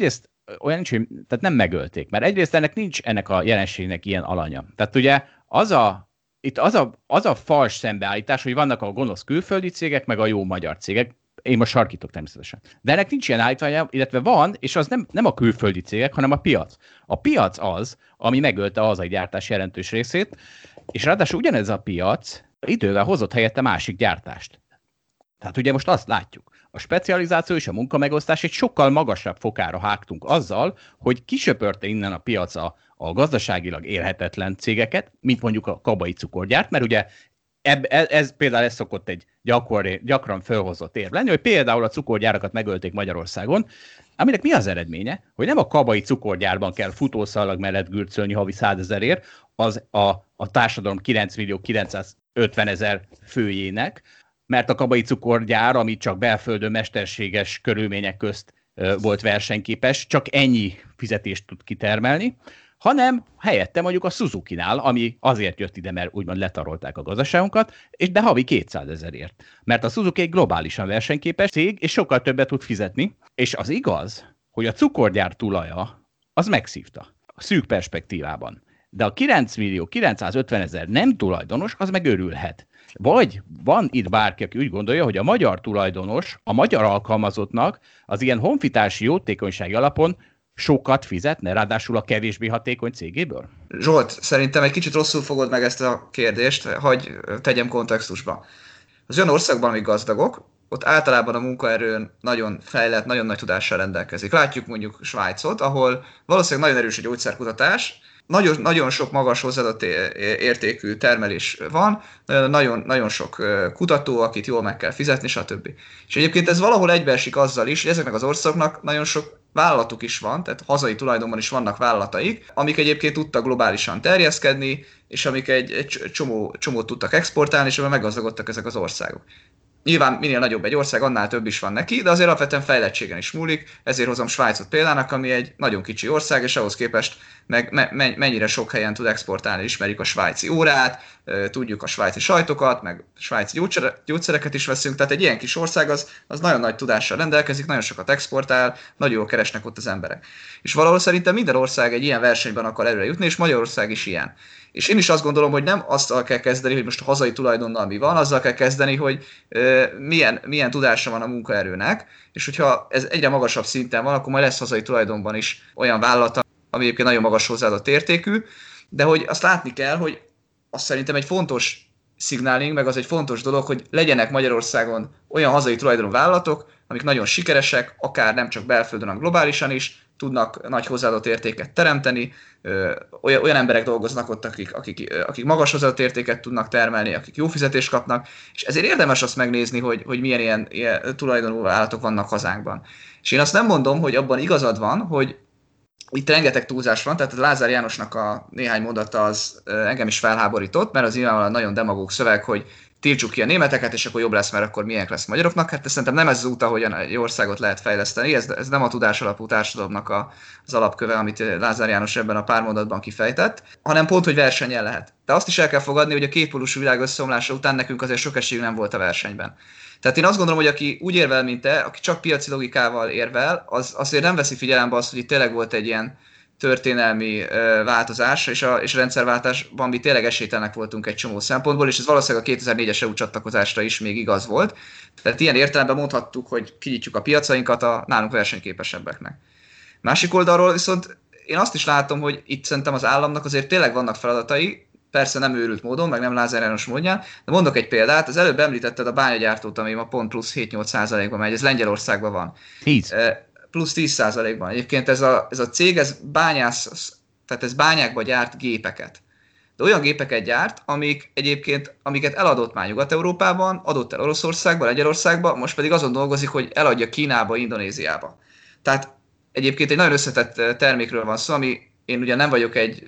Speaker 2: olyan nincs, tehát nem megölték, mert egyrészt ennek nincs ennek a jelenségnek ilyen alanya. Tehát ugye az a, itt az a, az a fals szembeállítás, hogy vannak a gonosz külföldi cégek, meg a jó magyar cégek, én most sarkítok természetesen. De ennek nincs ilyen állítványa, illetve van, és az nem, nem a külföldi cégek, hanem a piac. A piac az, ami megölte a hazai gyártás jelentős részét, és ráadásul ugyanez a piac idővel hozott helyette másik gyártást. Tehát ugye most azt látjuk, a specializáció és a munkamegosztás egy sokkal magasabb fokára hágtunk azzal, hogy kisöpörte innen a piaca a gazdaságilag élhetetlen cégeket, mint mondjuk a Kabai cukorgyárt, mert ugye eb, ez, ez például ez szokott egy gyakor, gyakran felhozott érv lenni, hogy például a cukorgyárakat megölték Magyarországon, aminek mi az eredménye, hogy nem a Kabai cukorgyárban kell futószalag mellett gürcölni havi százezerért az a, a társadalom kilenc millió kilencszázötvenezer főjének, mert a Kabai cukorgyár, ami csak belföldön mesterséges körülmények közt ö, volt versenyképes, csak ennyi fizetést tud kitermelni, hanem helyette mondjuk a Suzuki-nál, ami azért jött ide, mert úgymond letarolták a gazdaságunkat, és de havi kétszázezerért. Mert a Suzuki egy globálisan versenyképes cég, és sokkal többet tud fizetni, és az igaz, hogy a cukorgyár tulaja az megszívta a szűk perspektívában. De a kilenc millió kilencszázötvenezer nem tulajdonos, az meg örülhet. Vagy van itt bárki, aki úgy gondolja, hogy a magyar tulajdonos, a magyar alkalmazottnak az ilyen honfitársi jótékonysági alapon sokat fizetne, ráadásul a kevésbé hatékony cégéből?
Speaker 3: Zsolt, szerintem egy kicsit rosszul fogod meg ezt a kérdést, hogy tegyem kontextusba. Az olyan országban, amik gazdagok, ott általában a munkaerőn nagyon fejlett, nagyon nagy tudással rendelkezik. Látjuk mondjuk Svájcot, ahol valószínűleg nagyon erős a gyógyszerkutatás, Nagyon, nagyon sok magas hozzáadott értékű termelés van, nagyon, nagyon sok kutató, akit jól meg kell fizetni, stb. És egyébként ez valahol egybeesik azzal is, hogy ezeknek az országoknak nagyon sok vállalatuk is van, tehát hazai tulajdonban is vannak vállalataik, amik egyébként tudtak globálisan terjeszkedni, és amik egy, egy csomó, csomót tudtak exportálni, és ebben meggazdagodtak ezek az országok. Nyilván minél nagyobb egy ország, annál több is van neki, de azért alapvetően fejlettségen is múlik, ezért hozom Svájcot példának, ami egy nagyon kicsi ország, és ahhoz képest meg me- mennyire sok helyen tud exportálni, ismerjük a svájci órát, tudjuk a svájci sajtokat, meg svájci gyógyszere- gyógyszereket is veszünk, tehát egy ilyen kis ország az, az nagyon nagy tudással rendelkezik, nagyon sokat exportál, nagyon jól keresnek ott az emberek. És valahol szerintem minden ország egy ilyen versenyben akar előre jutni, és Magyarország is ilyen. És én is azt gondolom, hogy nem azt kell kezdeni, hogy most a hazai tulajdonnal mi van, azzal kell kezdeni, hogy uh, milyen, milyen tudása van a munkaerőnek, és hogyha ez egyre magasabb szinten van, akkor majd lesz hazai tulajdonban is olyan vállalata, ami egyébként nagyon magas hozzáadott értékű, de hogy azt látni kell, hogy azt szerintem egy fontos szignáling, meg az egy fontos dolog, hogy legyenek Magyarországon olyan hazai tulajdonú vállalatok, amik nagyon sikeresek, akár nem csak belföldön, hanem globálisan is, tudnak nagy hozzáadott értéket teremteni, olyan, olyan emberek dolgoznak ott, akik, akik, akik magas hozzáadott értéket tudnak termelni, akik jó fizetést kapnak, és ezért érdemes azt megnézni, hogy, hogy milyen ilyen, ilyen tulajdonú vállalatok vannak hazánkban. És én azt nem mondom, hogy abban igazad van, hogy itt rengeteg túlzás van, tehát a Lázár Jánosnak a néhány mondata az engem is felháborított, mert az nyilvánvalóan nagyon demagóg szöveg, hogy tiltsuk ki a németeket, és akkor jobb lesz, mert akkor milyen lesz magyaroknak. Hát szerintem nem ez az út, ahogyan egy országot lehet fejleszteni, ez, ez nem a tudás alapú társadalomnak a, az alapköve, amit Lázár János ebben a pár mondatban kifejtett, hanem pont, hogy versenyen lehet. De azt is el kell fogadni, hogy a kétpólusú világ összeomlása után nekünk azért sok esélyünk nem volt a versenyben. Tehát én azt gondolom, hogy aki úgy érvel, mint te, aki csak piaci logikával érvel, az azért nem veszi figyelembe azt, hogy itt tényleg volt egy ilyen történelmi ö, változás, és a, és a rendszerváltásban mi tényleg esélytelenek voltunk egy csomó szempontból, és ez valószínűleg a kétezer-négyes é u csatlakozásra is még igaz volt. Tehát ilyen értelemben mondhattuk, hogy kinyitjuk a piacainkat a nálunk versenyképesebbeknek. Másik oldalról viszont én azt is látom, hogy itt szerintem az államnak azért tényleg vannak feladatai, persze nem őrült módon, meg nem Lázár János módján, de mondok egy példát, az előbb említetted a bányagyártót, ami ma pont plusz hét-nyolc százalékban megy, ez Lengyelországban van.
Speaker 2: tíz
Speaker 3: Plusz tíz százalékban. Egyébként ez a, ez a cég, ez bányász, tehát ez bányákba gyárt gépeket. De olyan gépeket gyárt, amik egyébként, amiket eladott már Nyugat-Európában, adott el Oroszországba, Lengyelországba, most pedig azon dolgozik, hogy eladja Kínába, Indonéziába. Tehát egyébként egy nagyon összetett termékről van szó, ami én ugye nem vagyok egy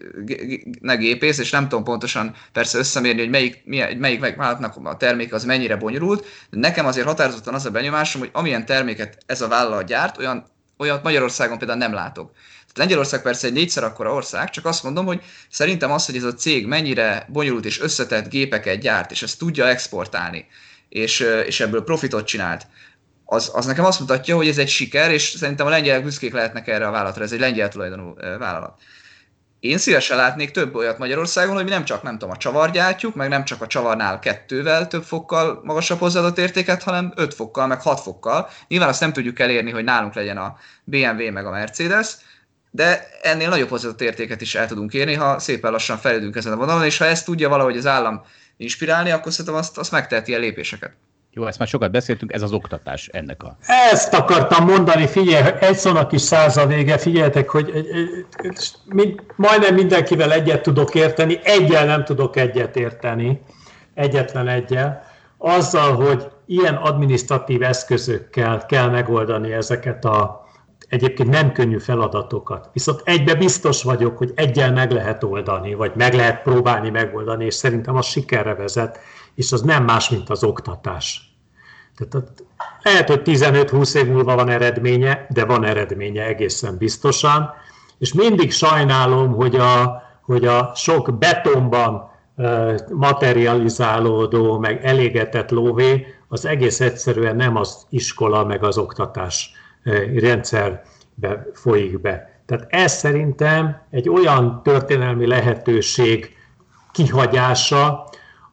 Speaker 3: ne gépész, és nem tudom pontosan persze összemérni, hogy melyik, milyen, melyik vállalatnak a terméke az mennyire bonyolult, de nekem azért határozottan az a benyomásom, hogy amilyen terméket ez a vállalat gyárt, olyan, olyat Magyarországon például nem látok. Tehát Lengyelország persze egy négyszer akkora ország, csak azt mondom, hogy szerintem az, hogy ez a cég mennyire bonyolult és összetett gépeket gyárt, és ezt tudja exportálni, és, és ebből profitot csinált, az, az nekem azt mutatja, hogy ez egy siker, és szerintem a lengyelek büszkék lehetnek erre a vállalatra, ez egy lengyel tulajdonú vállalat. Én szívesen látnék több olyat Magyarországon, hogy mi nem csak, nem tudom, a csavar gyártjuk, meg nem csak a csavarnál kettővel több fokkal magasabb hozzáadott értéket, hanem öt fokkal, meg hat fokkal. Nyilván azt nem tudjuk elérni, hogy nálunk legyen a bé em vé meg a Mercedes, de ennél nagyobb hozzáadott értéket is el tudunk érni, ha szépen lassan fejlődünk ezen a vonalon, és ha ezt tudja valahogy az állam inspirálni, akkor szerintem azt, azt megteheti ilyen lépéseket.
Speaker 2: Jó, ezt már sokat beszéltünk, ez az oktatás ennek a...
Speaker 4: Ezt akartam mondani, figyelj, egy szónak is száz a vége, figyeljetek, hogy mind, majdnem mindenkivel egyet tudok érteni, egyel nem tudok egyet érteni, egyetlen egyel, azzal, hogy ilyen adminisztratív eszközökkel kell megoldani ezeket a egyébként nem könnyű feladatokat. Viszont egybe biztos vagyok, hogy egyel meg lehet oldani, vagy meg lehet próbálni megoldani, és szerintem az sikerre vezet, és az nem más, mint az oktatás. Tehát lehet, hogy tizenöt-húsz év múlva van eredménye, de van eredménye egészen biztosan, és mindig sajnálom, hogy a, hogy a sok betonban materializálódó, meg elégetett lóvé, az egész egyszerűen nem az iskola, meg az oktatás rendszerbe folyik be. Tehát ez szerintem egy olyan történelmi lehetőség kihagyása,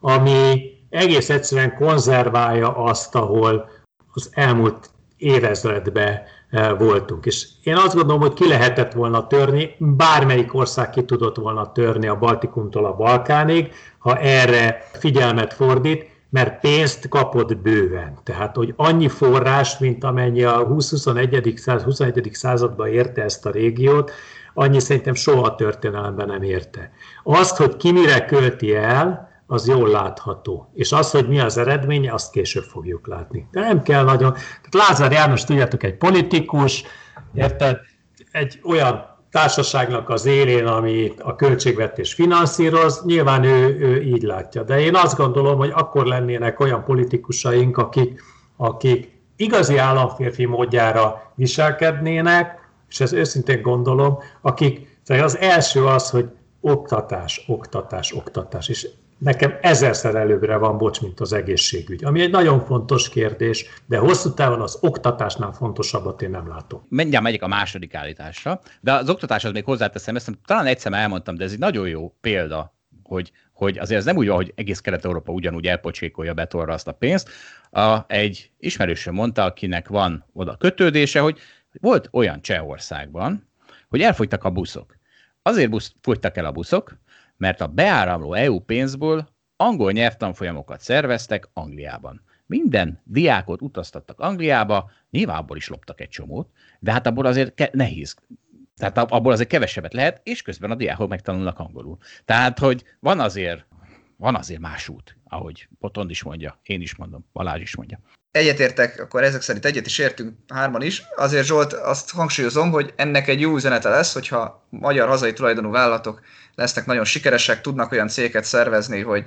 Speaker 4: ami egész egyszerűen konzerválja azt, ahol az elmúlt évezredben voltunk. És én azt gondolom, hogy ki lehetett volna törni, bármelyik ország ki tudott volna törni a Baltikumtól a Balkánig, ha erre figyelmet fordít, mert pénzt kapott bőven. Tehát, hogy annyi forrást, mint amennyi a húsz-huszonegyedik században érte ezt a régiót, annyi szerintem soha a történelemben nem érte. Azt, hogy ki mire költi el, az jól látható. És az, hogy mi az eredménye, azt később fogjuk látni. De nem kell nagyon... Tehát Lázár János, tudjátok, egy politikus, érted? Egy olyan társaságnak az élén, ami a költségvetés finanszíroz, nyilván ő, ő így látja. De én azt gondolom, hogy akkor lennének olyan politikusaink, akik, akik igazi államférfi módjára viselkednének, és ezt őszintén gondolom, akik, az első az, hogy oktatás, oktatás, oktatás, és nekem ezerszer előbbre van, bocs, mint az egészségügy, ami egy nagyon fontos kérdés, de hosszú távon az oktatásnál fontosabbat én nem látom.
Speaker 2: Mindjárt megyek a második állításra, de az oktatáshoz még hozzáteszem, ezt talán egyszer elmondtam, de ez egy nagyon jó példa, hogy, hogy azért ez nem úgy van, hogy egész Kelet-Európa ugyanúgy elpocsékolja betonra azt a pénzt. A, egy ismerősöm mondta, akinek van oda kötődése, hogy volt olyan Csehországban, hogy elfogytak a buszok. Azért busz, fogytak el a buszok, mert a beáramló é u pénzből angol nyelvtanfolyamokat szerveztek Angliában. Minden diákot utaztattak Angliába, nyilván abból is loptak egy csomót, de hát abból azért ke- nehéz. Tehát abból azért kevesebbet lehet, és közben a diákok megtanulnak angolul. Tehát, hogy van azért, van azért más út, ahogy Botond is mondja, én is mondom, Balázs is mondja.
Speaker 3: Egyetértek, akkor ezek szerint egyet is értünk hárman is. Azért Zsolt, azt hangsúlyozom, hogy ennek egy jó üzenete lesz, hogyha magyar hazai tulajdonú vállalatok lesznek nagyon sikeresek, tudnak olyan cégeket szervezni, hogy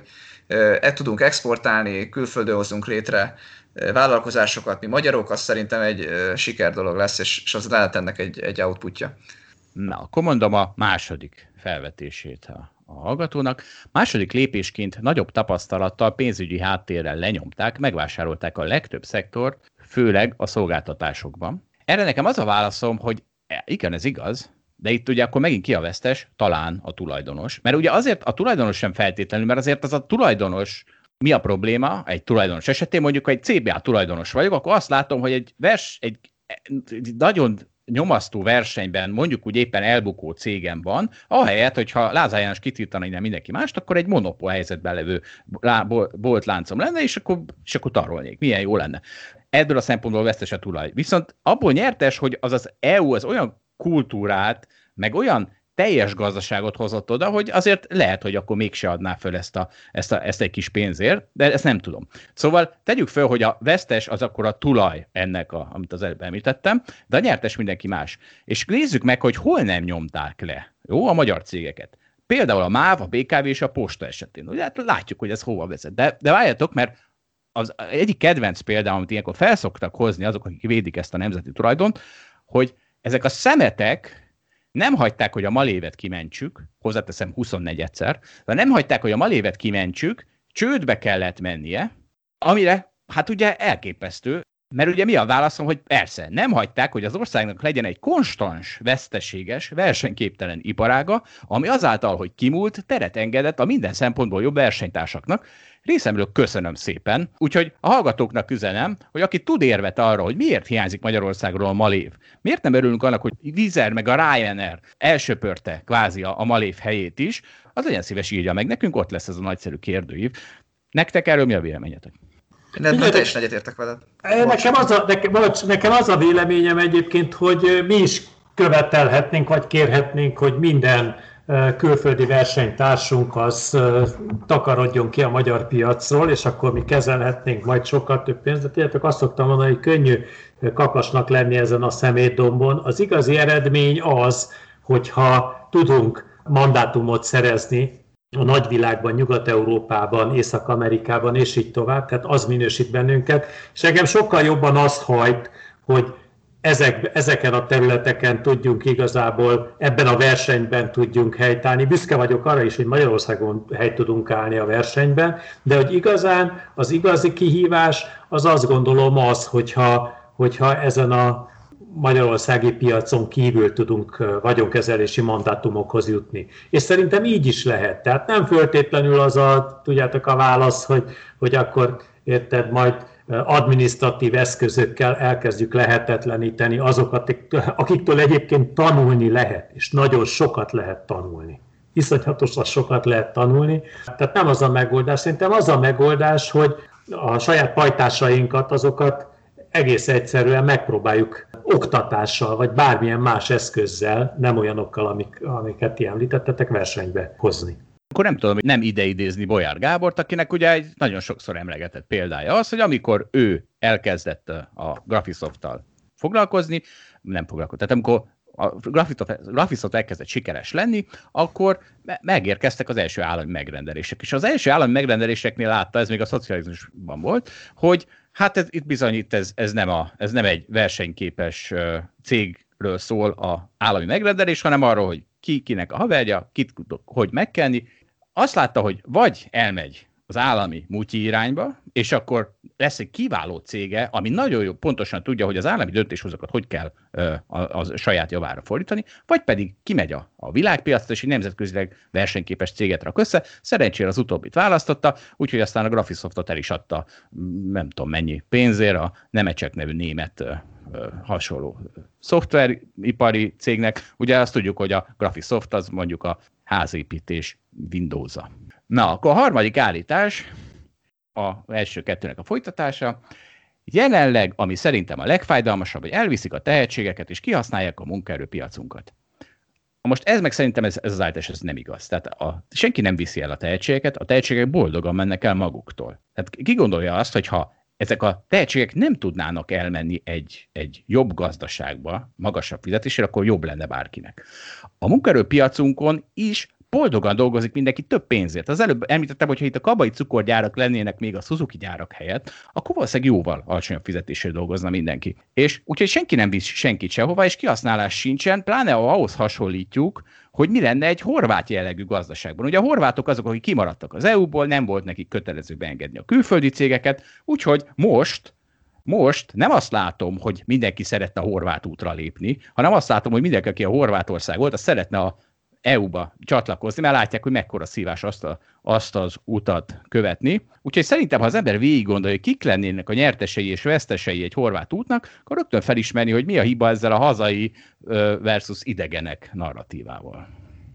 Speaker 3: e tudunk exportálni, külföldön hozzunk létre vállalkozásokat, mi magyarok, az szerintem egy siker dolog lesz, és az lehet ennek egy, egy outputja.
Speaker 2: Na, akkor mondom a második felvetését a, a hallgatónak. Második lépésként nagyobb tapasztalattal, pénzügyi háttérrel lenyomták, megvásárolták a legtöbb szektort, főleg a szolgáltatásokban. Erre nekem az a válaszom, hogy igen, ez igaz, de itt ugye akkor megint ki a vesztes? Talán a tulajdonos. Mert ugye azért a tulajdonos sem feltétlenül, mert azért az a tulajdonos, mi a probléma egy tulajdonos esetén, mondjuk, ha egy cé bé á tulajdonos vagyok, akkor azt látom, hogy egy, vers, egy, egy nagyon nyomasztó versenyben mondjuk úgy éppen elbukó cégem van, ahelyett, hogyha Lázár János kitiltana innen mindenki mást, akkor egy monopól helyzetben levő boltláncom lenne, és akkor, és akkor tarolnék. Milyen jó lenne. Ebből a szempontból vesztes a tulaj. Viszont abból nyertes, hogy az az é u az olyan kultúrát, meg olyan teljes gazdaságot hozott oda, hogy azért lehet, hogy akkor mégse adná föl ezt, a, ezt, a, ezt egy kis pénzért, de ezt nem tudom. Szóval tegyük föl, hogy a vesztes az akkor a tulaj ennek, a, amit az előbb említettem, de a nyertes mindenki más. És nézzük meg, hogy hol nem nyomták le, jó, a magyar cégeket. Például a MÁV, a bé ká vé és a Posta esetén. Ugye, hát látjuk, hogy ez hova vezet. De, de várjatok, mert az egyik kedvenc példa, amit ilyenkor felszoktak hozni azok, akik védik ezt a nemzeti tulajdont, hogy ezek a szemetek nem hagyták, hogy a Malévet kimentsük, hozzáteszem huszonnegyedszer, de nem hagyták, hogy a Malévet kimentsük, csődbe kellett mennie, amire, hát ugye elképesztő, Mert ugye mi a válaszom, hogy persze, nem hagyták, hogy az országnak legyen egy konstans, veszteséges, versenyképtelen iparága, ami azáltal, hogy kimúlt, teret engedett a minden szempontból jobb versenytársaknak. Részemről köszönöm szépen. Úgyhogy a hallgatóknak üzenem, hogy aki tud érvet arra, hogy miért hiányzik Magyarországról a Malév, miért nem örülünk annak, hogy Wizz Air meg a Ryanair elsöpörte kvázi a Malév helyét is, az legyen szíves írja meg nekünk, ott lesz ez a nagyszerű kérdőív. Nektek erről mi a véleményetek?
Speaker 3: Nem, nem teljesen egyetértek veled.
Speaker 4: Nekem az, a, nekem, nekem az a véleményem egyébként, hogy mi is követelhetnénk, vagy kérhetnénk, hogy minden külföldi versenytársunk az takarodjon ki a magyar piacról, és akkor mi kezelhetnénk majd sokkal több pénzt. De tudjátok, azt szoktam mondani, hogy könnyű kakasnak lenni ezen a szemétdombon. Az igazi eredmény az, hogyha tudunk mandátumot szerezni a nagyvilágban, Nyugat-Európában, Észak-Amerikában, és így tovább, tehát az minősít bennünket, és engem sokkal jobban azt hajt, hogy ezek, ezeken a területeken tudjunk igazából, ebben a versenyben tudjunk helytállni. Büszke vagyok arra is, hogy Magyarországon helyt tudunk állni a versenyben, de hogy igazán az igazi kihívás az azt gondolom az, hogyha, hogyha ezen a magyarországi piacon kívül tudunk vagyonkezelési mandátumokhoz jutni. És szerintem így is lehet. Tehát nem föltétlenül az a, tudjátok a válasz, hogy, hogy akkor érted, majd adminisztratív eszközökkel elkezdjük lehetetleníteni azokat, akiktől egyébként tanulni lehet, és nagyon sokat lehet tanulni. Iszonyatosan sokat lehet tanulni. Tehát nem az a megoldás, szerintem az a megoldás, hogy a saját pajtásainkat, azokat egész egyszerűen megpróbáljuk oktatással, vagy bármilyen más eszközzel, nem olyanokkal, amik, amiket ti említettetek, versenybe hozni.
Speaker 2: Akkor nem tudom, hogy nem ide idézni Bolyár Gábort, akinek ugye egy nagyon sokszor emlegetett példája az, hogy amikor ő elkezdett a Graphisoft-tal foglalkozni, nem foglalkozni, tehát amikor a Graphisoft elkezdett sikeres lenni, akkor megérkeztek az első állami megrendelések. És az első állami megrendeléseknél látta, ez még a szocializmusban volt, hogy hát ez, itt bizony ez, ez, nem a, ez nem egy versenyképes uh, cégről szól a állami megrendelés, hanem arról, hogy ki, kinek a haverja, kit hogy megkenni. Azt látta, hogy vagy elmegy az állami mutyi irányba, és akkor lesz egy kiváló cége, ami nagyon jó, pontosan tudja, hogy az állami döntéshozókat hogy kell uh, a, a saját javára fordítani, vagy pedig kimegy a, a világpiacra, és egy nemzetközileg versenyképes céget rak össze. Szerencsére az utóbbit választotta, úgyhogy aztán a Graphisoftot el is adta, nem tudom mennyi pénzért, a Nemetschek nevű német uh, hasonló szoftveripari cégnek. Ugye azt tudjuk, hogy a Graphisoft az mondjuk a házépítés Windows-a. Na, akkor a harmadik állítás, az első kettőnek a folytatása. Jelenleg, ami szerintem a legfájdalmasabb, hogy elviszik a tehetségeket és kihasználják a munkaerőpiacunkat. Most ez meg szerintem ez, ez az állítás ez nem igaz. Tehát a, senki nem viszi el a tehetségeket, a tehetségek boldogan mennek el maguktól. Tehát ki gondolja azt, hogy ha ezek a tehetségek nem tudnának elmenni egy, egy jobb gazdaságba, magasabb fizetésére, akkor jobb lenne bárkinek. A munkaerőpiacunkon is boldogan dolgozik mindenki több pénzért. Az előbb említettem, hogy ha itt a kabai cukorgyárak lennének még a Suzuki gyárak helyett, akkor valószínűleg jóval alacsonyabb fizetésért dolgozna mindenki. És úgyhogy senki nem visz senkit sehova, és kihasználás sincsen, pláne ha ahhoz hasonlítjuk, hogy mi lenne egy horvát jellegű gazdaságban. Ugye a horvátok azok, akik kimaradtak az é u-ból, nem volt nekik kötelező beengedni a külföldi cégeket, úgyhogy most Most nem azt látom, hogy mindenki szeretne a horvát útra lépni, hanem azt látom, hogy mindenki, aki a Horvátország volt, az szeretne a é u-ba csatlakozni, mert látják, hogy mekkora szívás azt, a, azt az utat követni. Úgyhogy szerintem, ha az ember végig gondolja, hogy kik lennének a nyertesei és vesztesei egy horvát útnak, akkor rögtön felismerni, hogy mi a hiba ezzel a hazai versus idegenek narratívával.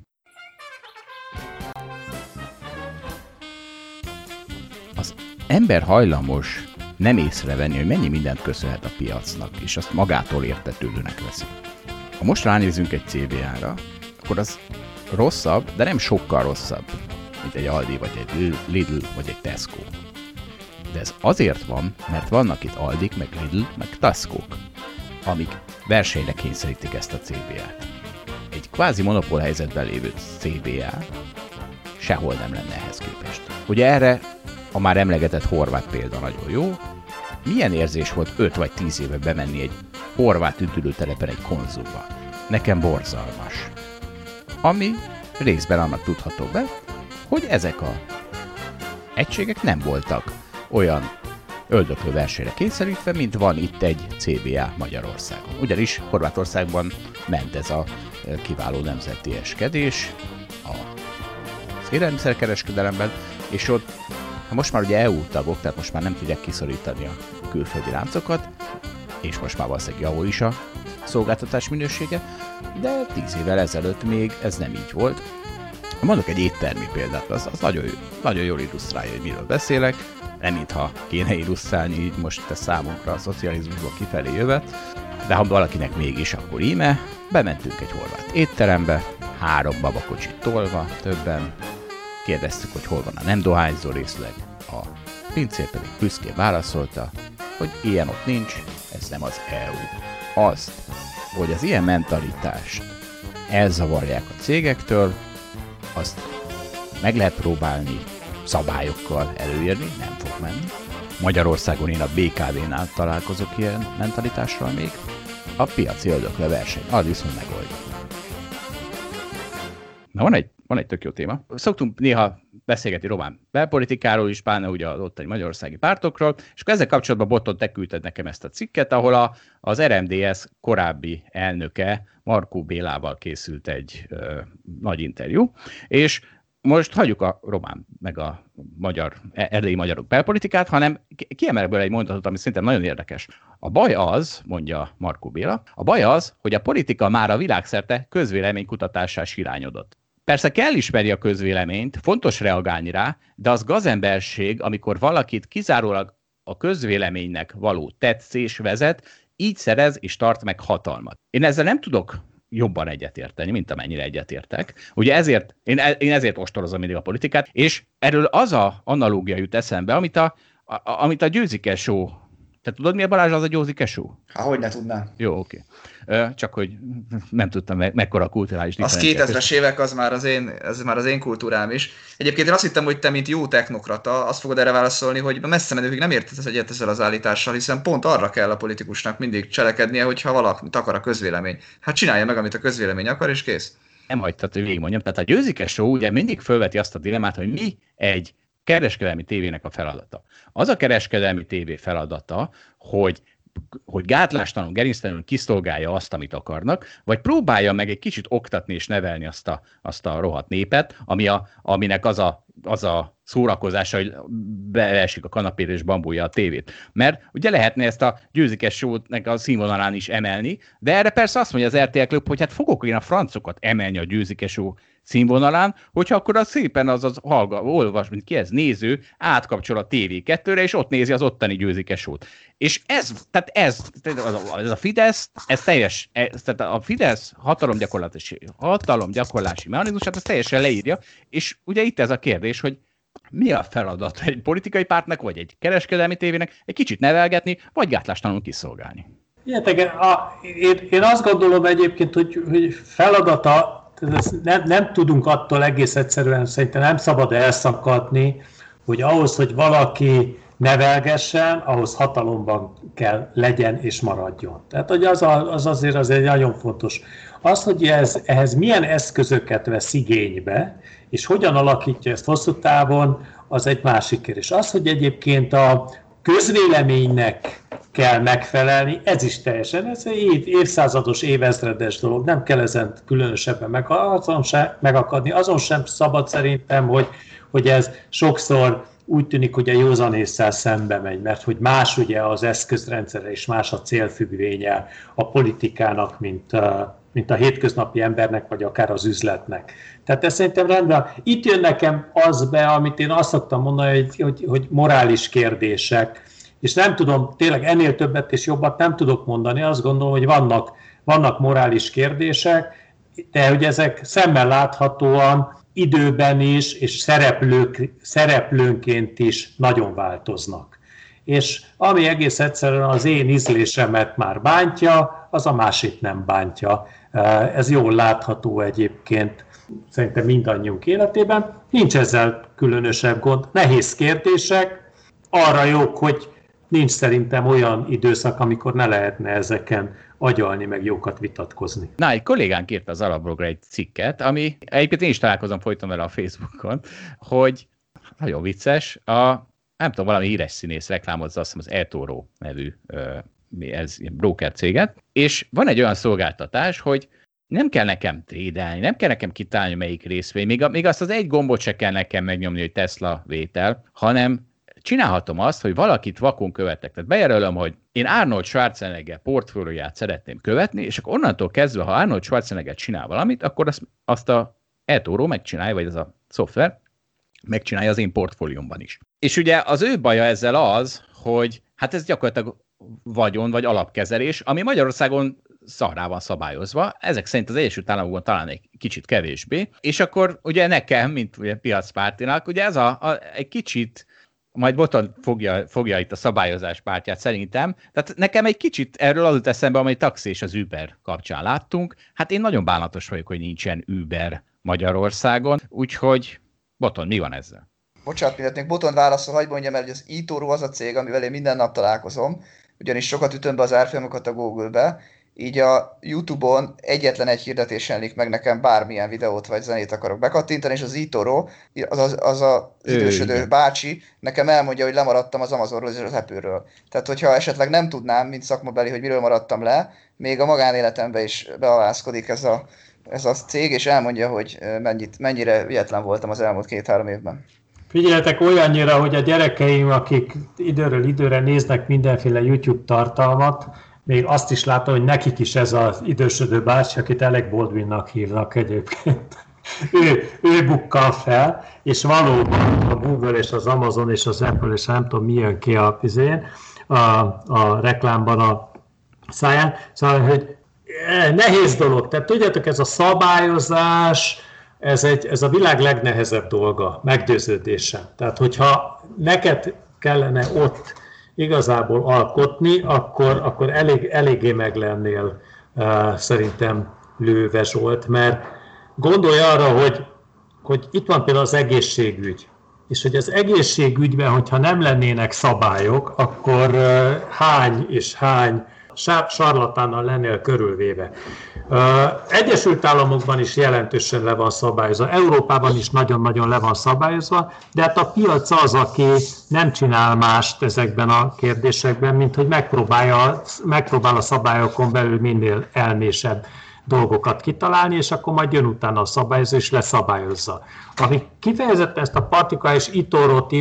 Speaker 2: Az ember hajlamos nem észrevenni, hogy mennyi mindent köszönhet a piacnak, és azt magától értetődőnek veszi. Ha most ránézünk egy cé bé á-ra, akkor az rosszabb, de nem sokkal rosszabb, mint egy Aldi, vagy egy Lidl, vagy egy Tesco. De ez azért van, mert vannak itt Aldik, meg Lidl, meg Tesco-k, amik versenyre kényszerítik ezt a cé bé á-t. Egy kvázi monopól helyzetben lévő cé bé á sehol nem lenne ehhez képest. Ugye erre a már emlegetett horvát példa nagyon jó. Milyen érzés volt öt vagy tíz éve bemenni egy horvát üdülőtelepen egy Konzumba? Nekem borzalmas. Ami részben annak tudható be, hogy ezek a egységek nem voltak olyan öldöklő versenyre kényszerítve, mint van itt egy cé bé á Magyarországon. Ugyanis Horvátországban ment ez a kiváló nemzetieskedés az élelmiszerkereskedelemben, és ott most már ugye é u tagok, tehát most már nem tudják kiszorítani a külföldi láncokat, és most már valószínűleg javul is a szolgáltatás minősége, de tíz évvel ezelőtt még ez nem így volt. Mondok egy éttermi példát, az, az nagyon, nagyon jól illusztrálja, hogy miről beszélek, nem mintha kéne illusztrálni így most te számunkra a szocializmusból kifelé jövet, de ha valakinek mégis, akkor íme, bementünk egy horvát étterembe, három babakocsit tolva, többen, kérdeztük, hogy hol van a nem dohányzó részleg, a pincér pedig büszkén válaszolta, hogy ilyen ott nincs, ez nem az é u. Azt, hogy az ilyen mentalitást elzavarják a cégektől, azt meg lehet próbálni szabályokkal előírni, nem fog menni. Magyarországon én a bé ká vé-nál találkozok ilyen mentalitással még. A piaci öldöklő verseny, az viszont megoldja. Na van egy, van egy tök jó téma. Szoktunk néha beszélgetni román belpolitikáról is, pláne ugye az ottani magyarországi pártokról, és akkor ezzel kapcsolatban Botton, te küldted nekem ezt a cikket, ahol a, az er em dé es korábbi elnöke Markó Bélával készült egy ö, nagy interjú, és most hagyjuk a román meg a magyar, erdélyi magyarok belpolitikát, hanem kiemelek belőle egy mondatot, ami szerintem nagyon érdekes. A baj az, mondja Markó Béla, a baj az, hogy a politika már a világszerte közvéleménykutatásás irányodott. Persze kell ismerni a közvéleményt, fontos reagálni rá, de az gazemberség, amikor valakit kizárólag a közvéleménynek való tetszés vezet, így szerez és tart meg hatalmat. Én ezzel nem tudok jobban egyetérteni, mint amennyire egyetértek. Ugye ezért, én, én ezért ostorozom mindig a politikát, és erről az a analógia jut eszembe, amit a, a, amit a Győzike Show. Te tudod, mi a Balázs az a Győzike Show?
Speaker 3: Há, hogy ne tudnám.
Speaker 2: Jó, oké. Okay. Csak hogy nem tudtam, me- mekkora a kulturális differenciák.
Speaker 3: Az kétezres évek, az már, az én, az már az én kultúrám is. Egyébként én azt hittem, hogy te, mint jó technokrata, azt fogod erre válaszolni, hogy messze menőkig nem értesz egyet ezzel az állítással, hiszen pont arra kell a politikusnak mindig cselekednie, hogyha valamit akar a közvélemény. Hát csinálja meg, amit a közvélemény akar, és kész.
Speaker 2: Nem hagytad, hogy végigmondjam. Tehát a Győzike Show ugye mindig fölveti azt a dilemmát, hogy mi egy kereskedelmi tévének a feladata. Az a kereskedelmi tévé feladata, hogy hogy gátlástalanul, gerinctelenül kiszolgálja azt, amit akarnak, vagy próbálja meg egy kicsit oktatni és nevelni azt a, azt a rohadt népet, ami a, aminek az a, az a szórakozása, hogy beesik a kanapére és bambulja a tévét. Mert ugye lehetne ezt a Győzike Show-nek a színvonalán is emelni, de erre persze azt mondja az er té el Klub, hogy hát fogok én a francokat emelni a Győzike Show színvonalán, hogyha akkor az szépen az az hallga, olvas, mint ki ez, néző, átkapcsol a té vé kettőre, és ott nézi az ottani Győzike Show-t. És ez, tehát ez, ez a Fidesz, ez teljes, ez, tehát a Fidesz hatalomgyakorlási, hatalomgyakorlási mechanizmusát, ez teljesen leírja, és ugye itt ez a kérdés, hogy mi a feladat egy politikai pártnak, vagy egy kereskedelmi tévének, egy kicsit nevelgetni, vagy gátlástalanul kiszolgálni?
Speaker 4: Ilyetek, a, én, én azt gondolom egyébként, hogy, hogy feladata, nem, nem tudunk attól egész egyszerűen, szerintem nem szabad elszakadni, hogy ahhoz, hogy valaki nevelgessen, ahhoz hatalomban kell legyen és maradjon. Tehát hogy az, a, az azért azért nagyon fontos. Az, hogy ez, ehhez milyen eszközöket vesz igénybe, és hogyan alakítja ezt hosszú távon, az egy másik kérdés. Az, hogy egyébként a közvéleménynek kell megfelelni, ez is teljesen, ez egy évszázados, évezredes dolog, nem kell ezen különösebben meg, azon sem megakadni, azon sem szabad szerintem, hogy, hogy ez sokszor úgy tűnik, hogy a józanésszel szembe megy, mert hogy más ugye az eszközrendszere és más a célfüggvénye a politikának, mint, mint a hétköznapi embernek, vagy akár az üzletnek. Tehát ez szerintem rendben. Itt jön nekem az be, amit én azt szoktam mondani, hogy, hogy, hogy morális kérdések, és nem tudom, tényleg ennél többet és jobbat nem tudok mondani, azt gondolom, hogy vannak, vannak morális kérdések, de hogy ezek szemmel láthatóan időben is, és szereplők, szereplőnként is nagyon változnak. És ami egész egyszerűen az én ízlésemet már bántja, az a másik nem bántja. Ez jól látható egyébként szerintem mindannyiunk életében. Nincs ezzel különösebb gond. Nehéz kérdések, arra jók, hogy nincs szerintem olyan időszak, amikor ne lehetne ezeken agyalni, meg jókat vitatkozni.
Speaker 2: Na, egy kollégánk írta az alapblogra egy cikket, ami egyébként én is találkozom folyton vele a Facebookon, hogy nagyon vicces, a nem tudom, valami híres színész reklámozza, azt hiszem az eToro nevű ez broker céget, és van egy olyan szolgáltatás, hogy nem kell nekem trédelni, nem kell nekem kitalálni, melyik részvény, még, még azt az egy gombot se kell nekem megnyomni, hogy Tesla vétel, hanem csinálhatom azt, hogy valakit vakon követek. Tehát bejelölöm, hogy én Arnold Schwarzenegger portfólióját szeretném követni, és akkor onnantól kezdve, ha Arnold Schwarzenegger csinál valamit, akkor azt, azt a eToro megcsinálja, vagy ez a szoftver megcsinálja az én portfóliómban is. És ugye az ő baja ezzel az, hogy hát ez gyakorlatilag vagyon vagy alapkezelés, ami Magyarországon szarrá van szabályozva, ezek szerint az Egyesült Államokban talán egy kicsit kevésbé, és akkor ugye nekem, mint ugye piacpártinak, ugye ez a, a egy kicsit, majd Boton fogja, fogja itt a szabályozás pártját szerintem, tehát nekem egy kicsit erről az jut eszembe, amely taxi és az Uber kapcsán láttunk, hát én nagyon bánatos vagyok, hogy nincsen Uber Magyarországon, úgyhogy Boton, mi van ezzel?
Speaker 3: Bocsánat, miért még Boton válaszol, hagyd mondjam el, hogy az eToro az a cég, amivel én minden nap találkozom, ugyanis sokat ütöm be az árfolyamokat a Google-be, így a YouTube-on egyetlen egy hirdetés jelenik meg nekem, bármilyen videót vagy zenét akarok bekattintani, és az eToro, az, az, az a idősödő ő, bácsi, nekem elmondja, hogy lemaradtam az Amazonról és az Apple-ről. Tehát, hogyha esetleg nem tudnám, mint szakmabeli, hogy miről maradtam le, még a magánéletembe is beavászkodik ez a, ez a cég, és elmondja, hogy mennyit, mennyire ügyetlen voltam az elmúlt két-három évben.
Speaker 4: Figyeljetek olyannyira, hogy a gyerekeim, akik időről időre néznek mindenféle YouTube tartalmat, még azt is látom, hogy nekik is ez az idősödő bácsi, akit Alec Baldwinnak hívnak egyébként. ő, ő bukkan fel, és valóban a Google és az Amazon és az Apple és nem tudom mi jön ki a, a, a reklámban a száján. Szóval, hogy nehéz dolog. Tehát tudjátok, ez a szabályozás, ez, egy, ez a világ legnehezebb dolga, meggyőződésem. Tehát, hogyha neked kellene ott igazából alkotni, akkor, akkor elég, eléggé meg lennél uh, szerintem Lőve Zsolt, mert gondolj arra, hogy, hogy itt van például az egészségügy, és hogy az egészségügyben, hogyha nem lennének szabályok, akkor uh, hány és hány sarlatánnal lennél körülvéve. Egyesült Államokban is jelentősen le van szabályozva, Európában is nagyon-nagyon le van szabályozva, de hát a piac az, aki nem csinál mást ezekben a kérdésekben, mint hogy megpróbálja, megpróbál a szabályokon belül minél elmésebb dolgokat kitalálni, és akkor majd jön utána a szabályozó, és leszabályozza. Ami kifejezetten ezt a Partika és eToro-t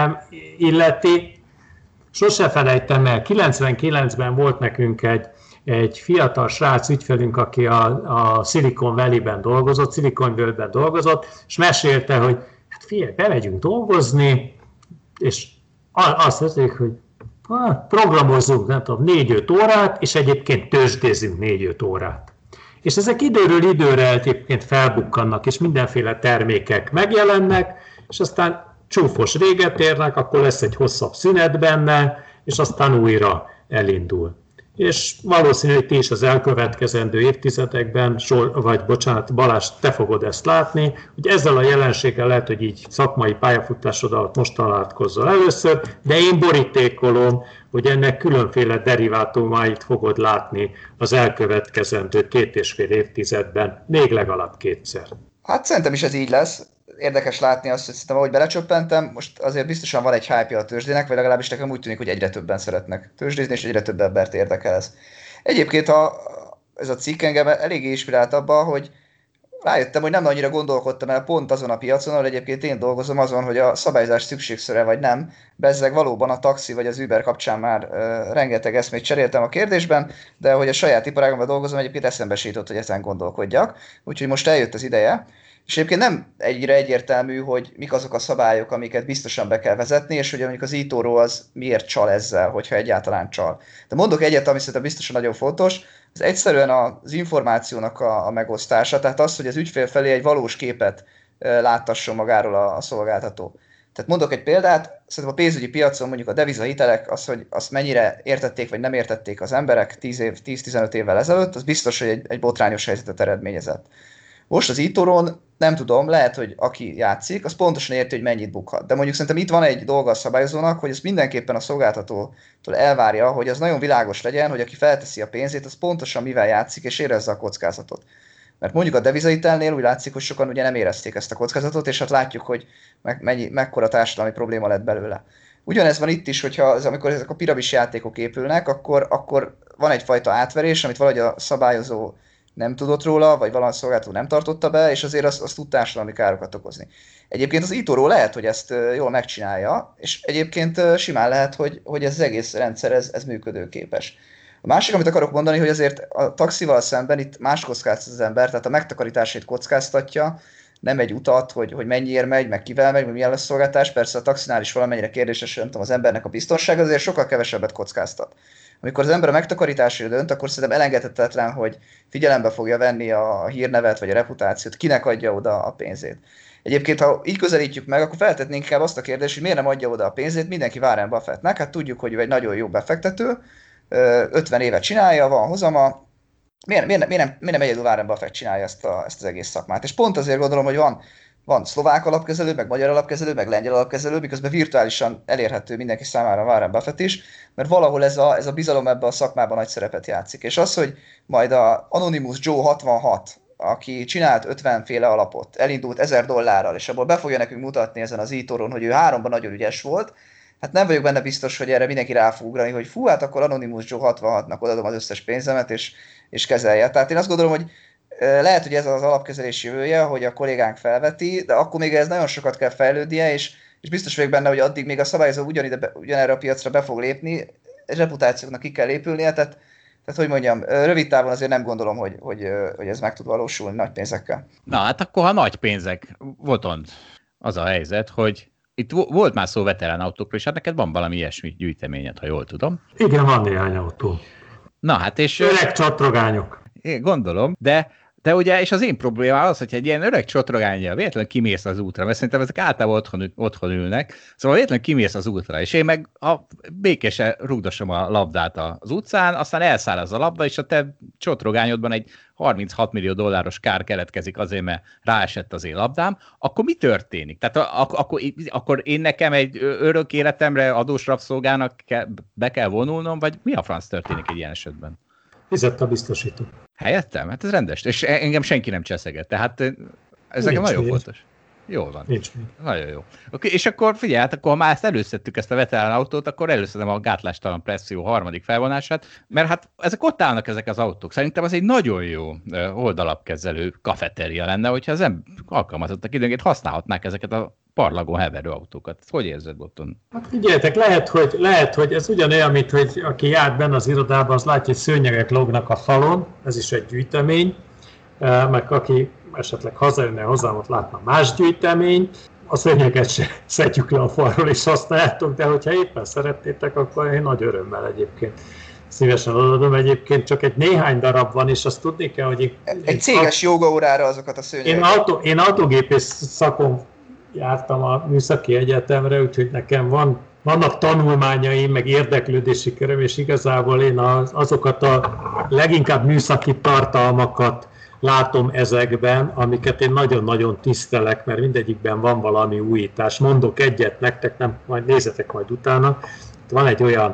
Speaker 4: illeti, sose felejtem el, kilencvenkilencben volt nekünk egy, egy fiatal srác ügyfelünk, aki a, a Silicon Valley-ben dolgozott, Silicon Valley-ben dolgozott, és mesélte, hogy hát figyelj, bemegyünk dolgozni, és azt mondták, hogy hát, programozzunk, nem tudom, négy-öt órát, és egyébként tőzsdézzünk négy-öt órát. És ezek időről időre egyébként felbukkannak, és mindenféle termékek megjelennek, és aztán csúfos véget érnek, akkor lesz egy hosszabb szünet benne, és aztán újra elindul. És valószínű, hogy ti is az elkövetkezendő évtizedekben, vagy bocsánat, Balázs, te fogod ezt látni, hogy ezzel a jelenséggel lehet, hogy így szakmai pályafutásod alatt most találkozzal először, de én borítékolom, hogy ennek különféle derivátumait fogod látni az elkövetkezendő két és fél évtizedben, még legalább kétszer.
Speaker 3: Hát szerintem is ez így lesz. Érdekes látni azt, hogy szerintem, ahogy belecsöppentem, most azért biztosan van egy hype-ja a tőzsdének, vagy legalábbis nekem úgy tűnik, hogy egyre többen szeretnek tőzsdézni, és egyre több embert érdekel ez. Egyébként a, ez a cikk engem eléggé inspirált abba, hogy rájöttem, hogy nem annyira gondolkodtam el pont azon a piacon, ahol egyébként én dolgozom azon, hogy a szabályzás szükségszerű vagy nem. Bezzeg valóban a taxi vagy az Uber kapcsán már uh, rengeteg eszmét cseréltem a kérdésben, de hogy a saját iparágomban dolgozom, egyébként eszembe se jutott, hogy ezen gondolkodjak. Úgyhogy most eljött az ideje. És egyébként nem egyre egyértelmű, hogy mik azok a szabályok, amiket biztosan be kell vezetni, és hogy mondjuk az eToro az miért csal ezzel, hogyha egyáltalán csal. De mondok egyet, ami szerintem biztosan nagyon fontos, ez egyszerűen az információnak a, a megosztása, tehát az, hogy az ügyfél felé egy valós képet e, láttasson magáról a, a szolgáltató. Tehát mondok egy példát, szerintem a pénzügyi piacon mondjuk a devizahitelek, az, hogy azt mennyire értették vagy nem értették az emberek tíz-tizenöt évvel ezelőtt, az biztos, hogy egy, egy botrányos helyzetet eredményezett. Most az eToron nem tudom, lehet, hogy aki játszik, az pontosan érti, hogy mennyit bukhat. De mondjuk szerintem itt van egy dolga a szabályozónak, hogy ezt mindenképpen a szolgáltatótól elvárja, hogy az nagyon világos legyen, hogy aki felteszi a pénzét, az pontosan mivel játszik, és érezze a kockázatot. Mert mondjuk a devizahitelnél úgy látszik, hogy sokan ugye nem érezték ezt a kockázatot, és hát látjuk, hogy me- mennyi, mekkora társadalmi probléma lett belőle. Ugyanez van itt is, hogyha az, amikor ezek a piramis játékok épülnek, akkor, akkor van egyfajta átverés, amit valahogy a szabályozó nem tudott róla, vagy valami szolgáltató nem tartotta be, és azért azt, azt tud társadalmi károkat okozni. Egyébként az eToro lehet, hogy ezt jól megcsinálja, és egyébként simán lehet, hogy, hogy ez az egész rendszer ez, ez működőképes. A másik, amit akarok mondani, hogy azért a taxival szemben itt más kockáztat az ember, tehát a megtakarításait kockáztatja, nem egy utat, hogy, hogy mennyiért megy, meg kivel megy, meg milyen lesz szolgáltatás. Persze a taxinál is valamennyire kérdéses, nem tudom, az embernek a biztonság, azért sokkal kevesebbet kockáztat. Amikor az ember a megtakarításra dönt, akkor szerintem elengedhetetlen, hogy figyelembe fogja venni a hírnevet vagy a reputációt, kinek adja oda a pénzét. Egyébként, ha így közelítjük meg, akkor feltetnénk inkább azt a kérdést, hogy miért nem adja oda a pénzét mindenki Warren Buffettnek. Hát tudjuk, hogy ő egy nagyon jó befektető, ötven évet csinálja, van hozama. Miért, miért, miért, nem, miért nem egyedül Warren Buffett csinálja ezt, a, ezt az egész szakmát? És pont azért gondolom, hogy van, van szlovák alapkezelő, meg magyar alapkezelő, meg lengyel alapkezelő, miközben virtuálisan elérhető mindenki számára Warren Buffett is, mert valahol ez a, ez a bizalom ebben a szakmában nagy szerepet játszik. És az, hogy majd a Anonymous Joe hatvanhat, aki csinált ötven féle alapot, elindult ezer dollárral, és abból be fogja nekünk mutatni ezen az eToron, hogy ő háromban nagyon ügyes volt, hát nem vagyok benne biztos, hogy erre mindenki rá fog ugrani, hogy fú, hát akkor Anonymous Joe hatvanhatnak odaadom az összes pénzemet, és, és kezelje. Tehát én azt gondolom, hogy lehet, hogy ez az alapkezelés jövője, hogy a kollégánk felveti, de akkor még ez nagyon sokat kell fejlődnie, és, és biztos vagyok benne, hogy addig még a szabályozó ugyanide, ugyanerre a piacra be fog lépni, és reputációknak ki kell épülnie, tehát, tehát hogy mondjam, rövid távon azért nem gondolom, hogy, hogy, hogy ez meg tud valósulni nagy pénzekkel.
Speaker 2: Na hát akkor, ha nagy pénzek, volt az a helyzet, hogy itt volt már szó veterán autókról, és hát neked van valami ilyesmi gyűjteményed, ha jól tudom.
Speaker 4: Igen, van néhány autó.
Speaker 2: Na hát és...
Speaker 4: Öreg csatrogányok.
Speaker 2: Én gondolom, de, de ugye, és az én problémám az, hogy egy ilyen öreg csatrogánnyal véletlenül kimész az útra, mert szerintem ezek általában otthon, otthon ülnek, szóval véletlenül kimész az útra, és én meg a békésen rugdosom a labdát az utcán, aztán elszáll az a labda, és a te csatrogányodban egy harminchat millió dolláros kár keletkezik azért, mert ráesett az én labdám, akkor mi történik? Tehát ak- akkor, akkor én nekem egy örök életemre adós rabszolgának kell, be kell vonulnom, vagy mi a franc történik egy ilyen esetben?
Speaker 4: Fizett a biztosító.
Speaker 2: Helyettem? Hát ez rendes. És engem senki nem cseszeget. Tehát ez nekem nagyon
Speaker 4: még.
Speaker 2: fontos. Jól van.
Speaker 4: Nincs még.
Speaker 2: Nagyon jó. Oké, és akkor figyelj, hát akkor ha már ezt előszedtük, ezt a veterán autót, akkor előszedem a gátlástalan presszió harmadik felvonását, mert hát ezek ott állnak ezek az autók. Szerintem az egy nagyon jó oldalapkezelő kafeteria lenne, hogyha az ember alkalmazottak időnként használhatnák ezeket a parlagon heverő autókat. Ezt hogy érzed, Botton?
Speaker 4: Hát figyeljetek, lehet hogy, lehet, hogy ez ugyanolyan, mint hogy aki járt benne az irodában, az látja, hogy szőnyegek lógnak a falon, ez is egy gyűjtemény, meg aki esetleg hazajönne hozzám, ott látna más gyűjteményt, a szőnyeget se szedjük le a falról és használjátok, de hogyha éppen szeretnétek, akkor én nagy örömmel egyébként szívesen adom. Egyébként csak egy néhány darab van, és azt tudni kell, hogy...
Speaker 3: Egy, egy céges jogaórára azokat a szőnyegeket.
Speaker 4: Én, autó, én autógépész szakon jártam a műszaki egyetemre, úgyhogy nekem van, vannak tanulmányaim, meg érdeklődési köröm, és igazából én az, azokat a leginkább műszaki tartalmakat látom ezekben, amiket én nagyon-nagyon tisztelek, mert mindegyikben van valami újítás. Mondok egyet nektek, nem, majd nézzetek majd utána. Van egy olyan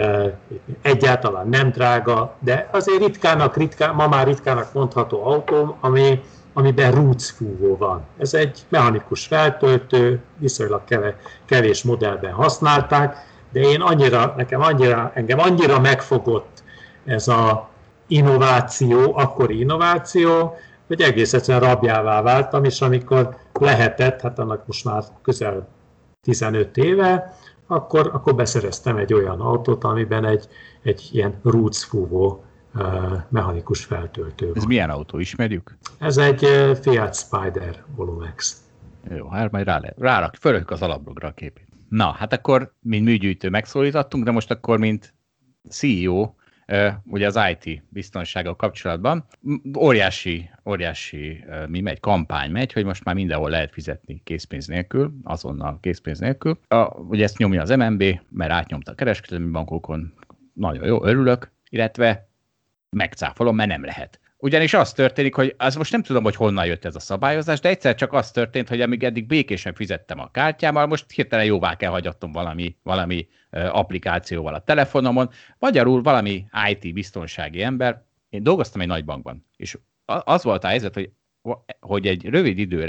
Speaker 4: egyáltalán nem drága, de azért ritkának, ritkán, ma már ritkának mondható autóm, ami, amiben rúcfúvó van. Ez egy mechanikus feltöltő, viszonylag kevés modellben használták, de én annyira, nekem annyira, engem annyira megfogott ez a innováció, akkori innováció, hogy egész egyszerűen rabjává váltam, és amikor lehetett, hát annak most már közel tizenöt éve, akkor, akkor beszereztem egy olyan autót, amiben egy, egy ilyen rúcfúvó uh, mechanikus feltöltő van.
Speaker 2: Ez milyen autó, ismerjük?
Speaker 4: Ez egy uh, Fiat Spider Volumex.
Speaker 2: Jó, hát majd rá, rárak, fölök az alaplogra a képét. Na, hát akkor, mint műgyűjtő megszólítottunk, de most akkor, mint cé e o, ugye az i té biztonsággal kapcsolatban óriási, óriási mi megy, kampány megy, hogy most már mindenhol lehet fizetni készpénz nélkül, azonnal készpénz nélkül. A, ugye ezt nyomja az em en bé, mert átnyomta a kereskedelmi bankokon, nagyon jó, örülök, illetve megcáfolom, mert nem lehet. Ugyanis az történik, hogy az most nem tudom, hogy honnan jött ez a szabályozás, de egyszer csak az történt, hogy amíg eddig békésen fizettem a kártyámmal, most hirtelen jóvá kell hagyatnom valami, valami applikációval a telefonomon. Magyarul valami i té biztonsági ember. Én dolgoztam egy nagy bankban, és az volt a helyzet, hogy, hogy egy rövid időre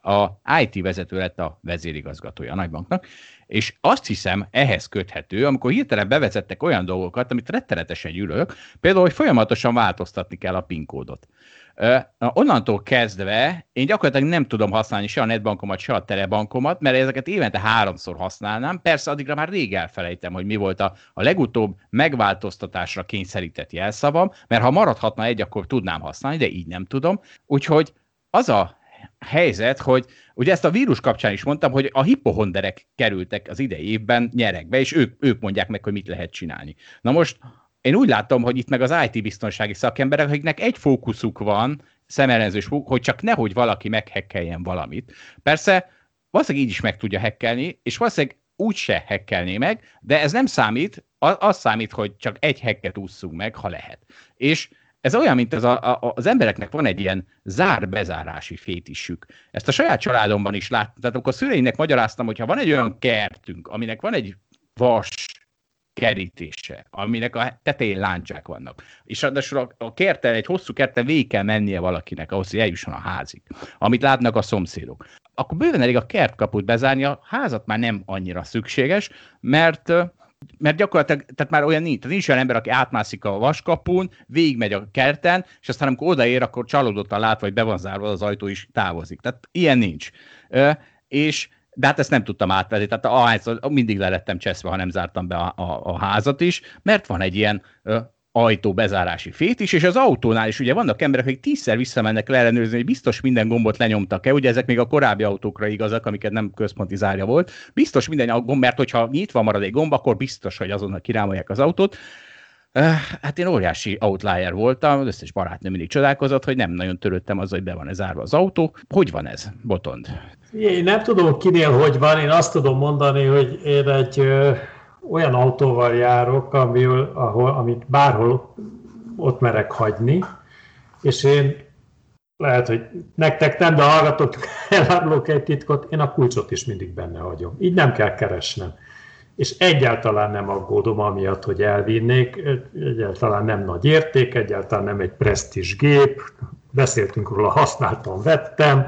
Speaker 2: a i té vezető lett a vezérigazgatója a nagybanknak, és azt hiszem ehhez köthető, amikor hirtelen bevezettek olyan dolgokat, amit rettenetesen gyűlölök, például, hogy folyamatosan változtatni kell a PIN kódot. Uh, onnantól kezdve én gyakorlatilag nem tudom használni se a netbankomat, se a telebankomat, mert ezeket évente háromszor használnám. Persze addigra már rég elfelejtem, hogy mi volt a, a legutóbb megváltoztatásra kényszerített jelszavam, mert ha maradhatna egy, akkor tudnám használni, de így nem tudom. Úgyhogy az a helyzet, hogy ugye ezt a vírus kapcsán is mondtam, hogy a hipohonderek kerültek az idei évben nyeregbe, és ők, ők mondják meg, hogy mit lehet csinálni. Na most én úgy látom, hogy itt meg az i té biztonsági szakemberek, akiknek egy fókuszuk van, szemellenzős fókusz, hogy csak nehogy valaki meghekkeljen valamit. Persze valószínűleg így is meg tudja hekkelni, és valószínűleg úgy se hekkelné meg, de ez nem számít, az számít, hogy csak egy hacket ússzunk meg, ha lehet. És ez olyan, mint az, a, a, az embereknek van egy ilyen zár-bezárási fétisük. Ezt a saját családomban is láttam. Tehát akkor a szüleimnek magyaráztam, hogy ha van egy olyan kertünk, aminek van egy vas kerítése, aminek a tetején láncsák vannak, és ráadásul a, a kerten, egy hosszú kerten végig kell mennie valakinek, ahhoz, hogy eljusson a házig, amit látnak a szomszédok. Akkor bőven elég a kertkaput bezárni, a házat már nem annyira szükséges, mert mert gyakorlatilag, tehát már olyan nincs, tehát nincs olyan ember, aki átmászik a vaskapun, végigmegy a kerten, és aztán amikor odaér, akkor csalódottan látva, hogy be van zárva az ajtó is távozik. Tehát ilyen nincs. És de hát ezt nem tudtam átvenni, tehát ahányszor mindig le lettem cseszve, ha nem zártam be a, a, a házat is, mert van egy ilyen ö, ajtó bezárási fét is, és az autónál is ugye vannak emberek, akik tízszer visszamennek leellenőrizni, hogy biztos minden gombot lenyomtak-e, ugye ezek még a korábbi autókra igazak, amiket nem központi zárja volt, biztos minden gomb, mert hogyha nyitva marad egy gomb, akkor biztos, hogy azonnal kirámolják az autót. Hát én óriási outlier voltam, az összes barátnő mindig csodálkozott, hogy nem nagyon törődtem azzal, hogy be van-e zárva az autó. Hogy van ez, Botond?
Speaker 4: Én nem tudom kinél, hogy van, én azt tudom mondani, hogy én egy ö, olyan autóval járok, amil, ahol, amit bárhol ott merek hagyni, és én lehet, hogy nektek nem, de hallgatok, elárulok egy titkot, én a kulcsot is mindig benne hagyom. Így nem kell keresnem. És egyáltalán nem aggódom amiatt, hogy elvinnék, egyáltalán nem nagy érték, egyáltalán nem egy presztízs gép, beszéltünk róla, használtam, vettem,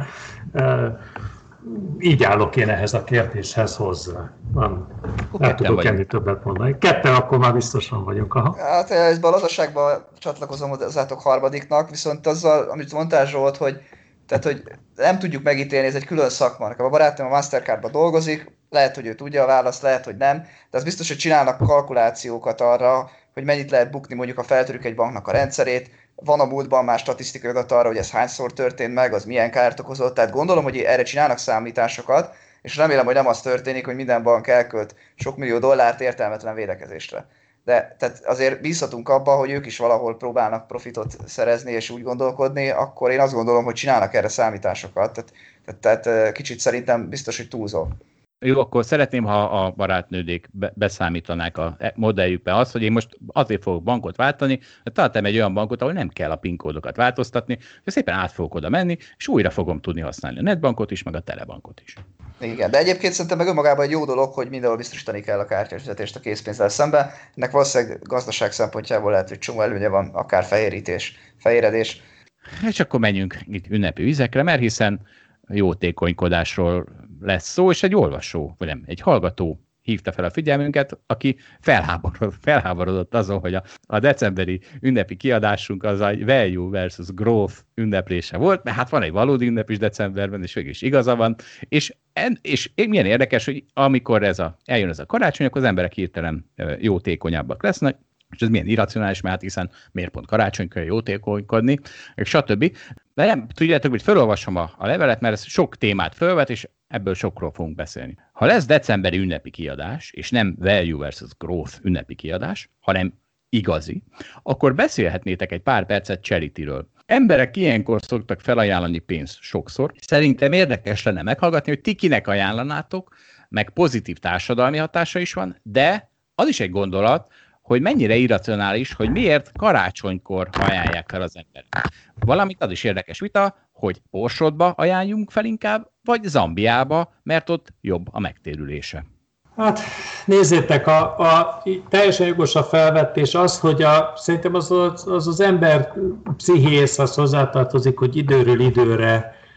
Speaker 4: így állok én ehhez a kérdéshez hozzá. Nem, nem tudok vagyunk. Ennél többet mondani. Ketten akkor már biztosan vagyunk. Aha.
Speaker 3: Hát ebben a lazasságban csatlakozom hozzátok harmadiknak, viszont azzal, amit mondtál Zsolt, hogy, tehát, hogy nem tudjuk megítélni, ez egy külön szakma. A barátom a Mastercardban dolgozik, lehet, hogy ő tudja a választ, lehet, hogy nem, de az biztos, hogy csinálnak kalkulációkat arra, hogy mennyit lehet bukni, mondjuk, ha feltörjük egy banknak a rendszerét. Van a múltban már statisztikai adat arra, hogy ez hányszor történt meg, az milyen kárt okozott, tehát gondolom, hogy erre csinálnak számításokat, és remélem, hogy nem az történik, hogy minden bank elkölt sok millió dollárt értelmetlen védekezésre. De tehát azért bízhatunk abba, hogy ők is valahol próbálnak profitot szerezni és úgy gondolkodni, akkor én azt gondolom, hogy csinálnak erre számításokat. Tehát, tehát, tehát kicsit szerintem biztos, hogy túlzol.
Speaker 2: Jó, akkor szeretném, ha a barátnődék beszámítanák a modelljükbe azt, hogy én most azért fogok bankot váltani, mert találtam egy olyan bankot, ahol nem kell a PIN kódokat változtatni, és szépen át fogok oda menni, és újra fogom tudni használni a netbankot is, meg a telebankot is.
Speaker 3: Igen, de egyébként szerintem meg önmagában egy jó dolog, hogy mindenhol biztosítani kell a kártyás fizetést a készpénzzel szemben. Ennek valószínűleg gazdaság szempontjából lehet, hogy csomó előnye van, akár fehérítés, fehéredés.
Speaker 2: És akkor menjünk itt ünnepi vizekre, mert hiszen jótékonykodásról lesz szó, és egy olvasó, vagy nem, egy hallgató hívta fel a figyelmünket, aki felháborodott, felháborodott azon, hogy a, a decemberi ünnepi kiadásunk az a value versus growth ünneplése volt, mert hát van egy valódi ünnep is decemberben, és végül is igaza van, és, en, és milyen érdekes, hogy amikor ez a, eljön ez a karácsony, akkor az emberek hirtelen jótékonyabbak lesznek, és ez milyen irracionális, mert hiszen miért pont karácsonykor jótékonykodni, és stb. De nem, tudjátok, hogy felolvasom a, a levelet, mert ez sok témát felvet, és ebből sokról fogunk beszélni. Ha lesz decemberi ünnepi kiadás, és nem value versus growth ünnepi kiadás, hanem igazi, akkor beszélhetnétek egy pár percet charity-ről. Emberek ilyenkor szoktak felajánlani pénzt sokszor. Szerintem érdekes lenne meghallgatni, hogy ti kinek ajánlanátok, meg pozitív társadalmi hatása is van, de az is egy gondolat, hogy mennyire irracionális, hogy miért karácsonykor ajánlják fel az emberek. Valamit az is érdekes vita, hogy Borsodba ajánljunk fel inkább, vagy Zambiába, mert ott jobb a megtérülése.
Speaker 4: Hát nézzétek, a, a teljesen jogos a felvetés az, hogy a, szerintem az, az az ember pszichész, az hozzátartozik, hogy időről időre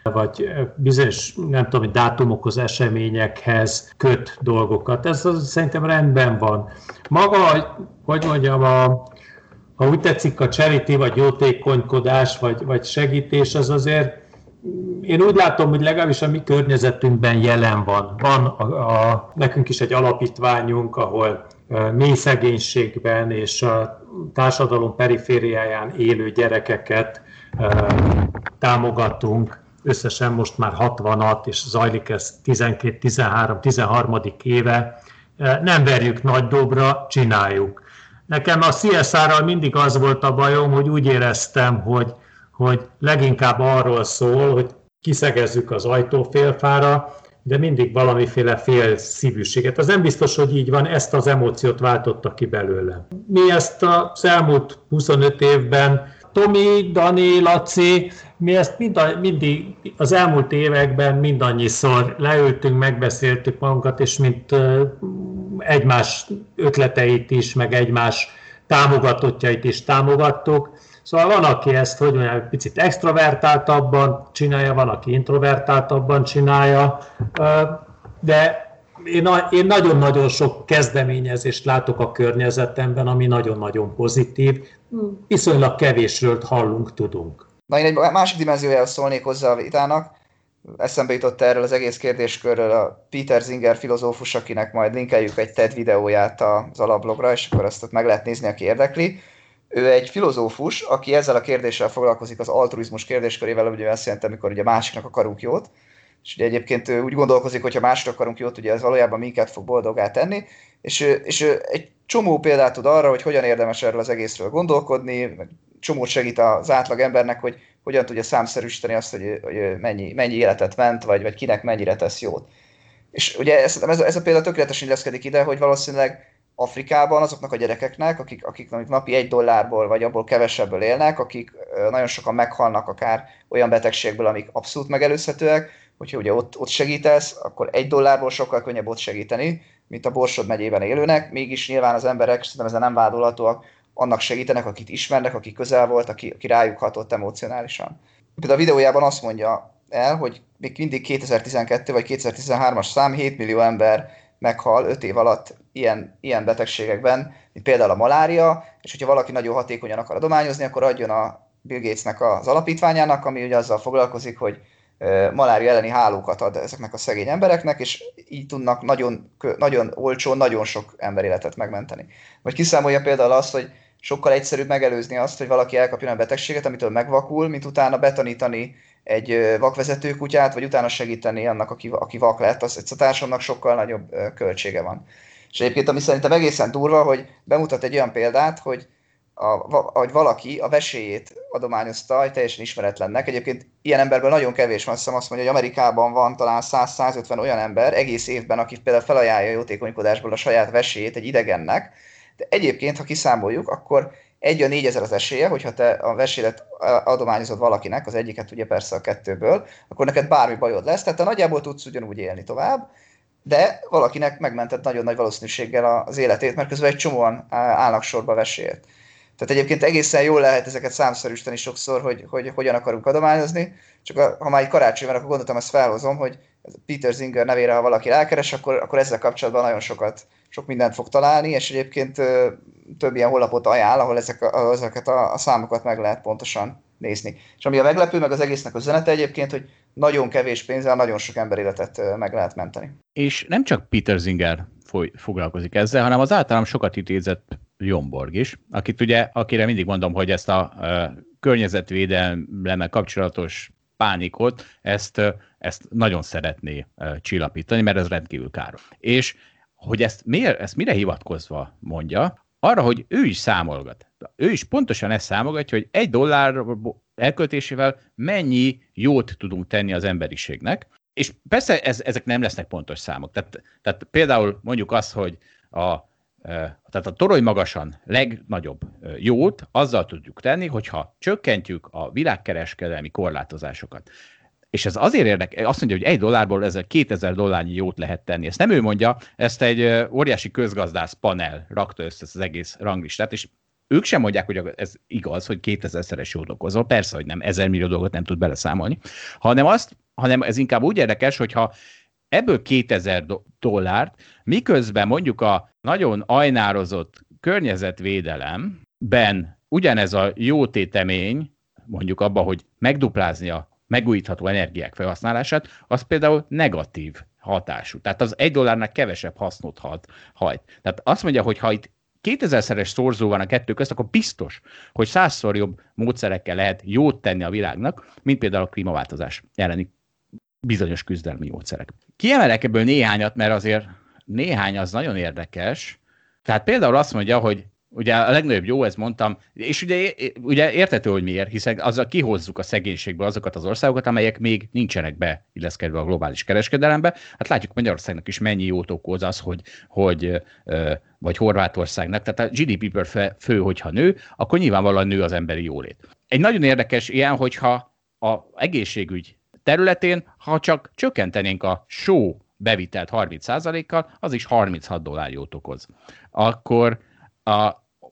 Speaker 4: vagy bizonyos, nem tudom, dátumokhoz, eseményekhez köt dolgokat. Ez az, szerintem rendben van. Maga, hogy mondjam, a, ha úgy tetszik, a charity, vagy jótékonykodás, vagy, vagy segítés, az azért én úgy látom, hogy legalábbis a mi környezetünkben jelen van. Van a, a, nekünk is egy alapítványunk, ahol mély szegénységben és a társadalom perifériáján élő gyerekeket támogatunk. Összesen most már hatvanat, és zajlik ez tizenkét, tizenhárom, tizenharmadik éve. Nem verjük nagy dobra, csináljuk. Nekem a cé es er-ral mindig az volt a bajom, hogy úgy éreztem, hogy, hogy leginkább arról szól, hogy kiszegezzük az ajtófélfára, de mindig valamiféle félszívűséget. Az nem biztos, hogy így van, ezt az emóciót váltotta ki belőle. Mi ezt az elmúlt huszonöt évben, Tomi, Dani, Laci, mi ezt mind, mindig az elmúlt években mindannyiszor leültünk, megbeszéltük magunkat, és mint egymás ötleteit is, meg egymás támogatottjait is támogattuk. Szóval van, aki ezt, hogy mondjam, picit extrovertáltabban csinálja, van, aki introvertáltabban csinálja, de én, én nagyon-nagyon sok kezdeményezést látok a környezetemben, ami nagyon-nagyon pozitív. Viszonylag kevésről hallunk, tudunk.
Speaker 3: Na, én egy másik dimenziójához szólnék hozzá a vitának. Eszembe jutott erről az egész kérdéskörről a Peter Singer filozófus, akinek majd linkeljük egy TED videóját az alablogra, és akkor azt meg lehet nézni, aki érdekli. Ő egy filozófus, aki ezzel a kérdéssel foglalkozik, az altruizmus kérdéskörével, ugye azt jelenti, amikor ugye másiknak akarunk jót, és ugye egyébként ő úgy gondolkozik, hogy ha másra akarunk jót, ugye ez valójában minket fog boldoggá tenni, és ő, és ő egy csomó példát tud arra, hogy hogyan érdemes erről az egészről gondolkodni, csomót segít az átlag embernek, hogy hogyan tudja számszerűsíteni azt, hogy, hogy mennyi, mennyi életet ment, vagy, vagy kinek mennyire tesz jót. És ugye ez, ez, a, ez a példa tökéletesen illeszkedik ide, hogy valószínűleg Afrikában azoknak a gyerekeknek, akik, akik napi egy dollárból vagy abból kevesebből élnek, akik nagyon sokan meghalnak akár olyan betegségből, amik abszolút megelőzhetőek, hogyha ugye ott, ott segítesz, akkor egy dollárból sokkal könnyebb ott segíteni, mint a Borsod megyében élőnek, mégis nyilván az emberek, szerintem ezzel nem vádolhatóak, annak segítenek, akit ismernek, aki közel volt, aki, aki rájuk hatott emocionálisan. Például a videójában azt mondja el, hogy még mindig kétezer-tizenkettő vagy kétezer-tizenhármas szám, hét millió ember meghal öt év alatt ilyen, ilyen betegségekben, mint például a malária, és hogyha valaki nagyon hatékonyan akar adományozni, akkor adjon a Bill Gatesnek az alapítványának, ami ugye azzal foglalkozik, hogy malária elleni hálókat ad ezeknek a szegény embereknek, és így tudnak nagyon, nagyon olcsón, nagyon sok emberéletet megmenteni. Vagy kiszámolja például azt, hogy sokkal egyszerűbb megelőzni azt, hogy valaki elkapjon a betegséget, amitől megvakul, mint utána betanítani egy vakvezető kutyát, vagy utána segíteni annak, aki, aki vak lett, az egy társadalomnak sokkal nagyobb költsége van. És egyébként, ami szerintem egészen durva, hogy bemutat egy olyan példát, hogy ahogy valaki a vesélyét adományozta egy teljesen ismeretlennek. Egyébként ilyen emberből nagyon kevés van, azt hiszem azt mondja, hogy Amerikában van talán száz-százötven olyan ember egész évben, aki például felajánlja jótékonykodásból a saját vesélyét egy idegennek, de egyébként, ha kiszámoljuk, akkor egy a négyezer az esélye, hogyha te a vesélet adományozod valakinek, az egyiket ugye persze a kettőből, akkor neked bármi bajod lesz, tehát te nagyjából tudsz ugyanúgy élni tovább, de valakinek megmentett nagyon nagy valószínűséggel az életét, mert közben egy csomóan állnak sorba vesélyért. Tehát egyébként egészen jól lehet ezeket számszerűsíteni sokszor, hogy, hogy hogyan akarunk adományozni, csak a, ha már egy karácsony van, akkor gondoltam, ezt felhozom, hogy Peter Singer nevére, ha valaki rákeres, akkor, akkor ezzel kapcsolatban nagyon sokat, sok mindent fog találni, és egyébként több ilyen honlapot ajánl, ahol ezek a, ezeket a, a számokat meg lehet pontosan nézni. És ami a meglepő, meg az egésznek a üzenete egyébként, hogy nagyon kevés pénzzel nagyon sok emberéletet meg lehet menteni.
Speaker 2: És nem csak Peter Singer foly, foglalkozik ezzel, hanem az általam sokat idézett Jomborg is, akit ugye, akire mindig mondom, hogy ezt a uh, környezetvédelemmel kapcsolatos pánikot, ezt, uh, ezt nagyon szeretné uh, csillapítani, mert ez rendkívül káros. És hogy ezt, miért, ezt mire hivatkozva mondja, arra, hogy ő is számolgat. Ő is pontosan ezt számolgatja, hogy egy dollár elköltésével mennyi jót tudunk tenni az emberiségnek, és persze ez, ezek nem lesznek pontos számok. Tehát, tehát például mondjuk azt, hogy a Tehát a torony magasan legnagyobb jót azzal tudjuk tenni, hogyha csökkentjük a világkereskedelmi korlátozásokat. És ez azért érdekes, azt mondja, hogy egy dollárból ezzel kétezer dollárnyi jót lehet tenni. Ezt nem ő mondja, ezt egy óriási közgazdász panel rakta össze az egész ranglistát, és ők sem mondják, hogy ez igaz, hogy kétezerszeres jót okozol, persze, hogy nem, ezer millió dolgot nem tud beleszámolni, hanem, azt, hanem ez inkább úgy érdekes, hogyha ebből kétezer dollárt, miközben mondjuk a nagyon ajnározott környezetvédelemben ugyanez a jó tétemény, mondjuk abban, hogy megduplázni a megújítható energiák felhasználását, az például negatív hatású. Tehát az egy dollárnak kevesebb hasznot hajt. Tehát azt mondja, hogy ha itt kétezerszeres szorzó van a kettő közt, akkor biztos, hogy százszor jobb módszerekkel lehet jót tenni a világnak, mint például a klímaváltozás elleni bizonyos küzdelmi módszerek. Kiemelek ebből néhányat, mert azért néhány az nagyon érdekes. Tehát például azt mondja, hogy ugye a legnagyobb jó, ezt mondtam, és ugye, ugye érthető, hogy miért, hiszen azzal kihozzuk a szegénységből azokat az országokat, amelyek még nincsenek beilleszkedve a globális kereskedelembe. Hát látjuk Magyarországnak is mennyi jót okoz az, hogy, hogy vagy Horvátországnak, tehát a gé dé pé per fő, hogyha nő, akkor nyilvánvalóan nő az emberi jólét. Egy nagyon érdekes ilyen, hogyha az egészségügy területén, ha csak csökkentenénk a só bevitelt harminc százalékkal, az is harminchat dollár jót okoz. Akkor a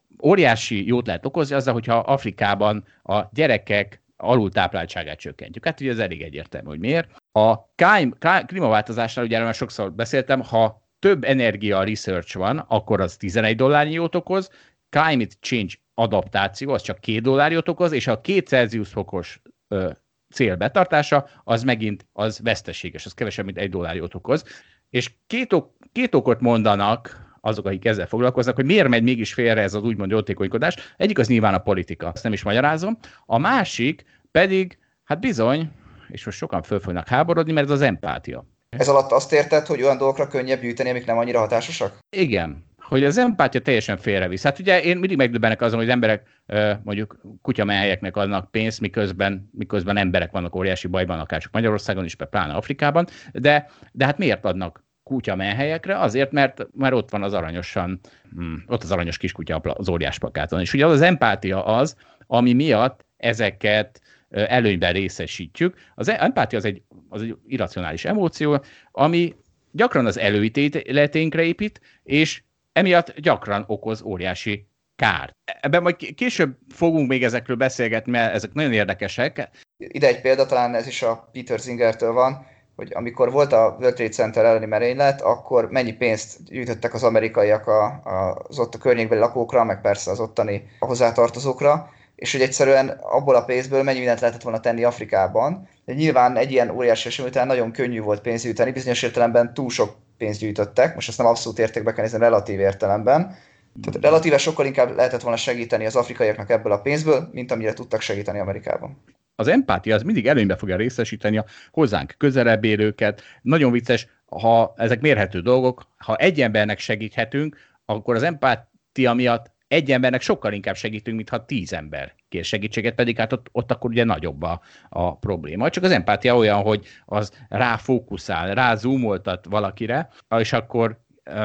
Speaker 2: óriási jót lehet okozni azzal, hogyha Afrikában a gyerekek alultápláltságát csökkentjük. Hát ugye ez elég egyértelmű, hogy miért. A klímaváltozásnál, ugye erről már sokszor beszéltem, ha több energia research van, akkor az tizenegy dollárnyi jót okoz, climate change adaptáció, az csak két dollár jót okoz, és a két Celsius fokos ö, cél betartása, az megint az veszteséges, az kevesebb, mint egy dollár jót okoz. És két, ok, két okot mondanak azok, akik ezzel foglalkoznak, hogy miért megy mégis félre ez az úgymond jótékonykodás. Egyik az nyilván a politika, ezt nem is magyarázom. A másik pedig, hát bizony, és most sokan föl fognak háborodni, mert ez az empátia.
Speaker 3: Ez alatt azt érted, hogy olyan dolgokra könnyebb gyűjteni, amik nem annyira hatásosak?
Speaker 2: Igen, hogy az empátia teljesen félrevisz. Hát ugye én mindig megdöbbenek azon, hogy emberek mondjuk kutyamelyeknek adnak pénzt, miközben, miközben emberek vannak óriási bajban, akár csak Magyarországon is, pláne Afrikában, de, de hát miért adnak kutyamelhelyekre? Azért, mert már ott van az aranyosan, hmm, ott az aranyos kiskutya az óriás plakáton. És ugye az, az empátia az, ami miatt ezeket előnyben részesítjük. Az empátia az egy, az egy irracionális emóció, ami gyakran az előítéleténkre épít, és emiatt gyakran okoz óriási kárt. Ebben majd később fogunk még ezekről beszélgetni, mert ezek nagyon érdekesek.
Speaker 3: Ide egy példa, talán ez is a Peter Zingertől van, hogy amikor volt a World Trade Center elleni merénylet, akkor mennyi pénzt gyűjtöttek az amerikaiak a, a, az ott a környékbeli lakókra, meg persze az ottani a hozzátartozókra, és hogy egyszerűen abból a pénzből mennyi mindent lehetett volna tenni Afrikában. De nyilván egy ilyen óriási esemény után nagyon könnyű volt pénzt gyűjteni, bizonyos értelemben túl sok pénzt gyűjtöttek, most ezt nem abszolút értékbe kell nézni, relatív értelemben. Tehát relatíve sokkal inkább lehetett volna segíteni az afrikaiaknak ebből a pénzből, mint amire tudtak segíteni Amerikában.
Speaker 2: Az empátia az mindig előnybe fogja részesíteni a hozzánk közelebb érőket. Nagyon vicces, ha ezek mérhető dolgok, ha egy embernek segíthetünk, akkor az empátia miatt egy embernek sokkal inkább segítünk, mintha tíz ember kér segítséget, pedig hát ott, ott akkor ugye nagyobb a, a probléma. Csak az empátia olyan, hogy az ráfókuszál, rázúmoltat valakire, és akkor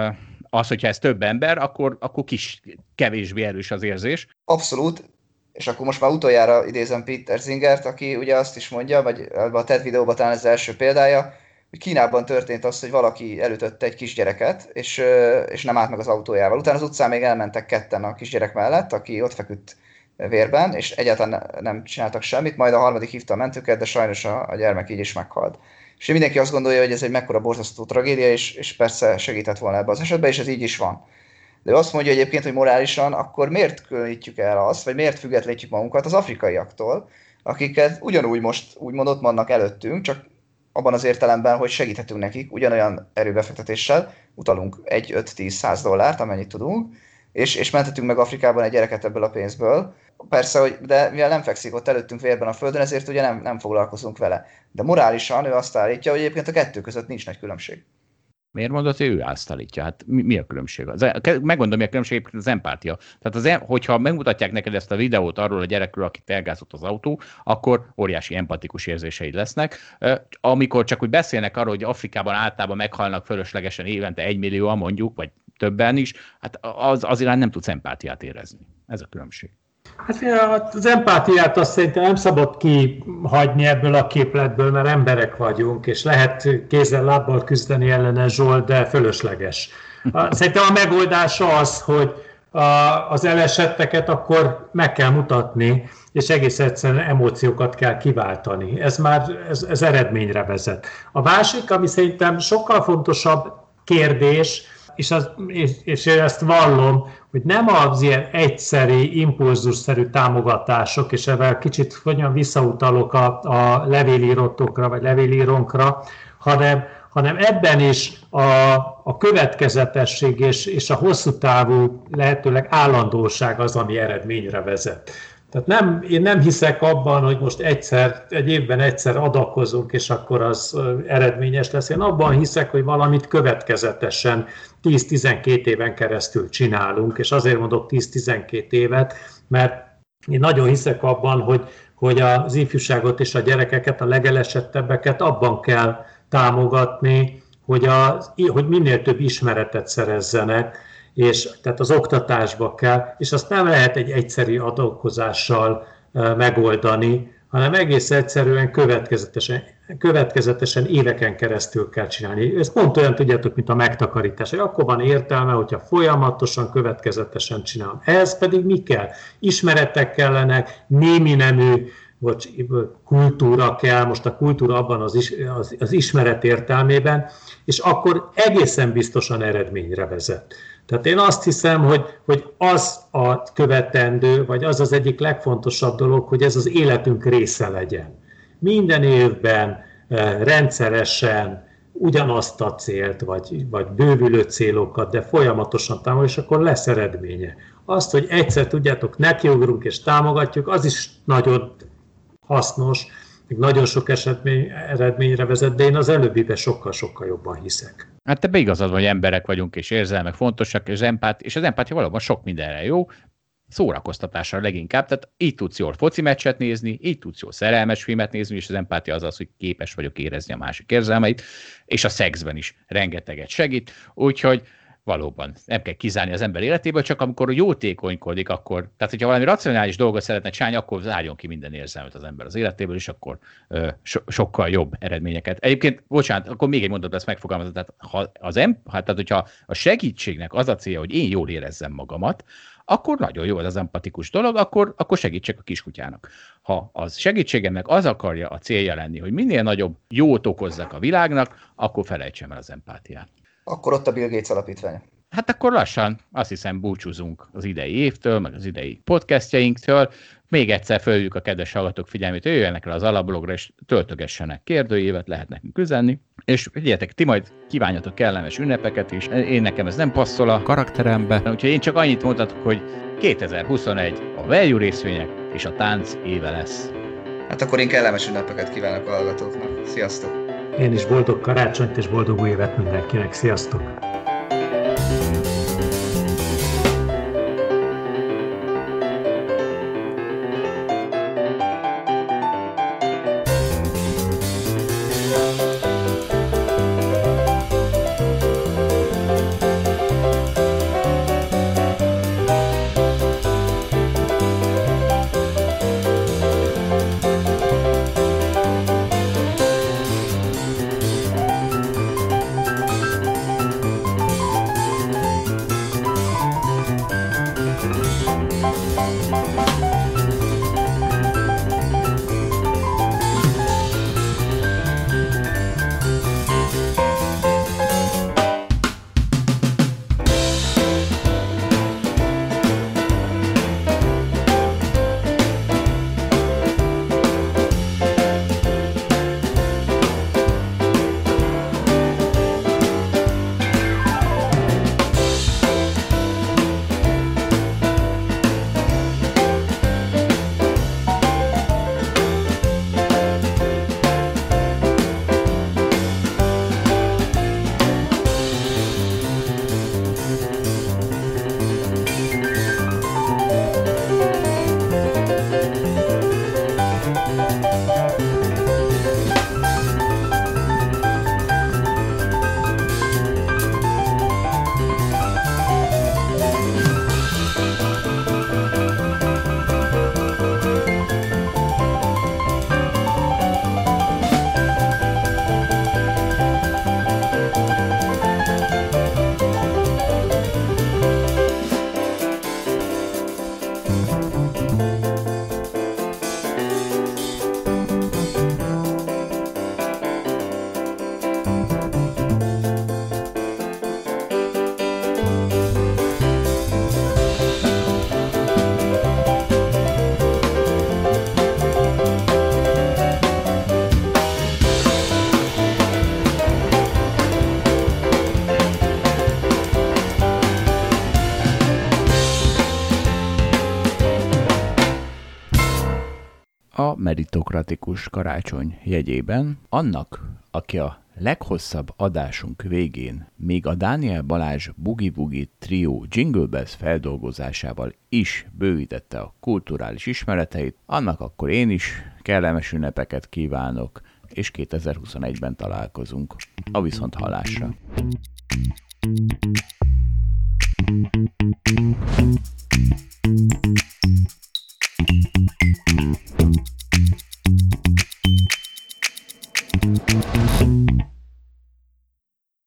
Speaker 2: az, hogyha ez több ember, akkor, akkor kis, kevésbé erős az érzés.
Speaker 3: Abszolút. És akkor most már utoljára idézem Peter Zingert, aki ugye azt is mondja, vagy a TED videóban talán ez az első példája, hogy Kínában történt az, hogy valaki elütötte egy kisgyereket, és, és nem állt meg az autójával. Utána az utcán még elmentek ketten a kisgyerek mellett, aki ott feküdt vérben, és egyáltalán nem csináltak semmit, majd a harmadik hívta a mentőket, de sajnos a, a gyermek így is meghalt. És mindenki azt gondolja, hogy ez egy mekkora borzasztó tragédia, és, és persze segített volna ebbe az esetben, és ez így is van. De ő azt mondja egyébként, hogy morálisan, akkor miért különítjük el azt, vagy miért függetlenítjük magunkat az afrikaiaktól, akiket ugyanúgy most úgymond ott vannak előttünk, csak abban az értelemben, hogy segíthetünk nekik ugyanolyan erőbefektetéssel, utalunk egy, öt, tíz, száz dollárt, amennyit tudunk, és, és menthetünk meg Afrikában egy gyereket ebből a pénzből. Persze, hogy, de mivel nem fekszik ott előttünk vérben a földön, ezért ugye nem, nem foglalkozunk vele. De morálisan ő azt állítja, hogy egyébként a kettő között nincs nagy különbség.
Speaker 2: Miért mondod, hogy ő állítja? Hát mi, mi a különbség? Az, megmondom, mi a különbség, az empátia. Tehát az, hogyha megmutatják neked ezt a videót arról a gyerekről, akit elgázott az autó, akkor óriási empatikus érzéseid lesznek. Amikor csak úgy beszélnek arról, hogy Afrikában általában meghalnak fölöslegesen évente egymillióan mondjuk, vagy többen is, hát az, az irány nem tudsz empátiát érezni. Ez a különbség.
Speaker 4: Hát az empátiát azt szerintem nem szabad kihagyni ebből a képletből, mert emberek vagyunk, és lehet kézzel-lábbal küzdeni ellene, Zsolt, de fölösleges. Szerintem a megoldás az, hogy, az elesetteket, akkor meg kell mutatni, és egész egyszerűen emóciókat kell kiváltani. Ez már ez, ez eredményre vezet. A másik, ami szerintem sokkal fontosabb kérdés, és, az, és, és én ezt vallom, hogy nem az ilyen egyszeri, impulzusszerű támogatások, és ebben kicsit hogyan visszautalok a, a levélírótokra, vagy levélírónkra, hanem, hanem ebben is a, a következetesség és, és a hosszú távú, lehetőleg állandóság az, ami eredményre vezet. Tehát nem, én nem hiszek abban, hogy most egyszer, egy évben egyszer adakozunk, és akkor az eredményes lesz. Én abban hiszek, hogy valamit következetesen tíz-tizenkét éven keresztül csinálunk, és azért mondok tíz-tizenkét évet, mert én nagyon hiszek abban, hogy, hogy az ifjúságot és a gyerekeket, a legelesettebbeket abban kell támogatni, hogy, a, hogy minél több ismeretet szerezzenek, és tehát az oktatásba kell, és azt nem lehet egy egyszerű adakozással megoldani, hanem egész egyszerűen következetesen, következetesen éveken keresztül kell csinálni. Ez pont olyan, tudjátok, mint a megtakarítás, hogy akkor van értelme, hogyha folyamatosan, következetesen csinálom. Ehhez pedig mi kell? Ismeretek kellenek, némi nemű, vagy kultúra kell, most a kultúra abban az, is, az, az ismeret értelmében, és akkor egészen biztosan eredményre vezet. Tehát én azt hiszem, hogy, hogy az a követendő, vagy az az egyik legfontosabb dolog, hogy ez az életünk része legyen. Minden évben rendszeresen ugyanazt a célt, vagy, vagy bővülő célokat, de folyamatosan támogatjuk, és akkor lesz eredménye. Azt, hogy egyszer tudjátok, nekiugrunk és támogatjuk, az is nagyon hasznos, még nagyon sok esetmény, eredményre vezet, de én az előbbibe sokkal-sokkal jobban hiszek.
Speaker 2: Hát te igazad van, hogy emberek vagyunk, és érzelmek fontosak, és, empát, és az empátia valóban sok mindenre jó, szórakoztatásra leginkább, tehát így tudsz jól foci meccset nézni, így tudsz jól szerelmes filmet nézni, és az empátia az az, hogy képes vagyok érezni a másik érzelmeit, és a szexben is rengeteget segít, úgyhogy valóban nem kell kizárni az ember életéből, csak amikor jótékonykodik, akkor, tehát hogyha valami racionális dolgot szeretne csinálni, akkor zárjon ki minden érzelmet az ember az életéből, és akkor ö, so, sokkal jobb eredményeket. Egyébként, bocsánat, akkor még egy mondatot ezt megfogalmazom, tehát, ha az em, hát, tehát hogyha a segítségnek az a célja, hogy én jól érezzem magamat, akkor nagyon jó az az empatikus dolog, akkor, akkor segítsek a kiskutyának. Ha az segítségemnek az akarja a célja lenni, hogy minél nagyobb jót okozzak a világnak, akkor felejtsem el az empátiát.
Speaker 3: Akkor ott a Bill Gates alapítvány.
Speaker 2: Hát akkor lassan azt hiszem búcsúzunk az idei évtől, meg az idei podcastjainktől. Még egyszer fölhívjuk a kedves hallgatók figyelmét, hogy jöjjenek el az alablogra, és töltögessenek kérdőívet, lehet nekünk üzenni. És figyeljetek, ti majd kívánjatok kellemes ünnepeket is. Én nekem ez nem passzol a karakterembe. Úgyhogy én csak annyit mondhatok, hogy kétezer-huszonegy a value részvények és a tánc éve lesz.
Speaker 3: Hát akkor én kellemes ünnepeket kívánok a hallgatóknak. Sziasztok!
Speaker 4: Én is boldog karácsonyt és boldog új évet mindenkinek. Sziasztok!
Speaker 2: a meritokratikus karácsony jegyében annak, aki a leghosszabb adásunk végén még a Dániel Balázs Boogie Woogie Trio Jingle Bells feldolgozásával is bővítette a kulturális ismereteit, annak akkor én is kellemes ünnepeket kívánok, és kétezer-huszonegyben találkozunk. A viszonthallásra! Thank you.